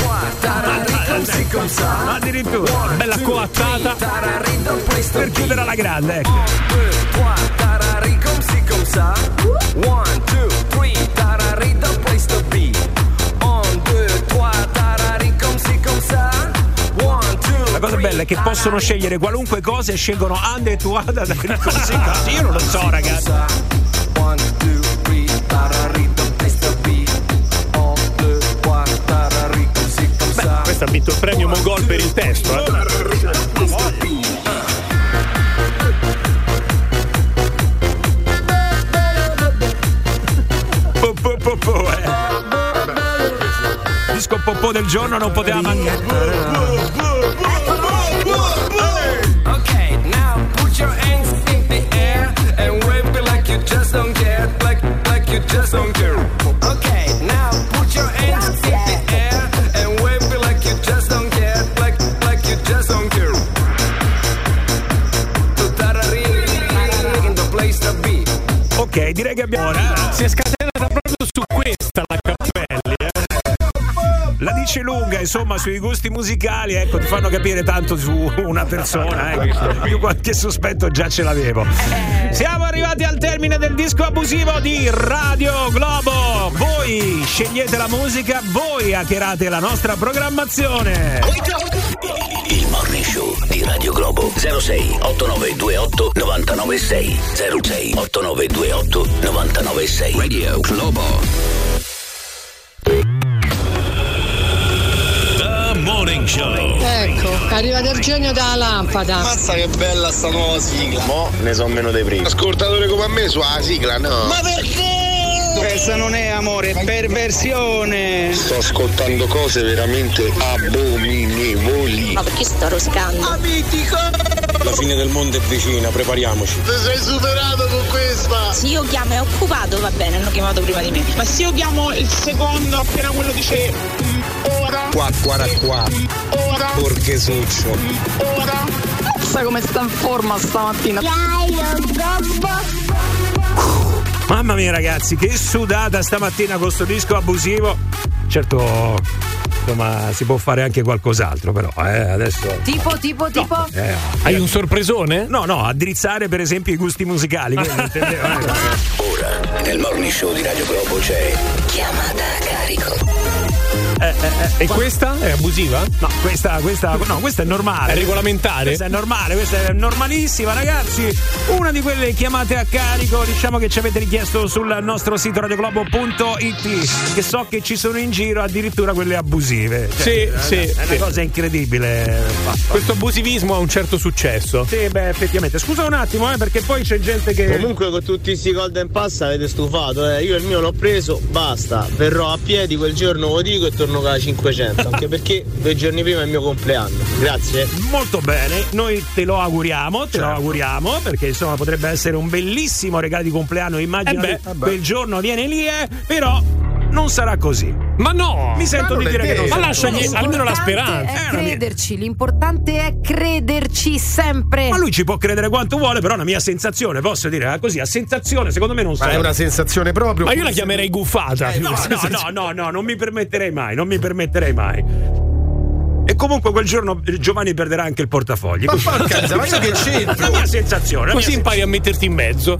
Speaker 1: Addirittura bella coattata per chiudere alla grande, ecco.
Speaker 23: 1, 2, 3, tarari, the place to be. 1, 2, 3, tarari, come ça. 1, 2.
Speaker 1: La cosa bella è che possono scegliere qualunque cosa e scelgono Andetuada da così. Io non lo so, ragazzi.
Speaker 23: 1, 2, 3, tarari, the place to be. 1, 2, 3, tarari, come ça.
Speaker 2: Questo ha vinto il premio Mogol per il testo,
Speaker 1: Disco popò del giorno non poteva mancare.
Speaker 23: Ok, now put your hands in the air and wave it like you just don't care, like you just don't care. Ok, now put your hands in the air and wave it like you just don't care, like you just don't care. To tarari in the place to be.
Speaker 1: Ok, direi che abbiamo.
Speaker 2: Si è scatenata proprio su questa la Cappelli,
Speaker 1: La dice lunga, insomma, sui gusti musicali, ecco, ti fanno capire tanto su una persona, Io qualche sospetto già ce l'avevo. Siamo arrivati al termine del disco abusivo di Radio Globo. Voi scegliete la musica, voi hackerate la nostra programmazione.
Speaker 7: Il Morning Show di Radio Globo. 06 8928 996 06 8928 996 Radio Globo. Morning Show.
Speaker 8: Ecco, arriva del genio dalla lampada.
Speaker 22: Mazza che bella sta nuova sigla.
Speaker 10: Mo ne so meno dei primi.
Speaker 22: Ascoltatore come a me sulla sigla, no?
Speaker 8: Ma perché?
Speaker 22: Questa non è amore, è perversione. Sto ascoltando cose veramente abominevoli.
Speaker 8: Ma perché sto rosicando?
Speaker 22: Amitico!
Speaker 12: La fine del mondo è vicina, prepariamoci.
Speaker 11: Ti sei superato con questa!
Speaker 4: Se io chiamo è occupato, va bene, hanno chiamato prima di me.
Speaker 9: Ma se io chiamo il secondo appena quello dice ora.
Speaker 12: Qua.
Speaker 9: Ora.
Speaker 12: Borghesuccio.
Speaker 9: Ora.
Speaker 8: Sai come sta in forma stamattina?
Speaker 1: Mamma mia ragazzi, che sudata stamattina con sto disco abusivo. Certo, insomma, si può fare anche qualcos'altro, però adesso.
Speaker 3: Tipo.
Speaker 2: Hai un sorpresone?
Speaker 1: No, addrizzare per esempio i gusti musicali. Intendevo,
Speaker 7: Ora, nel Morning Show di Radio Globo c'è Chiamata a carico.
Speaker 2: E questa è abusiva?
Speaker 1: No, questa è normale.
Speaker 2: È regolamentare?
Speaker 1: Questa è normale, questa è normalissima, ragazzi. Una di quelle chiamate a carico, diciamo, che ci avete richiesto sul nostro sito radioglobo.it, che so che ci sono in giro addirittura quelle abusive. Cioè,
Speaker 2: Sì.
Speaker 1: È una cosa incredibile.
Speaker 2: Questo abusivismo ha un certo successo.
Speaker 1: Sì, beh, effettivamente. Scusa un attimo, perché poi c'è gente che.
Speaker 19: Comunque con tutti sti Golden Pass avete stufato, Io il mio l'ho preso, basta. Verrò a piedi quel giorno, lo dico, e torno con la 500. Anche perché 2 giorni prima è il mio compleanno. Grazie.
Speaker 1: Molto bene, noi te lo auguriamo, perché insomma potrebbe essere un bellissimo regalo di compleanno. Immagino che quel giorno viene lì, però non sarà così.
Speaker 2: Ma no!
Speaker 1: Mi sento di dire che non sarà.
Speaker 2: Ma lasciagli almeno la speranza.
Speaker 3: È crederci, l'importante è crederci sempre.
Speaker 1: Ma lui ci può credere quanto vuole, però è una mia sensazione, posso dire così, a sensazione, secondo me non so.
Speaker 6: Ma è una sensazione proprio.
Speaker 2: Ma io la chiamerei guffata.
Speaker 1: No, non mi permetterei mai. E comunque quel giorno Giovanni perderà anche il portafogli.
Speaker 6: Ma porca ma io che c'entro?
Speaker 1: La mia sensazione.
Speaker 2: Così impari a metterti in mezzo.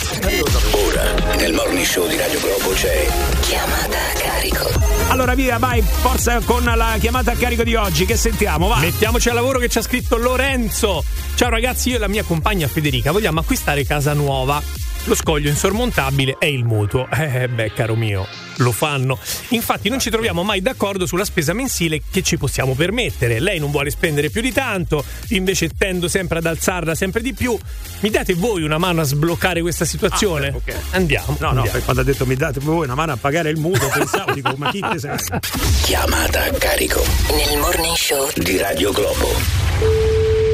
Speaker 7: Ora, nel Morning Show di Radio Globo c'è Chiamata a carico.
Speaker 1: Allora via, vai, forza con la chiamata a carico di oggi, che sentiamo, va.
Speaker 2: Mettiamoci al lavoro, che ci ha scritto Lorenzo. Ciao ragazzi, io e la mia compagna Federica vogliamo acquistare casa nuova. Lo scoglio insormontabile è il mutuo. Caro mio, lo fanno. Infatti non ci troviamo mai d'accordo sulla spesa mensile che ci possiamo permettere. Lei non vuole spendere più di tanto, invece tendo sempre ad alzarla sempre di più. Mi date voi una mano a sbloccare questa situazione?
Speaker 1: Okay.
Speaker 2: Andiamo.
Speaker 1: No, quando ha detto mi date voi una mano a pagare il mutuo, pensavo, dico, ma chi te sei?
Speaker 7: Chiamata a carico nel Morning Show di Radio Globo.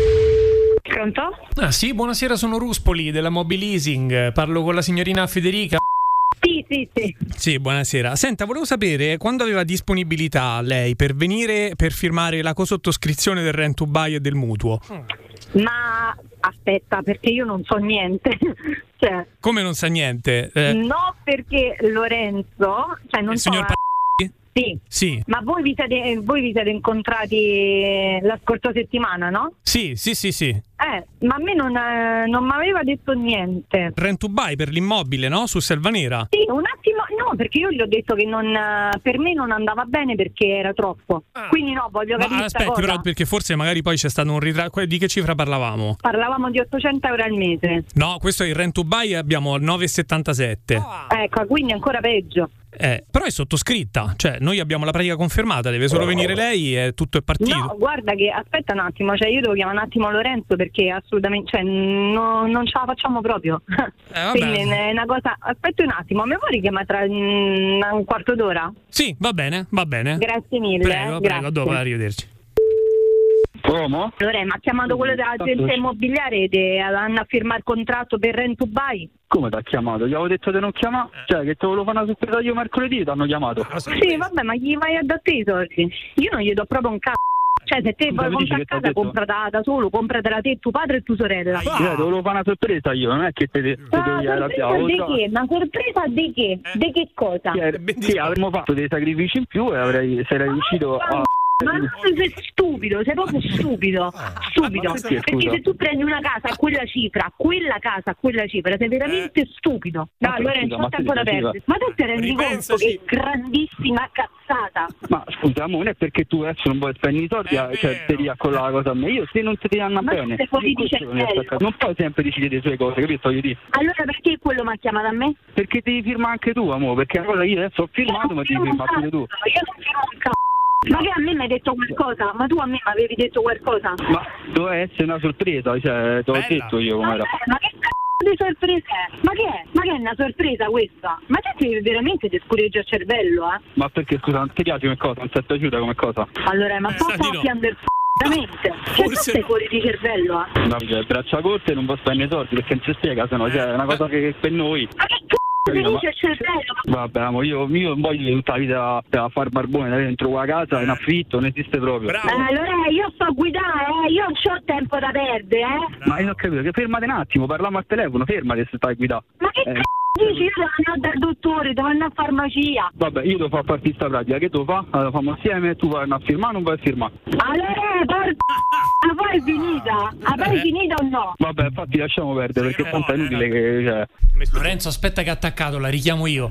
Speaker 4: Pronto?
Speaker 2: Ah sì, buonasera, sono Ruspoli della Mobile Leasing. Parlo con la signorina Federica.
Speaker 4: Sì.
Speaker 2: Sì, buonasera. Senta, volevo sapere quando aveva disponibilità lei per venire per firmare la cosottoscrizione del rent to buy e del mutuo.
Speaker 4: Ma aspetta, perché io non so niente. Cioè,
Speaker 2: come non sa niente?
Speaker 4: No, perché Lorenzo, cioè non
Speaker 2: il
Speaker 4: so.
Speaker 2: signor Sì.
Speaker 4: Ma voi vi siete incontrati la scorsa settimana, no?
Speaker 2: Sì.
Speaker 4: Ma a me non mi aveva detto niente.
Speaker 2: Rent to buy per l'immobile, no? Su Selvanera.
Speaker 4: Sì, un attimo, no, perché io gli ho detto che per me non andava bene perché era troppo. Quindi no, voglio capire.
Speaker 2: Aspetti,
Speaker 4: cosa.
Speaker 2: però, perché forse magari poi c'è stato un ritratto. Di che cifra parlavamo?
Speaker 4: Parlavamo di 800 euro al mese.
Speaker 2: No, questo è il rent to buy, abbiamo 9,77.
Speaker 4: Ecco, quindi ancora peggio.
Speaker 2: Però è sottoscritta, cioè noi abbiamo la pratica confermata, deve solo venire lei e tutto è partito.
Speaker 4: No, guarda che aspetta un attimo, cioè io devo chiamare un attimo Lorenzo perché assolutamente, cioè non ce la facciamo proprio. Quindi è una cosa, aspetta un attimo, mi puoi richiamare tra un quarto d'ora?
Speaker 2: Sì, va bene.
Speaker 4: Grazie mille.
Speaker 2: Prego, dopo, arrivederci.
Speaker 4: Come? Allora, mi ha chiamato quello dell'agenzia immobiliare e hanno a firmare il contratto per rent to buy.
Speaker 15: Come ti ha chiamato? Gli avevo detto di non chiamare? Cioè, che te volevo fare una sorpresa io mercoledì, ti hanno chiamato.
Speaker 4: Sì, vabbè, ma gli vai a dare i soldi? Io non gli do proprio un cazzo. Cioè, se te vuoi comprare casa, comprala da solo, compratela te, tuo padre e tua sorella.
Speaker 15: Ti volevo fare una sorpresa io, non è che te devi arrabbiare.
Speaker 4: Di che? Una sorpresa di che? Di che cosa?
Speaker 15: Sì, avremmo fatto dei sacrifici in più e sarei riuscito a...
Speaker 4: Ma sei stupido, sei proprio stupido. Perché se tu prendi una casa a quella cifra, sei veramente stupido. No, allora non c'è tempo da perdere. Ma tu ti rendi conto che grandissima cazzata?
Speaker 15: Ma scusa, non è perché tu adesso non vuoi spendere i soldi, cioè ti riaccolla la cosa a me. Io se non ti danno bene, non puoi sempre decidere le tue cose, capito? Voglio dire.
Speaker 4: Allora perché quello mi ha chiamato a me?
Speaker 15: Perché devi firmare anche tu, amore, perché allora io adesso ho firmato, ma devi firmare pure tu.
Speaker 4: Io non firmo un cazzo. Ma che a me mi hai detto qualcosa? Ma tu a me mi avevi detto qualcosa?
Speaker 15: Ma doveva essere una sorpresa, cioè te l'ho detto io com'era.
Speaker 4: Ma che cazzo di sorpresa è? Ma che è una sorpresa questa? Ma te veramente ti scureggia il cervello, eh?
Speaker 15: Ma perché scusa, non ti piace come cosa? Non ti è piaciuta come cosa?
Speaker 4: Allora, ma un po' copy under veramente. Forse sei fuori di cervello,
Speaker 15: No, braccia corte non va spendere soldi perché non ci spiega, se no, cioè, è una cosa che per noi.
Speaker 4: Ma che c***o ti dice il cervello?
Speaker 15: Vabbè, io non voglio tutta la vita a far barbone dentro la casa in affitto, non esiste proprio.
Speaker 4: Allora io sto a guidare, io non c'ho tempo da perdere,
Speaker 15: Ma io ho capito, che fermate un attimo, parliamo al telefono, fermate se stai a guidare.
Speaker 4: Ma che c***o dici? Io devo andare dal dottore, devo andare a farmacia.
Speaker 15: Vabbè, io devo fare partire sta pratica, che tu fa? Allora facciamo assieme, tu vai a firmare o non vai a firmare?
Speaker 4: Allora, ma poi è finita? Ma poi è finita o no?
Speaker 15: Vabbè, infatti lasciamo perdere perché tanto è inutile che... Cioè...
Speaker 2: Lorenzo, aspetta che ha attaccato, la richiamo io.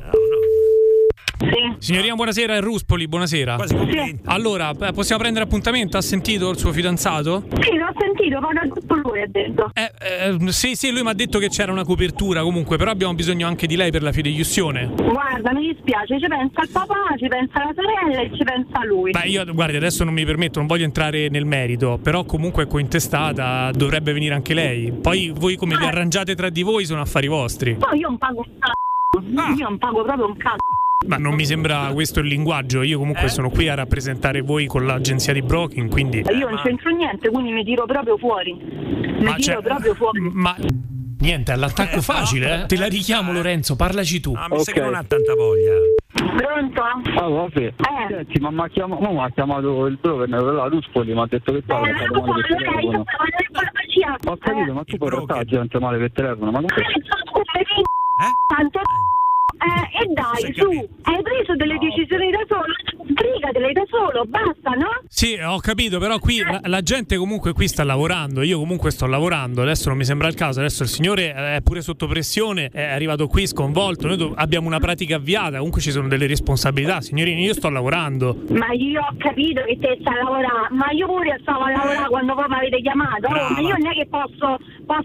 Speaker 4: Sì.
Speaker 2: Signorina, buonasera, è Ruspoli, buonasera.
Speaker 4: Sì.
Speaker 2: Allora, possiamo prendere appuntamento? Ha sentito il suo fidanzato?
Speaker 4: Sì, l'ho sentito, ma tutto lui ha detto.
Speaker 2: Sì, lui mi ha detto che c'era una copertura comunque, però abbiamo bisogno anche di lei per la fideiussione.
Speaker 4: Guarda, mi dispiace, ci pensa il papà, ci pensa la sorella e ci pensa lui.
Speaker 2: Beh, io, guardi, adesso non mi permetto, non voglio entrare nel merito, però comunque è cointestata, dovrebbe venire anche lei. Poi voi come vi arrangiate tra di voi sono affari vostri.
Speaker 4: Poi io non pago un cazzo, io non pago proprio un cazzo.
Speaker 2: Ma non mi sembra questo il linguaggio. Io comunque sono qui a rappresentare voi con l'agenzia di broking, quindi
Speaker 4: io non c'entro niente, quindi mi tiro proprio fuori. Proprio fuori.
Speaker 2: Ma niente, all'attacco facile, eh? Te la richiamo, Lorenzo, parlaci tu.
Speaker 1: Mi sa che non ha tanta voglia.
Speaker 4: Pronto?
Speaker 15: Vabbè. Senti, ma mi ha chiamato il broker della Ruspoli, mi ha detto che stava trattato male per telefono. Ho capito, ma tu puoi trattare la gente male per telefono, ma non
Speaker 4: tanto e dai, su, hai preso delle decisioni da solo, sbrigatele da solo, basta, no?
Speaker 2: Sì, ho capito, però qui la gente comunque qui sta lavorando, io comunque sto lavorando, adesso non mi sembra il caso, adesso il signore è pure sotto pressione, è arrivato qui sconvolto, noi abbiamo una pratica avviata, comunque ci sono delle responsabilità, signorini, io sto lavorando.
Speaker 4: Ma io ho capito che te stai a lavorare, ma io pure stavo a lavorare quando voi mi avete chiamato, ma io non è che posso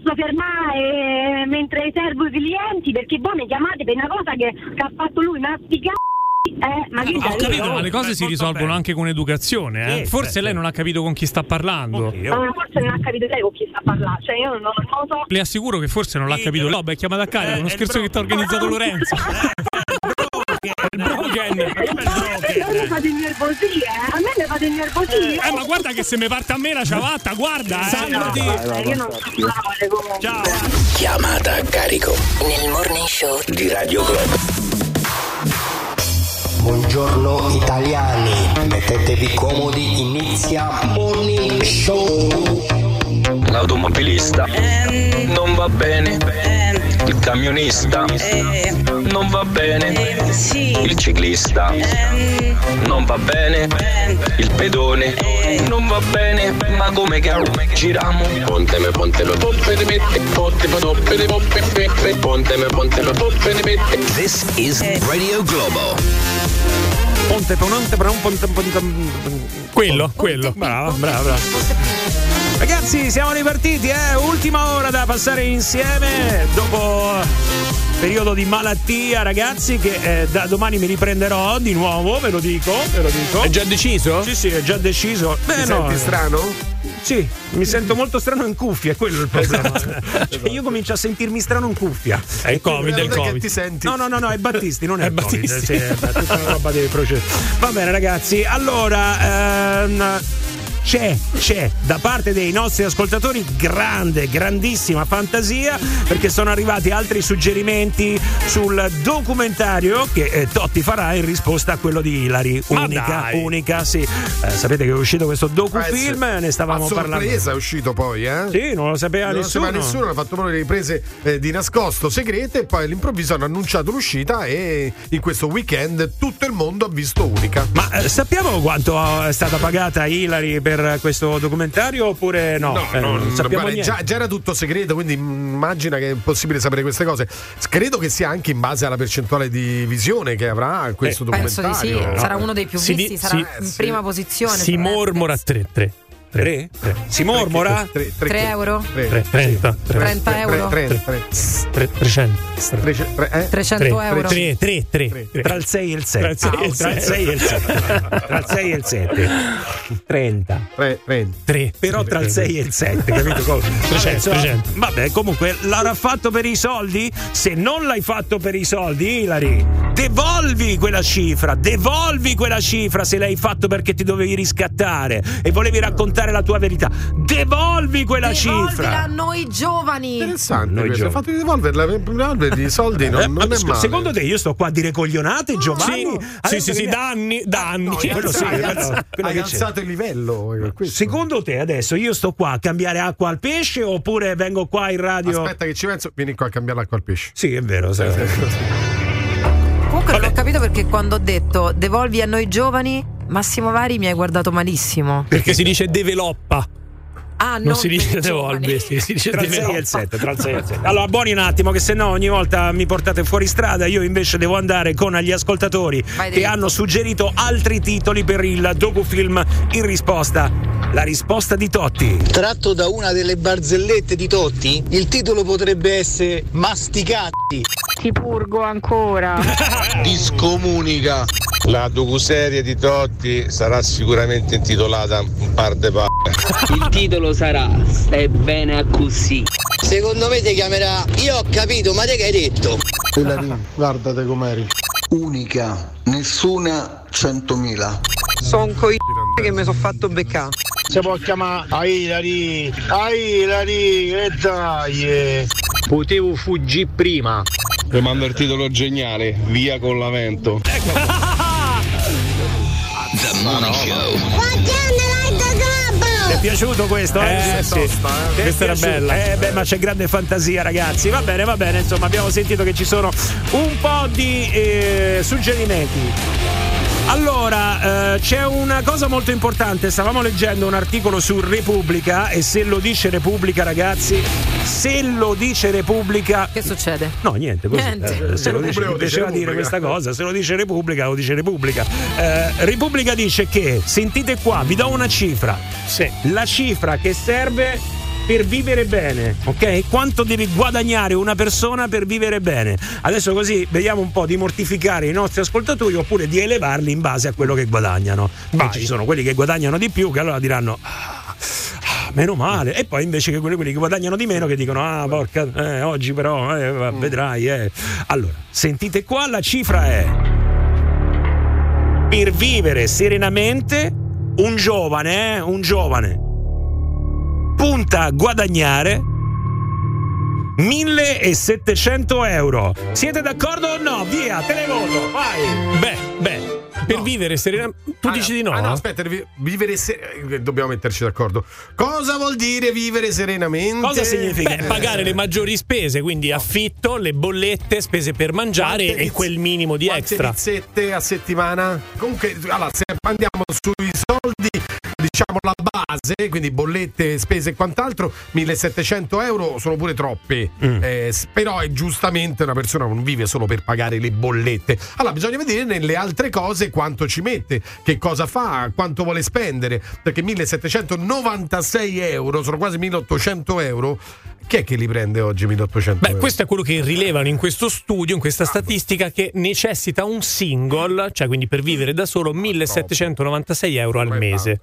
Speaker 4: fermare mentre servo i clienti, perché voi mi chiamate per una cosa che ha fatto lui, ma sti ma che
Speaker 2: ho capito, ma le cose si risolvono anche con educazione, forse lei non ha capito con chi sta parlando.
Speaker 4: Forse non ha capito lei con chi sta parlando, cioè io non lo so.
Speaker 2: Le assicuro che forse non l'ha capito lei. È chiamata a carico, uno scherzo che ti ha organizzato Lorenzo. Il broken.
Speaker 4: Mi fate innervosire, a me mi fate innervosire.
Speaker 2: Ma guarda che se mi parte a me la ciabatta, guarda,
Speaker 4: salvati. Io non so parole comunque.
Speaker 2: Ciao.
Speaker 7: Chiamata a carico
Speaker 21: nel Morning Show
Speaker 7: di Radio Globo.
Speaker 14: Buongiorno italiani, mettetevi comodi, inizia Morning Show.
Speaker 17: L'automobilista non va bene, il camionista non va bene, il ciclista non va bene, il pedone non va bene, ma come che giriamo? Ponteme pontelo poppe ne mette, poppe poppe ne poppe peppe, ponteme pontelo poppe ne mette.
Speaker 7: This is Radio Globo.
Speaker 1: Ponte.
Speaker 2: Quello. Brava.
Speaker 1: Ragazzi, siamo ripartiti, ultima ora da passare insieme dopo periodo di malattia, ragazzi, che da domani mi riprenderò di nuovo, ve lo dico.
Speaker 2: È già deciso?
Speaker 1: Sì, è già deciso.
Speaker 6: Ti senti strano?
Speaker 1: Sì, mi sento molto strano in cuffia, è quello il problema. Cioè, io comincio a sentirmi strano in cuffia.
Speaker 2: È il Covid,
Speaker 6: che ti senti?
Speaker 1: No, è Battisti, non è
Speaker 2: Battisti.
Speaker 1: Covid, sì, è tutta una roba dei processi. Va bene, ragazzi, allora c'è da parte dei nostri ascoltatori grandissima fantasia, perché sono arrivati altri suggerimenti sul documentario che Totti farà in risposta a quello di Ilari. Unica, sì. Sapete che è uscito questo docufilm, ne stavamo parlando.
Speaker 6: A sorpresa è uscito poi,
Speaker 1: Sì, non lo sapeva nessuno.
Speaker 6: Hanno fatto proprio le riprese di nascosto, segrete, e poi all'improvviso hanno annunciato l'uscita e in questo weekend tutto il mondo ha visto Unica.
Speaker 1: Ma sappiamo quanto è stata pagata Ilari per questo documentario oppure no? Non sappiamo niente.
Speaker 6: Già era tutto segreto, quindi immagina che è impossibile sapere queste cose. Credo che sia anche in base alla percentuale di visione che avrà questo documentario.
Speaker 3: Penso di sì, sarà uno dei più visti, sarà in prima posizione.
Speaker 2: Si mormora 3.
Speaker 1: Si mormora?
Speaker 3: 3 euro?
Speaker 2: 30
Speaker 3: euro?
Speaker 2: 300
Speaker 3: euro?
Speaker 2: 3
Speaker 1: tra il 6 e il 7. Tra il 6 e il 7. 30.
Speaker 2: 3.
Speaker 1: Però tra il 6 e il 7, capito?
Speaker 2: 300.
Speaker 1: Vabbè, comunque l'avrà fatto per i soldi? Se non l'hai fatto per i soldi, Ilari, devolvi quella cifra se l'hai fatto perché ti dovevi riscattare e volevi raccontare la tua verità. Devolvi quella cifra
Speaker 3: a noi giovani.
Speaker 6: Interessante, questo. Hai fatto di devolverla, i soldi non è male.
Speaker 1: Secondo te io sto qua a dire coglionate, Giovanni?
Speaker 2: Sì, da anni.
Speaker 6: Hai alzato il livello.
Speaker 1: Secondo te adesso io sto qua a cambiare acqua al pesce oppure vengo qua in radio?
Speaker 6: Aspetta che ci penso, vieni qua a cambiare l'acqua al pesce.
Speaker 1: Sì, è vero.
Speaker 3: Comunque non ho capito perché quando ho detto devolvi a noi giovani, Massimo Vari mi hai guardato malissimo.
Speaker 2: Perché si dice developpa.
Speaker 3: Non
Speaker 2: si dice devolvi, si dice
Speaker 1: tra il 6 e il 7. Allora, buoni un attimo, che se no ogni volta mi portate fuori strada. Io invece devo andare con gli ascoltatori che hanno suggerito altri titoli per il docufilm in risposta. La risposta di Totti.
Speaker 5: Tratto da una delle barzellette di Totti, il titolo potrebbe essere Masticati.
Speaker 8: Ti purgo ancora.
Speaker 22: Discomunica.
Speaker 10: La docuserie di Totti sarà sicuramente intitolata Un par de palle.
Speaker 16: Il titolo sarà Stai bene a così.
Speaker 5: Secondo me ti chiamerà Io ho capito, ma te che hai detto?
Speaker 11: Guardate com'eri. Unica, nessuna 100.000.
Speaker 8: Son che mi sono fatto beccare.
Speaker 11: Si può chiamare Ailari, e dai.
Speaker 10: Potevo fuggire prima. Vi mando il titolo geniale, Via con l'avento.
Speaker 7: The Morning Show.
Speaker 1: Ti è piaciuto questo?
Speaker 2: Sì. Questa era bella.
Speaker 1: Ma c'è grande fantasia, ragazzi. Va bene, insomma, abbiamo sentito che ci sono un po' di suggerimenti. Allora, c'è una cosa molto importante. Stavamo leggendo un articolo su Repubblica e se lo dice Repubblica, ragazzi, se lo dice Repubblica...
Speaker 3: Che succede?
Speaker 1: No, niente. Se lo dice, mi piaceva dire questa cosa. Se lo dice Repubblica, lo dice Repubblica. Repubblica dice che, sentite qua, vi do una cifra.
Speaker 2: Sì.
Speaker 1: La cifra che serve per vivere bene, ok? Quanto deve guadagnare una persona per vivere bene? Adesso così vediamo un po' di mortificare i nostri ascoltatori oppure di elevarli in base a quello che guadagnano. Ci sono quelli che guadagnano di più che allora diranno meno male, e poi invece che quelli che guadagnano di meno che dicono porca, oggi però vedrai. Allora, sentite qua, la cifra è: per vivere serenamente un giovane punta a guadagnare 1.700 euro. Siete d'accordo o no? Via, televoto, vai.
Speaker 2: Beh, per vivere serenamente. Tu dici di no?
Speaker 6: No, aspetta, vivere dobbiamo metterci d'accordo. Cosa vuol dire vivere serenamente?
Speaker 1: Cosa significa?
Speaker 2: Pagare le maggiori spese, quindi affitto, le bollette, spese per mangiare e quel minimo di extra.
Speaker 6: Pizzette a settimana? Comunque, allora, se andiamo sui soldi, diciamo la base, quindi bollette, spese e quant'altro, 1.700 euro sono pure troppe. Però è giustamente una persona non vive solo per pagare le bollette. Allora bisogna vedere nelle altre cose quanto ci mette, che cosa fa, quanto vuole spendere, perché 1.796 euro sono quasi 1.800 euro. Chi è che li prende oggi 1.800 euro?
Speaker 2: Questo è quello che rilevano in questo studio, in questa statistica, che necessita un single, cioè quindi per vivere da solo 1.796 euro al mese.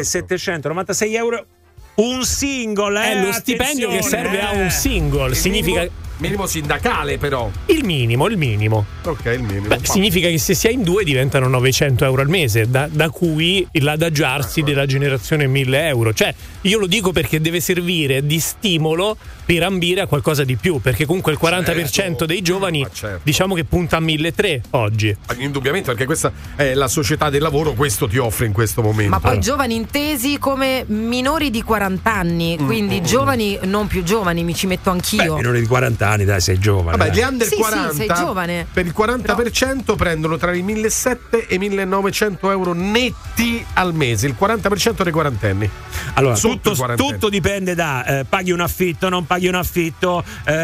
Speaker 1: 1.796 euro un single,
Speaker 2: è lo stipendio che serve a un single. Significa
Speaker 6: minimo sindacale, però.
Speaker 2: Il minimo.
Speaker 6: Ok, il minimo.
Speaker 2: Significa che se si è in due diventano 900 euro al mese, da cui l'adagiarsi della generazione 1.000 euro. Cioè, io lo dico perché deve servire di stimolo per ambire a qualcosa di più, perché comunque il 40% dei giovani diciamo che punta a 1.300 oggi.
Speaker 6: Indubbiamente, perché questa è la società del lavoro, questo ti offre in questo momento.
Speaker 3: Ma poi giovani intesi come minori di 40 anni, quindi giovani non più giovani, mi ci metto anch'io.
Speaker 1: Minori di 40 anni, dai, sei giovane.
Speaker 6: Vabbè, gli under 40
Speaker 3: sei giovane.
Speaker 6: Per il 40% prendono tra i 1.700 e i 1.900 euro netti al mese, il 40% dei quarantenni.
Speaker 1: Allora, tutto dipende da paghi un affitto, non paghi un affitto,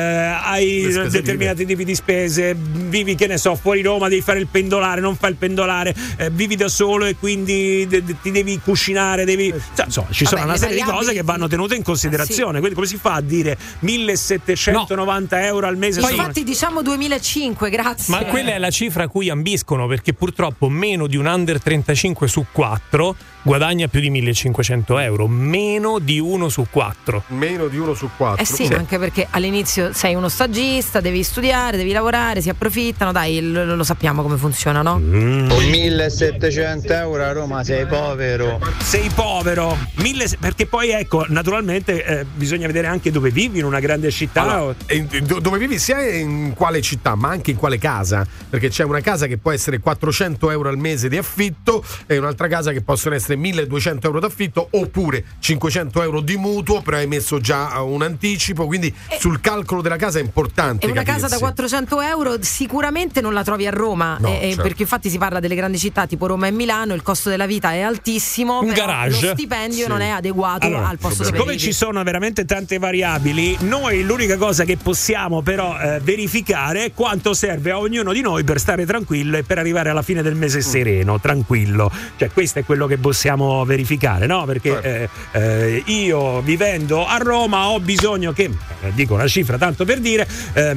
Speaker 1: hai determinati tipi di spese, vivi, che ne so, fuori Roma, devi fare il pendolare, non fai il pendolare, vivi da solo e quindi ti devi cucinare, insomma, ci sono una serie di cose che vanno tenute in considerazione. Quindi come si fa a dire 1.790 euro al mese?
Speaker 3: Poi, infatti diciamo 2005, grazie.
Speaker 2: Ma quella è la cifra a cui ambiscono, perché purtroppo meno di un under 35 su 4 guadagna più di 1.500 euro, meno di 1 su 4.
Speaker 6: Meno di 1 su 4.
Speaker 3: Sì, anche perché all'inizio sei uno stagista, devi studiare, devi lavorare, si approfittano, dai, lo sappiamo come funziona, no?
Speaker 22: Con 1.700 euro a Roma sei povero.
Speaker 1: Sei povero. Perché poi ecco, naturalmente bisogna vedere anche dove vivi, in una grande città.
Speaker 6: Allora, dove vivi sia in quale città, ma anche in quale casa, perché c'è una casa che può essere 400 euro al mese di affitto e un'altra casa che possono essere 1.200 euro d'affitto, oppure 500 euro di mutuo, però hai messo già un anticipo, quindi sul calcolo della casa è importante.
Speaker 3: E una
Speaker 6: capirsi.
Speaker 3: casa da 400 euro sicuramente non la trovi a Roma,
Speaker 6: No, certo.
Speaker 3: Perché infatti si parla delle grandi città tipo Roma e Milano, il costo della vita è altissimo,
Speaker 2: Un
Speaker 3: però
Speaker 2: garage.
Speaker 3: lo stipendio non è adeguato al posto dove
Speaker 1: Siccome
Speaker 3: vivi.
Speaker 1: ci sono veramente tante variabili, noi l'unica cosa che possiamo però verificare è quanto serve a ognuno di noi per stare tranquillo e per arrivare alla fine del mese sereno, tranquillo. Cioè questo è quello che possiamo verificare, no? Perché io vivendo a Roma ho bisogno che, dico una cifra tanto per dire,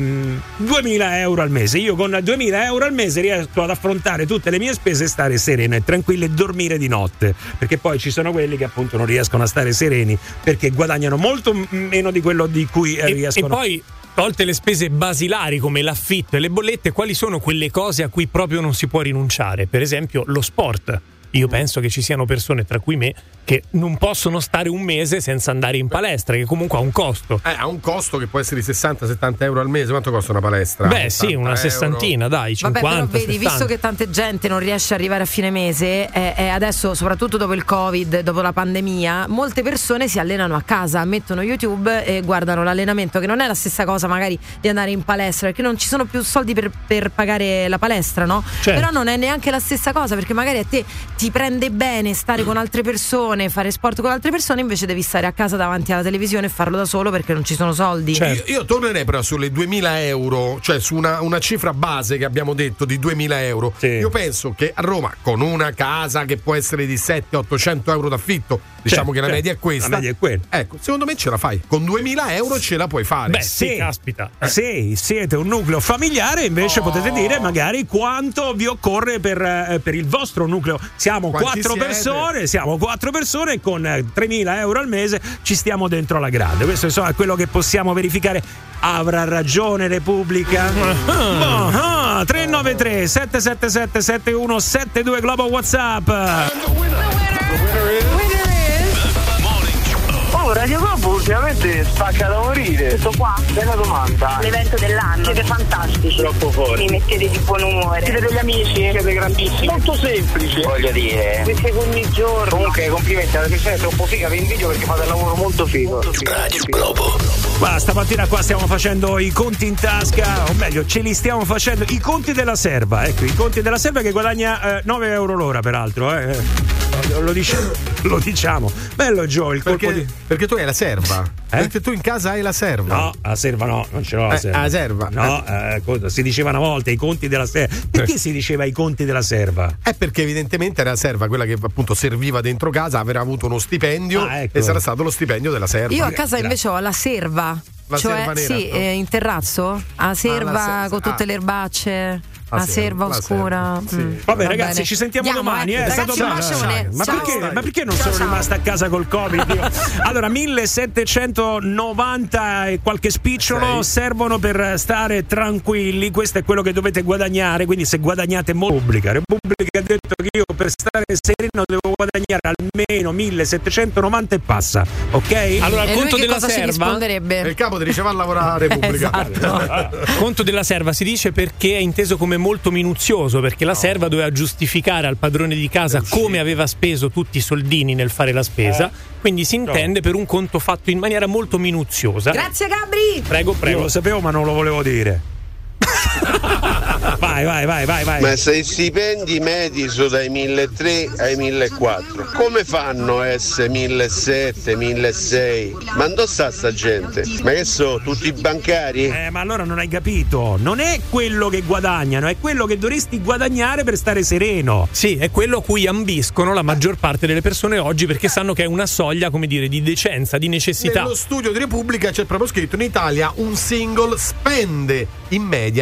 Speaker 1: 2.000 euro al mese. Io con 2.000 euro al mese riesco ad affrontare tutte le mie spese e stare sereno e tranquillo e dormire di notte, perché poi ci sono quelli che appunto non riescono a stare sereni perché guadagnano molto meno di quello di cui riescono.
Speaker 2: E poi, tolte le spese basilari come l'affitto e le bollette, quali sono quelle cose a cui proprio non si può rinunciare? Per esempio lo sport. Io penso che ci siano persone, tra cui me, che non possono stare un mese senza andare in palestra, che comunque ha un costo.
Speaker 6: Ha un costo che può essere di 60-70 euro al mese. Quanto costa una palestra?
Speaker 2: Beh, sì, una sessantina, dai, 50.
Speaker 3: Vabbè, però vedi,
Speaker 2: 60.
Speaker 3: visto che tante gente non riesce ad arrivare a fine mese, adesso, soprattutto dopo il Covid, dopo la pandemia, molte persone si allenano a casa, mettono YouTube e guardano l'allenamento, che non è la stessa cosa magari di andare in palestra, perché non ci sono più soldi per pagare la palestra, no?
Speaker 2: Certo.
Speaker 3: Però non è neanche la stessa cosa, perché magari a te ti prende bene stare con altre persone, fare sport con altre persone, invece devi stare a casa davanti alla televisione e farlo da solo perché non ci sono soldi.
Speaker 6: Io tornerei però sulle 2.000 euro, cioè su una cifra base che abbiamo detto di 2.000 euro. Io penso che a Roma, con una casa che può essere di 700-800 euro d'affitto, diciamo che la media è questa.
Speaker 1: La media è quella.
Speaker 6: Ecco, secondo me ce la fai. Con 2.000 euro ce la puoi fare.
Speaker 1: Beh, sì, caspita. Se siete un nucleo familiare, invece potete dire magari quanto vi occorre per il vostro nucleo. Siamo quattro persone e con 3.000 euro al mese ci stiamo dentro alla grande. Questo insomma è quello che possiamo verificare. Avrà ragione Repubblica? 393 777 7172 Globo WhatsApp.
Speaker 13: Radio Globo ultimamente spacca da morire. Tutto qua? Bella domanda.
Speaker 4: L'evento dell'anno. Siete fantastici.
Speaker 13: Troppo forti.
Speaker 4: Mi mettete di buon umore.
Speaker 13: Siete degli amici? Siete grandissimi. Molto semplice. Voglio dire.
Speaker 4: Questi ogni giorno.
Speaker 13: Comunque complimenti alla persona troppo figa, vi invidio perché fate un lavoro molto figo.
Speaker 7: Radio Globo.
Speaker 1: Ma stamattina qua stiamo facendo i conti in tasca, o meglio, ce li stiamo facendo i conti della serva. Ecco, i conti della serva che guadagna 9 euro l'ora, peraltro. Lo diciamo. Bello Joe, il colpo di...
Speaker 6: Perché tu hai la serva. Perché tu in casa hai la serva.
Speaker 1: No, la serva no, non ce l'ho la serva.
Speaker 6: La serva.
Speaker 1: No, si diceva una volta i conti della serva. Perché si diceva i conti della serva?
Speaker 6: È perché evidentemente era la serva, quella che appunto serviva dentro casa, avrà avuto uno stipendio e sarà stato lo stipendio della serva.
Speaker 3: Io a casa invece ho la serva.
Speaker 6: La serva nera.
Speaker 3: Sì, in terrazzo. A serva con tutte le erbacce. La serva oscura.
Speaker 1: Vabbè, ragazzi, bene. Ci sentiamo domani. È stato bello. Ma perché non sono rimasta a casa col Covid? Io? Allora, 1790 e qualche spicciolo servono per stare tranquilli. Questo è quello che dovete guadagnare. Quindi, se guadagnate Repubblica ha detto che io per stare sereno devo guadagnare almeno 1790 e passa. Ok?
Speaker 2: Allora, il conto della serva
Speaker 3: risponderebbe?
Speaker 6: Il capo ti diceva a lavorare a Repubblica.
Speaker 3: Esatto.
Speaker 2: Conto della serva si dice perché è inteso come molto minuzioso, perché la serva doveva giustificare al padrone di casa come aveva speso tutti i soldini nel fare la spesa, quindi si intende per un conto fatto in maniera molto minuziosa.
Speaker 3: Grazie Gabri.
Speaker 2: Prego.
Speaker 1: Io lo sapevo ma non lo volevo dire. Vai.
Speaker 22: Ma se i stipendi medi sono dai 1.300 ai 1.400, come fanno a essere 1.700, 1.600? Ma dove sta gente? Ma che so, tutti i bancari?
Speaker 1: Ma allora non hai capito. Non è quello che guadagnano, è quello che dovresti guadagnare per stare sereno.
Speaker 2: Sì, è quello a cui ambiscono la maggior parte delle persone oggi, perché sanno che è una soglia, come dire, di decenza, di necessità.
Speaker 6: Nello studio di Repubblica c'è proprio scritto: in Italia un single spende in media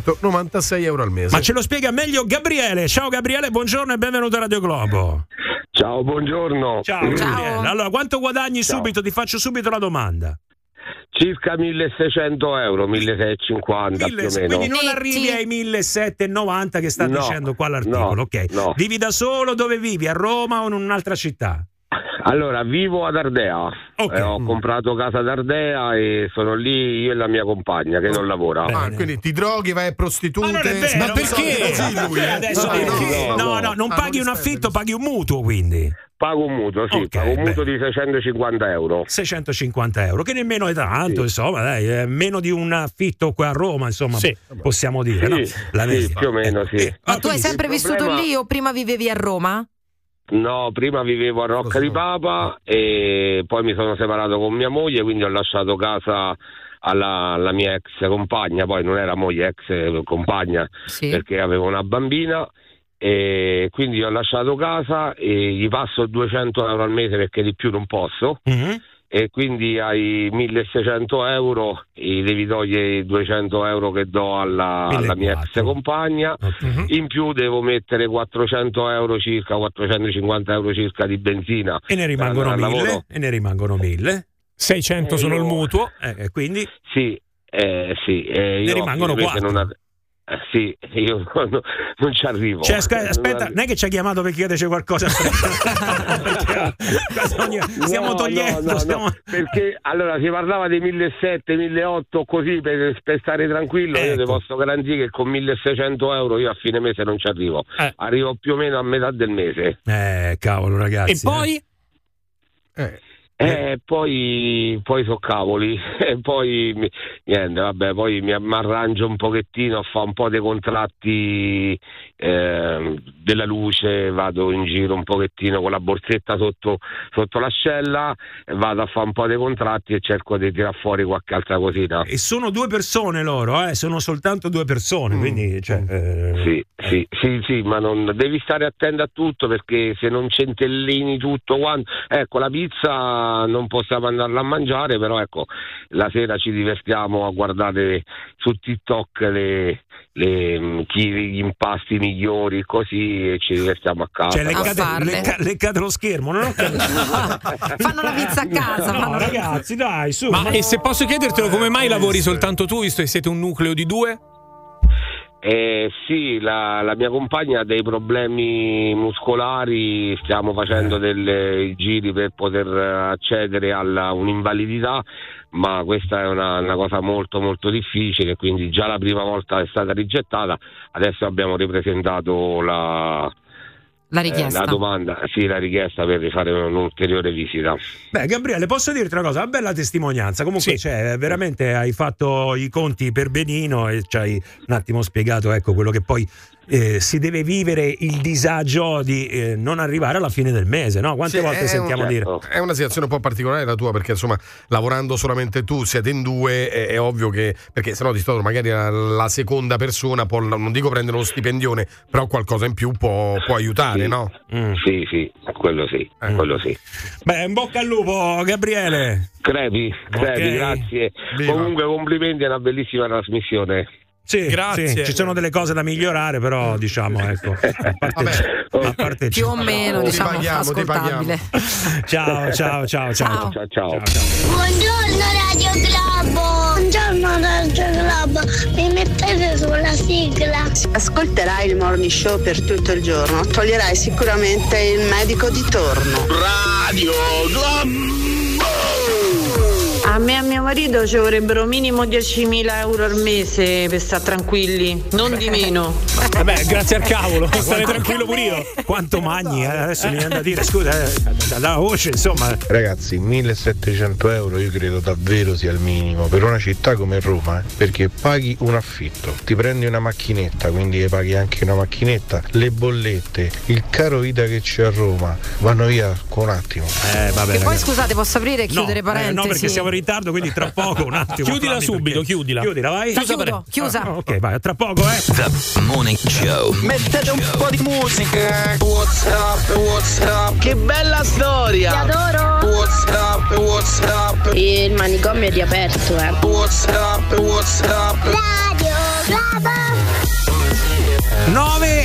Speaker 6: 1.796 euro al mese.
Speaker 1: Ma ce lo spiega meglio Gabriele. Ciao Gabriele, buongiorno e benvenuto a Radio Globo.
Speaker 18: Ciao, buongiorno.
Speaker 1: Ciao. Gabriele. Allora, quanto guadagni subito? Ti faccio subito la domanda.
Speaker 18: Circa 1.600 euro, 1.650 più o meno.
Speaker 1: Quindi non arrivi ai 1.790 che sta dicendo qua l'articolo. Ok.
Speaker 18: No.
Speaker 1: Vivi da solo? Dove vivi? A Roma o in un'altra città?
Speaker 18: Allora, vivo ad Ardea. Ho comprato casa ad Ardea e sono lì io e la mia compagna che non lavora.
Speaker 6: Quindi ti droghi, vai a prostitute.
Speaker 1: Ma perché?
Speaker 6: Lui,
Speaker 1: adesso non paghi un affitto, paghi un mutuo, quindi.
Speaker 18: Pago un mutuo, sì, pago un mutuo di 650 euro.
Speaker 1: 650 euro, che nemmeno è tanto, insomma, dai, è meno di un affitto qua a Roma, insomma, possiamo dire, no?
Speaker 18: Sì, più o meno, sì.
Speaker 3: Ma tu hai sempre vissuto lì o prima vivevi a Roma?
Speaker 18: No, prima vivevo a Rocca di Papa e poi mi sono separato con mia moglie, quindi ho lasciato casa alla mia ex compagna, poi non era moglie, ex compagna, perché avevo una bambina. E quindi ho lasciato casa e gli passo 200 euro al mese perché di più non posso, e quindi ai 1.600 euro devi togliere i 200 euro che do alla mia ex compagna, in più devo mettere 400 euro circa, 450 euro circa di benzina
Speaker 1: e ne rimangono 1.000 e ne rimangono 1.000, 600 sono il mutuo, quindi
Speaker 18: ne
Speaker 1: rimangono 4.
Speaker 18: Sì, io non ci arrivo.
Speaker 1: Cioè, aspetta, non è che ci ha chiamato per chiederci qualcosa. Stiamo togliendo.
Speaker 18: No, perché allora si parlava di 1.700, 1.800 così per stare tranquillo. Io ti posso garantire che con 1.600 euro io a fine mese non ci arrivo. Arrivo più o meno a metà del mese.
Speaker 1: Cavolo, ragazzi.
Speaker 2: E poi?
Speaker 18: Poi so cavoli e poi niente, vabbè, poi mi arrangio un pochettino a fare un po' dei contratti della luce, vado in giro un pochettino con la borsetta sotto l'ascella, vado a fare un po' dei contratti e cerco di tirar fuori qualche altra cosina.
Speaker 1: E sono 2 persone loro, sono soltanto 2 persone, quindi
Speaker 18: sì, ma non devi stare attento a tutto, perché se non centellini tutto quanto, ecco, la pizza non possiamo andarla a mangiare, però ecco, la sera ci divertiamo a guardare su TikTok gli impasti migliori, così, e ci divertiamo a casa.
Speaker 1: Cioè, leccate lo schermo, non ho capito.
Speaker 3: Fanno la pizza a casa.
Speaker 1: No, ragazzi, dai, su.
Speaker 2: E se posso chiedertelo, come mai lavori soltanto tu, visto che siete un nucleo di 2?
Speaker 18: Sì, la mia compagna ha dei problemi muscolari, stiamo facendo dei giri per poter accedere a un'invalidità, ma questa è una cosa molto molto difficile, quindi già la prima volta è stata rigettata, adesso abbiamo ripresentato la
Speaker 3: richiesta.
Speaker 18: La domanda, la richiesta per rifare un'ulteriore visita.
Speaker 1: Beh, Gabriele, posso dirti una cosa? Una bella testimonianza. Comunque, veramente hai fatto i conti per benino e ci hai un attimo spiegato, ecco, quello che poi si deve vivere, il disagio di non arrivare alla fine del mese, no? Quante volte sentiamo dire?
Speaker 6: È una situazione un po' particolare la tua, perché insomma, lavorando solamente tu, siete in 2, è ovvio che, perché sennò di stato magari la seconda persona può, non dico prendere uno stipendione, però qualcosa in più può aiutare, no?
Speaker 18: Sì, quello sì.
Speaker 1: Beh, in bocca al lupo, Gabriele.
Speaker 18: Crepi, grazie.
Speaker 6: Viva.
Speaker 18: Comunque complimenti, è una bellissima trasmissione.
Speaker 1: Sì,
Speaker 2: grazie.
Speaker 1: Sì, ci sono delle cose da migliorare, però diciamo, ecco, a parte
Speaker 3: più o meno, diciamo, ascoltabile.
Speaker 1: Ciao.
Speaker 20: Buongiorno Radio Globo. Mi mettete sulla sigla.
Speaker 8: Ascolterai il Morning Show per tutto il giorno. Toglierai sicuramente il medico di torno.
Speaker 7: Radio Globo.
Speaker 8: A me e a mio marito ci vorrebbero minimo 10.000 euro al mese per stare tranquilli, non di meno.
Speaker 2: Vabbè, grazie al cavolo, stare tranquillo pure io.
Speaker 1: Quanto magni, adesso mi viene da dire, scusa, dalla voce, insomma.
Speaker 10: Ragazzi, 1.700 euro io credo davvero sia il minimo per una città come Roma, perché paghi un affitto, ti prendi una macchinetta, quindi paghi anche una macchinetta, le bollette, il caro vita che c'è a Roma vanno via con un attimo.
Speaker 3: Vabbè, e poi scusate, posso aprire e chiudere parentesi?
Speaker 1: No, perché siamo in ritardo, quindi tra poco un attimo.
Speaker 2: Chiudila subito, chiudila, vai.
Speaker 3: Chiusa.
Speaker 1: Ok, vai, tra poco,
Speaker 7: The Morning Show.
Speaker 8: Mettete un po' di musica. What's up? Che bella storia.
Speaker 20: Ti adoro.
Speaker 8: What's up?
Speaker 20: Il manicomio è riaperto,
Speaker 8: What's up?
Speaker 20: Radio Globo.
Speaker 1: 9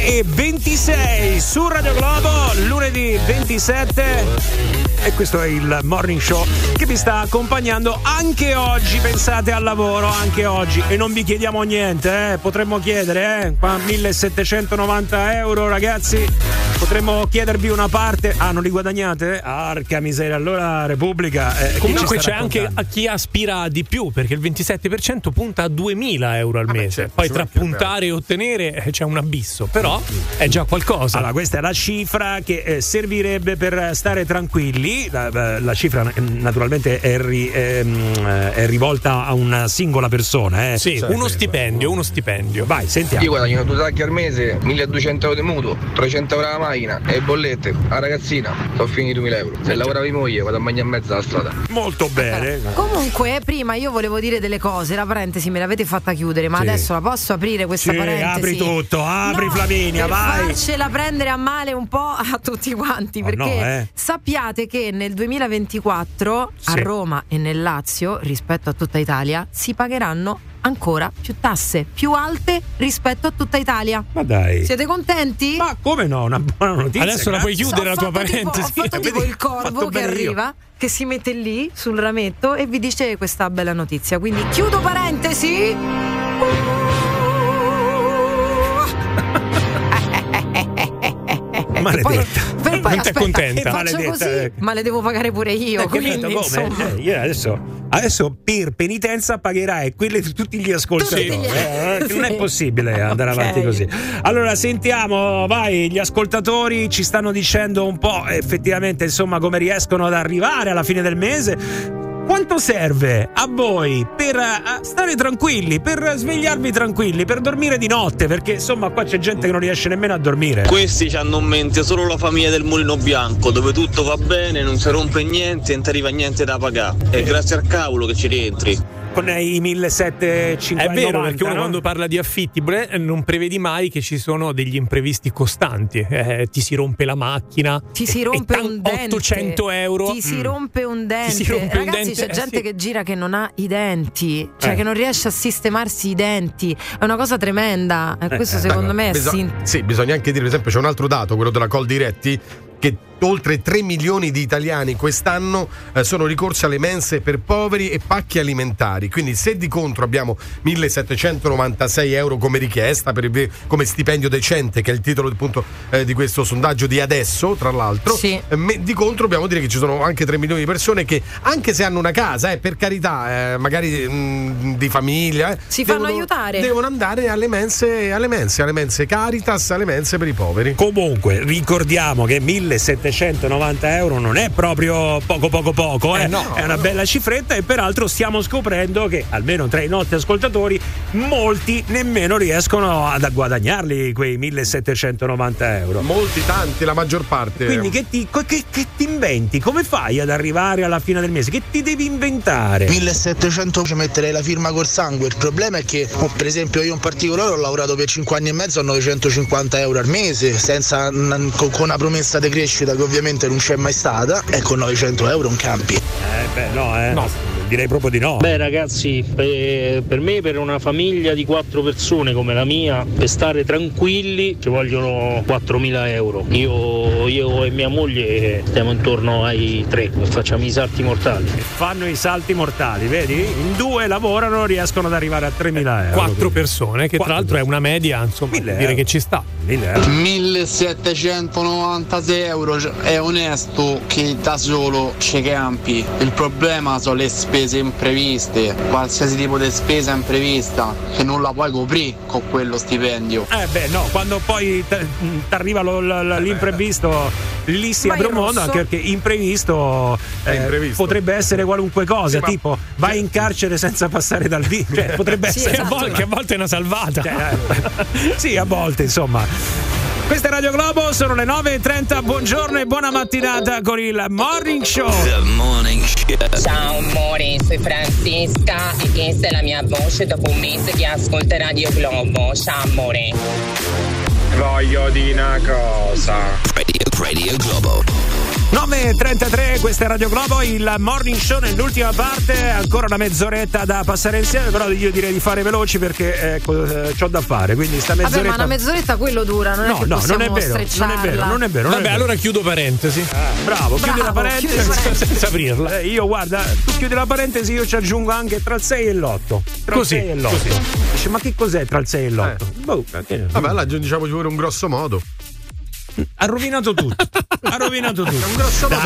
Speaker 1: 9:26 su Radio Globo, lunedì 27. E questo è il Morning Show che vi sta accompagnando anche oggi, pensate al lavoro, anche oggi. E non vi chiediamo niente, potremmo chiedere, qua 1.790 euro, ragazzi. Potremmo chiedervi una parte. Ah, non li guadagnate? Arca miseria, allora Repubblica.
Speaker 2: Comunque c'è anche a chi aspira di più, perché il 27% punta a 2.000 euro al mese.
Speaker 6: Certo,
Speaker 2: poi tra puntare e ottenere c'è un abisso, però è già qualcosa.
Speaker 1: Allora, questa è la cifra che servirebbe per stare tranquilli. La cifra naturalmente è rivolta a una singola persona.
Speaker 2: Sì, certo. Uno stipendio.
Speaker 1: Vai, sentiamo.
Speaker 9: Io guadagno 2 tacchi al mese, 1.200 euro di mutuo, 300 euro alla macchina e bollette. La ragazzina, sono finiti 2.000 euro. Se lavoravi moglie, vado a mangiare in mezzo alla strada.
Speaker 1: Molto bene.
Speaker 3: Comunque, prima io volevo dire delle cose. La parentesi me l'avete fatta chiudere, ma adesso la posso aprire questa parentesi?
Speaker 1: Apri tutto, Flaminia, vai.
Speaker 3: Farcela prendere a male un po' a tutti quanti, perché sappiate che nel 2024 a Roma e nel Lazio, rispetto a tutta Italia, si pagheranno ancora più tasse, più alte rispetto a tutta Italia.
Speaker 1: Ma dai,
Speaker 3: siete contenti?
Speaker 1: Ma come no, una buona notizia.
Speaker 2: Adesso la puoi chiudere la tua parentesi.
Speaker 3: Ho fatto tipo il corvo che arriva, che si mette lì sul rametto e vi dice questa bella notizia. Quindi chiudo parentesi.
Speaker 1: Maledetta.
Speaker 3: Poi
Speaker 2: non ti accontenta.
Speaker 3: Faccio così, ma le devo pagare pure io. Quindi, insomma.
Speaker 1: Io adesso per penitenza pagherai quelle di tutti gli ascoltatori. Non è possibile andare avanti così. Allora sentiamo, vai, gli ascoltatori ci stanno dicendo un po' effettivamente, insomma, come riescono ad arrivare alla fine del mese. Quanto serve a voi per stare tranquilli, per svegliarvi tranquilli, per dormire di notte? Perché insomma qua c'è gente che non riesce nemmeno a dormire.
Speaker 19: Questi c'hanno in mente solo la famiglia del Mulino Bianco, dove tutto va bene, non si rompe niente e non ti arriva niente da pagare. E grazie al cavolo che ci rientri.
Speaker 1: Con i 1.750.
Speaker 2: È vero, perché uno quando parla di affitti non prevedi mai che ci sono degli imprevisti costanti. Ti si rompe la macchina,
Speaker 3: ti si rompe un dente,
Speaker 2: 800 euro.
Speaker 3: Ti si rompe un dente. Ragazzi, c'è gente che gira che non ha i denti, cioè che non riesce a sistemarsi i denti. È una cosa tremenda. Questo secondo me è
Speaker 6: sì, bisogna anche dire, per esempio, c'è un altro dato, quello della Coldiretti, che oltre 3 milioni di italiani quest'anno sono ricorsi alle mense per poveri e pacchi alimentari. Quindi se di contro abbiamo 1.796 euro come richiesta come stipendio decente, che è il titolo appunto di questo sondaggio di adesso, tra l'altro, di contro dobbiamo dire che ci sono anche 3 milioni di persone che, anche se hanno una casa, per carità, magari di famiglia,
Speaker 3: si fanno aiutare,
Speaker 6: devono andare alle mense Caritas, alle mense per i poveri.
Speaker 1: Comunque ricordiamo che 1.790 euro non è proprio poco, no. È una bella cifretta, e peraltro stiamo scoprendo che almeno tra i nostri ascoltatori molti nemmeno riescono ad guadagnarli quei 1.790 euro.
Speaker 6: Molti, tanti, la maggior parte.
Speaker 1: Quindi che ti inventi? Come fai ad arrivare alla fine del mese? Che ti devi inventare?
Speaker 11: 1.700 ci metterei la firma col sangue. Il problema è che, per esempio, io in particolare ho lavorato per 5 anni e mezzo a 950 euro al mese, con una promessa di crescita che ovviamente non c'è mai stata, e con 900 euro un campi.
Speaker 1: No. Direi proprio di no.
Speaker 12: Beh, ragazzi, per me, per una famiglia di 4 persone come la mia, per stare tranquilli ci vogliono 4.000 euro. Io e mia moglie stiamo intorno ai 3, facciamo i salti mortali.
Speaker 1: Fanno i salti mortali, vedi? In 2 lavorano, riescono ad arrivare a 3.000 euro.
Speaker 2: 4 persone, che tra l'altro è una media, insomma, dire che ci sta.
Speaker 23: 1.796 euro, è onesto che da solo ci campi. Il problema sono le spese impreviste, qualsiasi tipo di spesa imprevista che non la puoi coprire con quello stipendio.
Speaker 1: Quando poi ti arriva l'imprevisto, lì si apre un mondo, anche perché imprevisto potrebbe essere qualunque cosa, tipo vai in carcere senza passare dal vino, cioè potrebbe essere
Speaker 2: che a volte è una salvata.
Speaker 1: Sì, a volte, insomma. Questa è Radio Globo, sono le 9:30, buongiorno e buona mattinata con il Morning Show.
Speaker 24: Ciao amore, sono Francesca e questa è la mia voce dopo un mese che ascolta Radio Globo. Ciao amore.
Speaker 23: Voglio dire una cosa.
Speaker 7: Radio Globo.
Speaker 1: 9:33, questa è Radio Globo, il Morning Show nell'ultima parte, ancora una mezz'oretta da passare insieme, però io direi di fare veloci perché c'ho da fare, quindi sta mezz'oretta.
Speaker 3: Vabbè, ma una mezz'oretta quello dura, non è che possiamo strecciarla.
Speaker 1: Non è vero.
Speaker 2: Vabbè, allora chiudo parentesi.
Speaker 1: Bravo, chiudi la parentesi
Speaker 2: senza aprirla.
Speaker 1: Io guarda, tu chiudi la parentesi, io ci aggiungo anche tra il 6 e l'8.
Speaker 2: Così.
Speaker 1: Dice, ma che cos'è tra il 6 e l'8?
Speaker 6: Vabbè, allora aggiungiamo pure un grosso modo.
Speaker 1: Ha rovinato tutto.
Speaker 6: Un grosso modo.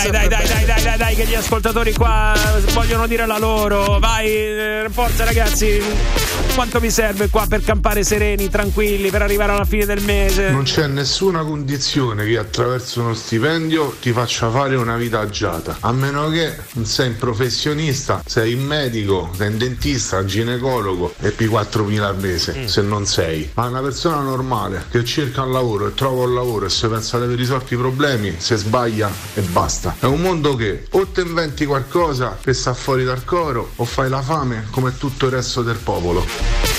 Speaker 1: Dai, che gli ascoltatori qua vogliono dire la loro. Vai, forza ragazzi. Quanto vi serve qua per campare sereni, tranquilli, per arrivare alla fine del mese?
Speaker 10: Non c'è nessuna condizione che attraverso uno stipendio ti faccia fare una vita agiata, a meno che non sei un professionista, sei un medico, sei un dentista, un ginecologo e pi 4.000 al mese, se non sei. Ma una persona normale che cerca un lavoro e trova un lavoro e se pensa di aver risolto i problemi, se sbaglia e basta. È un mondo che o te inventi qualcosa per sta fuori dal coro o fai la fame come tutto il resto del popolo.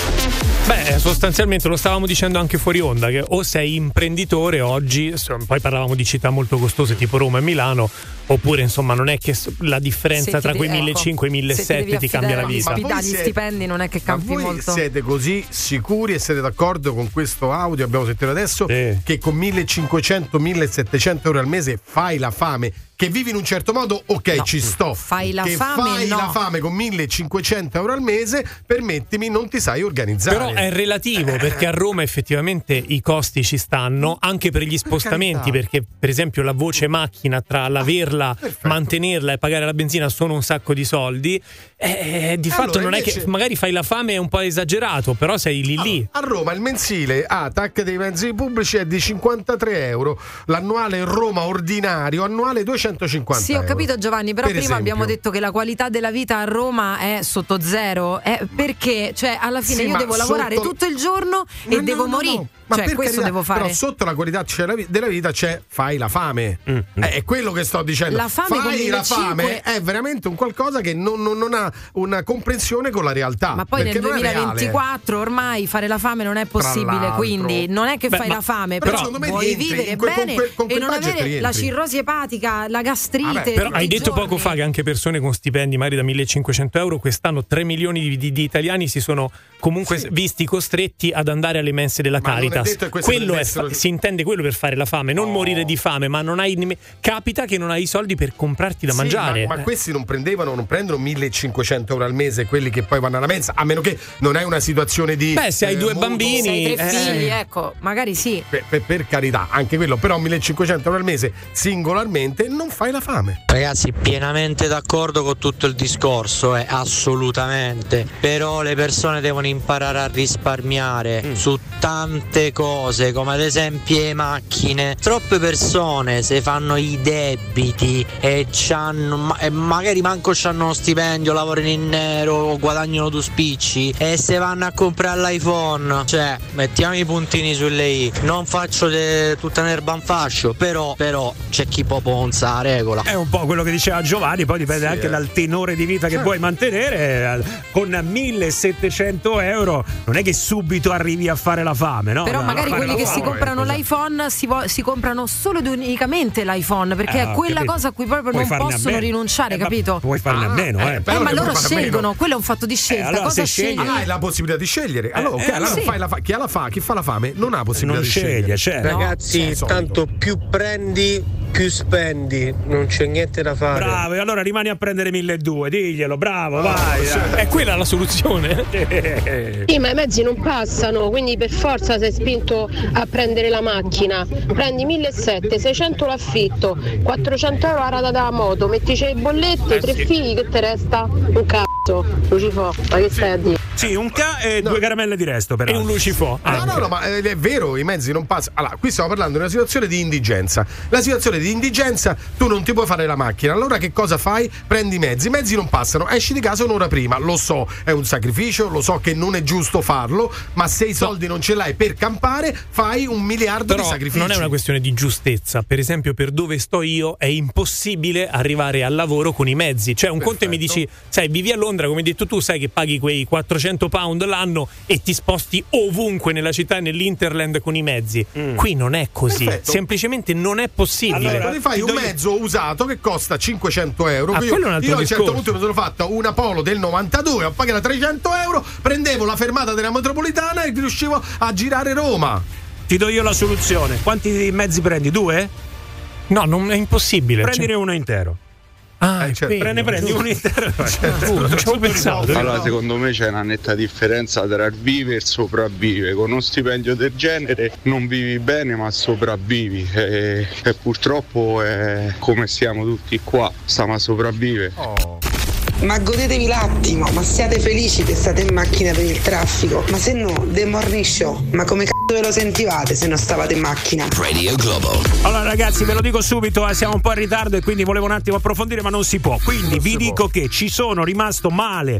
Speaker 2: Beh, sostanzialmente lo stavamo dicendo anche fuori onda, che o sei imprenditore oggi, poi parlavamo di città molto costose tipo Roma e Milano, oppure insomma non è che la differenza tra quei 1.500 e 1.700 ti cambia la vita.
Speaker 3: Gli stipendi non è che cambi
Speaker 6: voi
Speaker 3: molto.
Speaker 6: Siete così sicuri e siete d'accordo con questo audio abbiamo sentito adesso che con 1.500-1.700 euro al mese fai la fame? Che vivi in un certo modo, ok, ci sto.
Speaker 3: Fai la
Speaker 6: che
Speaker 3: fame,
Speaker 6: la fame con 1.500 euro al mese, permettimi, non ti sai organizzare.
Speaker 2: Però è relativo, perché a Roma effettivamente i costi ci stanno, anche per gli spostamenti, perché per esempio la voce macchina tra l'averla, mantenerla e pagare la benzina sono un sacco di soldi. Di fatto non invece, è che magari fai la fame è un po' esagerato, però sei lì.
Speaker 6: A Roma il mensile ATAC dei mezzi pubblici è di 53 euro, l'annuale Roma ordinario annuale 250
Speaker 3: Sì, ho capito Giovanni, però prima
Speaker 6: esempio.
Speaker 3: abbiamo detto che la qualità della vita a Roma è sotto zero, perché cioè alla fine io devo lavorare tutto il giorno e devo morire.
Speaker 6: Ma
Speaker 3: cioè, questo devo fare.
Speaker 6: Però sotto la qualità della vita c'è fai la fame. È quello che sto dicendo.
Speaker 3: La fame
Speaker 6: fai la fame è veramente un qualcosa che non ha una comprensione con la realtà.
Speaker 3: Ma poi nel 2024 ormai fare la fame non è possibile, quindi non è che fai la fame, però vuoi vivere bene e non avere la cirrosi epatica, la gastrite.
Speaker 2: Però hai detto poco fa che anche persone con stipendi magari da 1.500 euro quest'anno 3 milioni di italiani si sono comunque visti costretti ad andare alle mense della Caritas. Quello si intende quello per fare la fame, non morire di fame, ma non hai capita che non hai i soldi per comprarti da mangiare.
Speaker 6: Ma questi non prendono 1.500 euro al mese, quelli che poi vanno alla mensa, a meno che non è una situazione di
Speaker 2: se hai 2 bambini,
Speaker 3: se hai 3 figli, ecco, magari sì.
Speaker 6: Per carità, anche quello, però 1.500 euro al mese singolarmente non fai la fame.
Speaker 19: Ragazzi, pienamente d'accordo con tutto il discorso, assolutamente. Però le persone devono imparare a risparmiare su tante cose, come ad esempio le macchine. Troppe persone se fanno i debiti e magari manco c'hanno uno stipendio, lavorano in nero, guadagnano 2 spicci e se vanno a comprare l'iPhone. Cioè, mettiamo i puntini sulle i. Non faccio tutta un'erba in fascio, però c'è chi può ponza la regola.
Speaker 1: È un po' quello che diceva Giovanni, poi dipende anche dal tenore di vita che vuoi mantenere. Con 1.700 euro non è che subito arrivi a fare la fame, no?
Speaker 3: Però magari quelli che si comprano l'iPhone si comprano solo ed unicamente l'iPhone, perché è quella cosa a cui proprio non possono rinunciare, capito?
Speaker 1: Puoi farne a meno,
Speaker 3: ma loro scelgono, quello è un fatto di scelta.
Speaker 1: Allora,
Speaker 3: cosa scegli?
Speaker 6: Hai la possibilità di scegliere. Allora, chi fa la fame non ha possibilità di scegliere.
Speaker 1: Certo.
Speaker 14: Ragazzi, tanto più prendi, più spendi, non c'è niente da fare.
Speaker 1: Bravo, e allora rimani a prendere 1.200, diglielo, bravo, vai.
Speaker 2: È quella la soluzione.
Speaker 15: Sì, ma i mezzi non passano, quindi per forza sei spinto a prendere la macchina. Prendi 1.700, 600 l'affitto, 400 euro la rata della moto, mettici le bollette, 3 figli, che te resta? Un cazzo, Lucifò, ma che stai a dire?
Speaker 1: Sì, un K e 2 caramelle di resto, però.
Speaker 2: E un lucifò.
Speaker 6: No, ma è vero, i mezzi non passano. Allora, qui stiamo parlando di una situazione di indigenza. La situazione di indigenza, tu non ti puoi fare la macchina. Allora che cosa fai? Prendi i mezzi non passano, esci di casa un'ora prima. Lo so, è un sacrificio, lo so che non è giusto farlo, ma se i soldi non ce l'hai per campare, fai 1 miliardo di sacrifici.
Speaker 2: Non è una questione di giustezza. Per esempio, per dove sto io è impossibile arrivare al lavoro con i mezzi. Cioè, un conto e mi dici, sai, vivi a Londra, come hai detto tu, sai che paghi quei 400 500 pound l'anno e ti sposti ovunque nella città e nell'interland con i mezzi. Qui non è così.
Speaker 6: Perfetto.
Speaker 2: Semplicemente non è possibile.
Speaker 6: Allora, ti fai un mezzo usato che costa 500 euro.
Speaker 2: Quello è un altro
Speaker 6: io a un certo
Speaker 2: discorso.
Speaker 6: punto mi sono fatta una Polo del 92, ho pagato 300 euro, prendevo la fermata della metropolitana e riuscivo a girare Roma.
Speaker 1: Ti do io la soluzione. Quanti mezzi prendi? 2?
Speaker 2: No, non è impossibile.
Speaker 1: Prendine uno intero. Prendi uno intero.
Speaker 2: Non ci ho pensato.
Speaker 5: Allora, secondo me c'è una netta differenza tra il vive e il sopravvive. Con uno stipendio del genere non vivi bene, ma sopravvivi. E purtroppo è come siamo tutti qua, stiamo a sopravvivere.
Speaker 16: Ma godetevi l'attimo, ma siate felici che state in macchina per il traffico. Ma se no, The Morning Show, ma come c***o ve lo sentivate se non stavate in macchina?
Speaker 7: Radio Globo.
Speaker 1: Allora ragazzi, ve lo dico subito, siamo un po' in ritardo e quindi volevo un attimo approfondire, ma non si può. Quindi vi dico che ci sono rimasto male,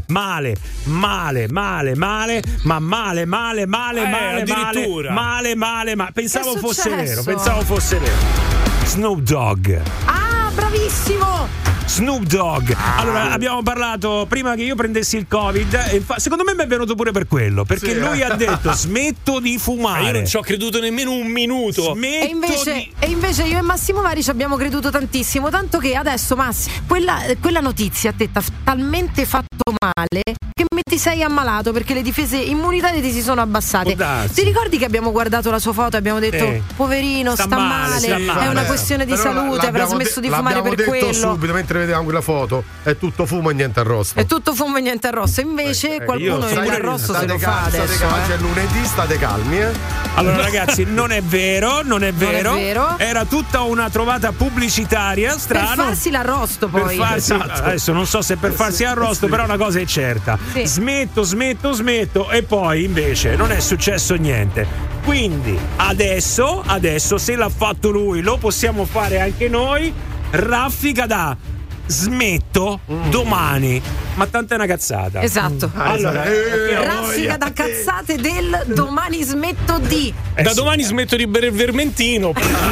Speaker 1: pensavo fosse vero. Snoop Dogg.
Speaker 3: Ah, bravissimo!
Speaker 1: Snoop Dogg. Allora, abbiamo parlato prima che io prendessi il Covid e secondo me mi è venuto pure per quello, perché lui ha detto smetto di fumare.
Speaker 2: Io non ci ho creduto nemmeno un minuto.
Speaker 3: E invece io e Massimo Vari ci abbiamo creduto tantissimo, tanto che adesso Massimo, quella notizia a te t'ha talmente fatto male che ti sei ammalato perché le difese immunitarie ti si sono abbassate. Ti ricordi che abbiamo guardato la sua foto e abbiamo detto poverino, sta male, è una questione di salute, avrà smesso di fumare per quello.
Speaker 6: L'abbiamo detto subito mentre vedevamo quella foto, è tutto fumo e niente arrosto.
Speaker 3: È tutto fumo e niente arrosto. Invece qualcuno il arrosto se lo fa adesso.
Speaker 6: Oggi è lunedì, state calmi.
Speaker 1: Allora ragazzi, non è vero. Era tutta una trovata pubblicitaria, strano.
Speaker 3: Per farsi l'arrosto poi.
Speaker 1: Adesso non so se per farsi l'arrosto, però una cosa è certa.
Speaker 3: Sì.
Speaker 1: Smetto e poi invece non è successo niente. Quindi adesso se l'ha fatto lui, lo possiamo fare anche noi. Raffica da smetto domani, ma tanta è una cazzata.
Speaker 3: Esatto.
Speaker 1: Allora,
Speaker 3: raffica da cazzate del domani smetto di.
Speaker 2: Da domani smetto di bere il vermentino.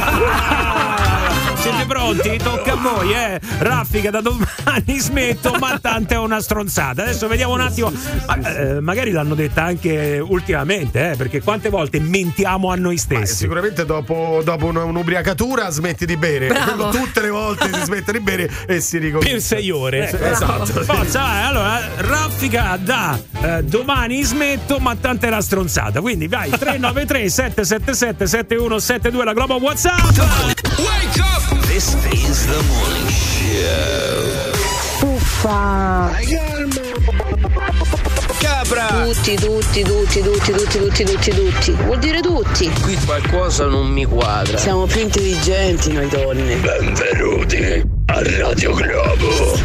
Speaker 1: Siete pronti? Tocca a voi, Raffica da domani smetto, ma tanta è una stronzata. Adesso vediamo un attimo. Magari l'hanno detta anche ultimamente, perché quante volte mentiamo a noi stessi.
Speaker 6: Sicuramente dopo un'ubriacatura smetti di bere.
Speaker 3: Bravo.
Speaker 6: Tutte le volte si smette di bere e si ricomincia.
Speaker 2: Per 6 ore.
Speaker 6: Esatto.
Speaker 1: Forza, vai. Allora, Raffica da domani smetto, ma tanta è la stronzata. Quindi vai, 393 777 7172 la Globo WhatsApp.
Speaker 7: Wake up! This is the morning show.
Speaker 15: Uffa!
Speaker 7: Capra!
Speaker 15: Tutti. Vuol dire tutti.
Speaker 19: Qui qualcosa non mi quadra.
Speaker 15: Siamo più intelligenti noi donne.
Speaker 7: Benvenuti a Radio Globo.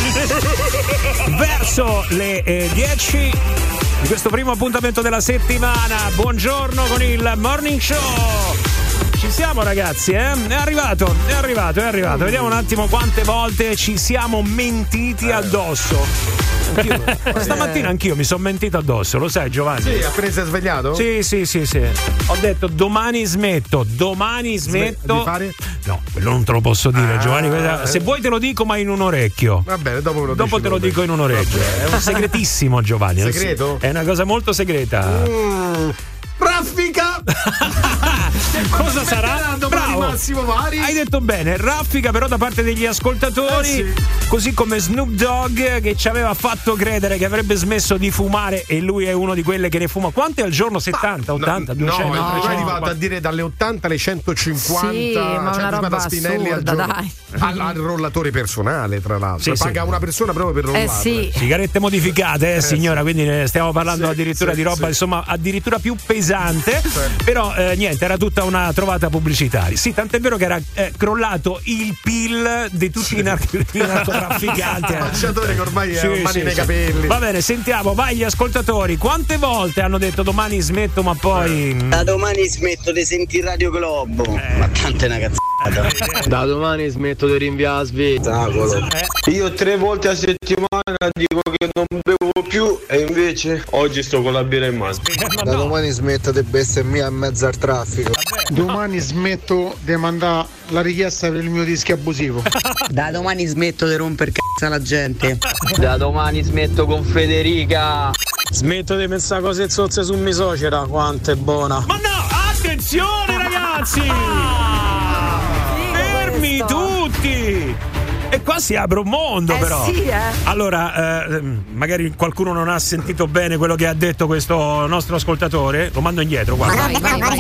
Speaker 1: Verso le 10 di questo primo appuntamento della settimana. Buongiorno con il Morning Show. Ci siamo ragazzi, È arrivato. Vediamo un attimo quante volte ci siamo mentiti addosso. Stamattina anch'io mi sono mentito addosso, lo sai Giovanni?
Speaker 6: Sì, appena sei svegliato?
Speaker 1: Sì. Ho detto domani smetto.
Speaker 6: Di fare?
Speaker 1: No, quello non te lo posso dire, Giovanni. Se vuoi te lo dico, ma in un orecchio.
Speaker 6: Va bene, dopo
Speaker 1: te lo dico in un orecchio. È un segretissimo, Giovanni.
Speaker 6: Segreto?
Speaker 1: È una cosa molto segreta.
Speaker 6: Raffica!
Speaker 1: Cosa sarà? Bravo,
Speaker 6: Massimo Vari.
Speaker 1: Hai detto bene, raffica però da parte degli ascoltatori, così come Snoop Dogg che ci aveva fatto credere che avrebbe smesso di fumare e lui è uno di quelle che ne fuma. Quante al giorno? 70, 80, 200?
Speaker 6: No, è arrivato a dire dalle 80 alle 150.
Speaker 3: Sì, ma una roba
Speaker 6: spinelli
Speaker 3: assurda,
Speaker 6: al giorno.
Speaker 3: dai.
Speaker 6: Al rollatore personale, tra l'altro. Paga una persona proprio per rollare.
Speaker 3: Sì.
Speaker 1: Sigarette modificate, signora, quindi ne stiamo parlando addirittura di roba, insomma, addirittura più pesante. Però niente, era tutta una trovata pubblicitaria. Sì, tant'è vero che era crollato il PIL di tutti i narcotrafficanti.
Speaker 6: Calciatore che ormai è mani nei capelli.
Speaker 1: Va bene, sentiamo, vai gli ascoltatori. Quante volte hanno detto domani smetto, ma poi
Speaker 19: Da domani smetto di sentire Radio Globo. Ma tanta è una cazzata. Da domani smetto di rinviare spettacolo. Io 3 volte a settimana dico che non bevo più e invece oggi sto con la birra in mano.
Speaker 11: Da domani smetto di bestemmiare in mezzo al traffico.
Speaker 17: Domani smetto di mandare la richiesta per il mio disco abusivo.
Speaker 16: Da domani smetto di romper cazzo alla gente.
Speaker 19: Da domani smetto con Federica. Smetto di pensare cose zozze su mia suocera, quanto è buona.
Speaker 1: Ma no, attenzione ragazzi! Fermi tutti! E qua si apre un mondo però.
Speaker 3: Sì,
Speaker 1: Allora, magari qualcuno non ha sentito bene quello che ha detto questo nostro ascoltatore. Lo mando indietro, guarda.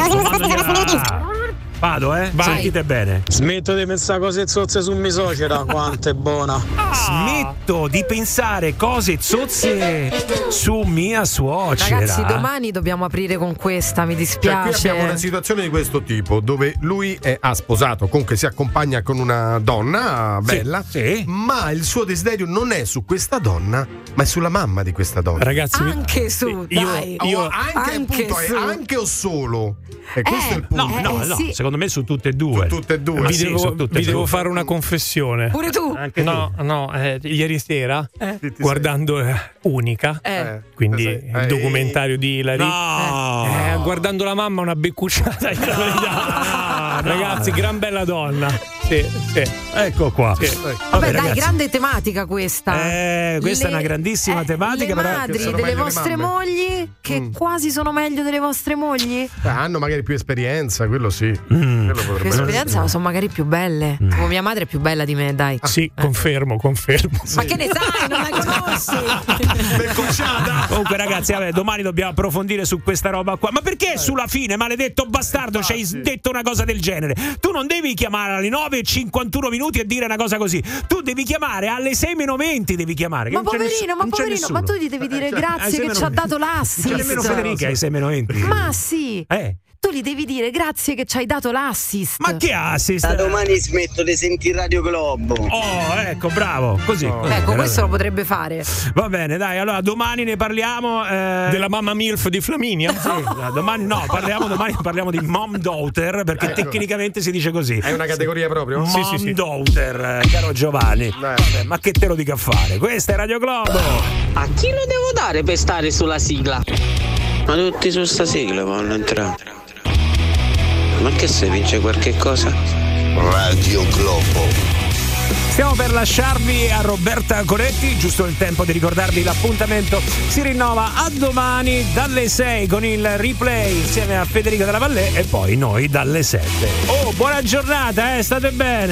Speaker 1: Vado,
Speaker 2: Vai.
Speaker 1: Sentite bene.
Speaker 19: Smetto di pensare cose zozze su mia suocera, quanto è buona.
Speaker 1: Smetto di pensare cose zozze su mia suocera.
Speaker 3: Ragazzi, domani dobbiamo aprire con questa, mi
Speaker 6: Cioè,
Speaker 3: dispiace.
Speaker 6: qui abbiamo una situazione di questo tipo, dove lui ha sposato, comunque si accompagna con una donna bella, ma il suo desiderio non è su questa donna, ma è sulla mamma di questa donna.
Speaker 2: Ragazzi,
Speaker 3: anche su, dai.
Speaker 6: Anche o solo. E questo è il punto.
Speaker 1: No, secondo me su tutte e due.
Speaker 6: Su tutte e due.
Speaker 2: vi devo fare una confessione.
Speaker 3: Pure tu.
Speaker 1: Anche
Speaker 2: no, ieri sera guardando Unica, quindi il documentario di Ilary, guardando la mamma una beccucciata. Ragazzi, gran bella donna. Sì.
Speaker 1: Ecco qua.
Speaker 3: Vabbè, dai, grande tematica questa.
Speaker 1: Questa è una grandissima tematica.
Speaker 3: Le
Speaker 1: però
Speaker 3: madri delle vostre mogli che quasi sono meglio delle vostre mogli.
Speaker 6: Hanno magari più esperienza, quello sì.
Speaker 3: Più esperienza, ma sono magari più belle. Tipo mia madre è più bella di me, dai.
Speaker 2: Sì, confermo.
Speaker 3: Ma che ne sai? Non la conosci?
Speaker 1: Comunque ragazzi, domani dobbiamo approfondire su questa roba qua. Ma perché sulla fine, maledetto bastardo, ci hai detto una cosa del genere? Tu non devi chiamare alle 9:51 e dire una cosa così. Tu devi chiamare alle 6:20, devi chiamare.
Speaker 3: Ma poverino, ma tu gli devi dire grazie che ci ha dato l'assist.
Speaker 1: Non c'è nemmeno Federica ai 6:20.
Speaker 3: Ma sì. Tu gli devi dire grazie che ci hai dato l'assist.
Speaker 1: Ma che assist?
Speaker 4: Da domani smetto di sentire Radio Globo.
Speaker 1: Ecco, bravo. Così.
Speaker 3: Ecco, questo lo potrebbe fare.
Speaker 1: Va bene, dai, allora domani ne parliamo
Speaker 2: della mamma MILF di Flaminia.
Speaker 1: Domani parliamo di mom daughter, perché tecnicamente si dice così.
Speaker 6: È una categoria proprio?
Speaker 1: Mom daughter, caro Giovanni. Vabbè, ma che te lo dica a fare? Questa è Radio Globo.
Speaker 4: A chi lo devo dare per stare sulla sigla? Ma tutti su sta sigla vogliono entrare. Ma che se vince qualche cosa? Radio Globo.
Speaker 1: Stiamo per lasciarvi a Roberta Coretti, giusto il tempo di ricordarvi l'appuntamento si rinnova a domani dalle 6 con il replay insieme a Federica Della Vallée e poi noi dalle 7. Buona giornata, state bene.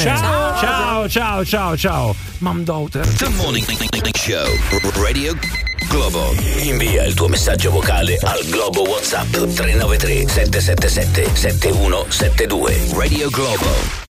Speaker 1: Ciao. Mom daughter.
Speaker 7: The Morning Show Radio Globo. Invia il tuo messaggio vocale al Globo WhatsApp 393 777 7172. Radio Globo.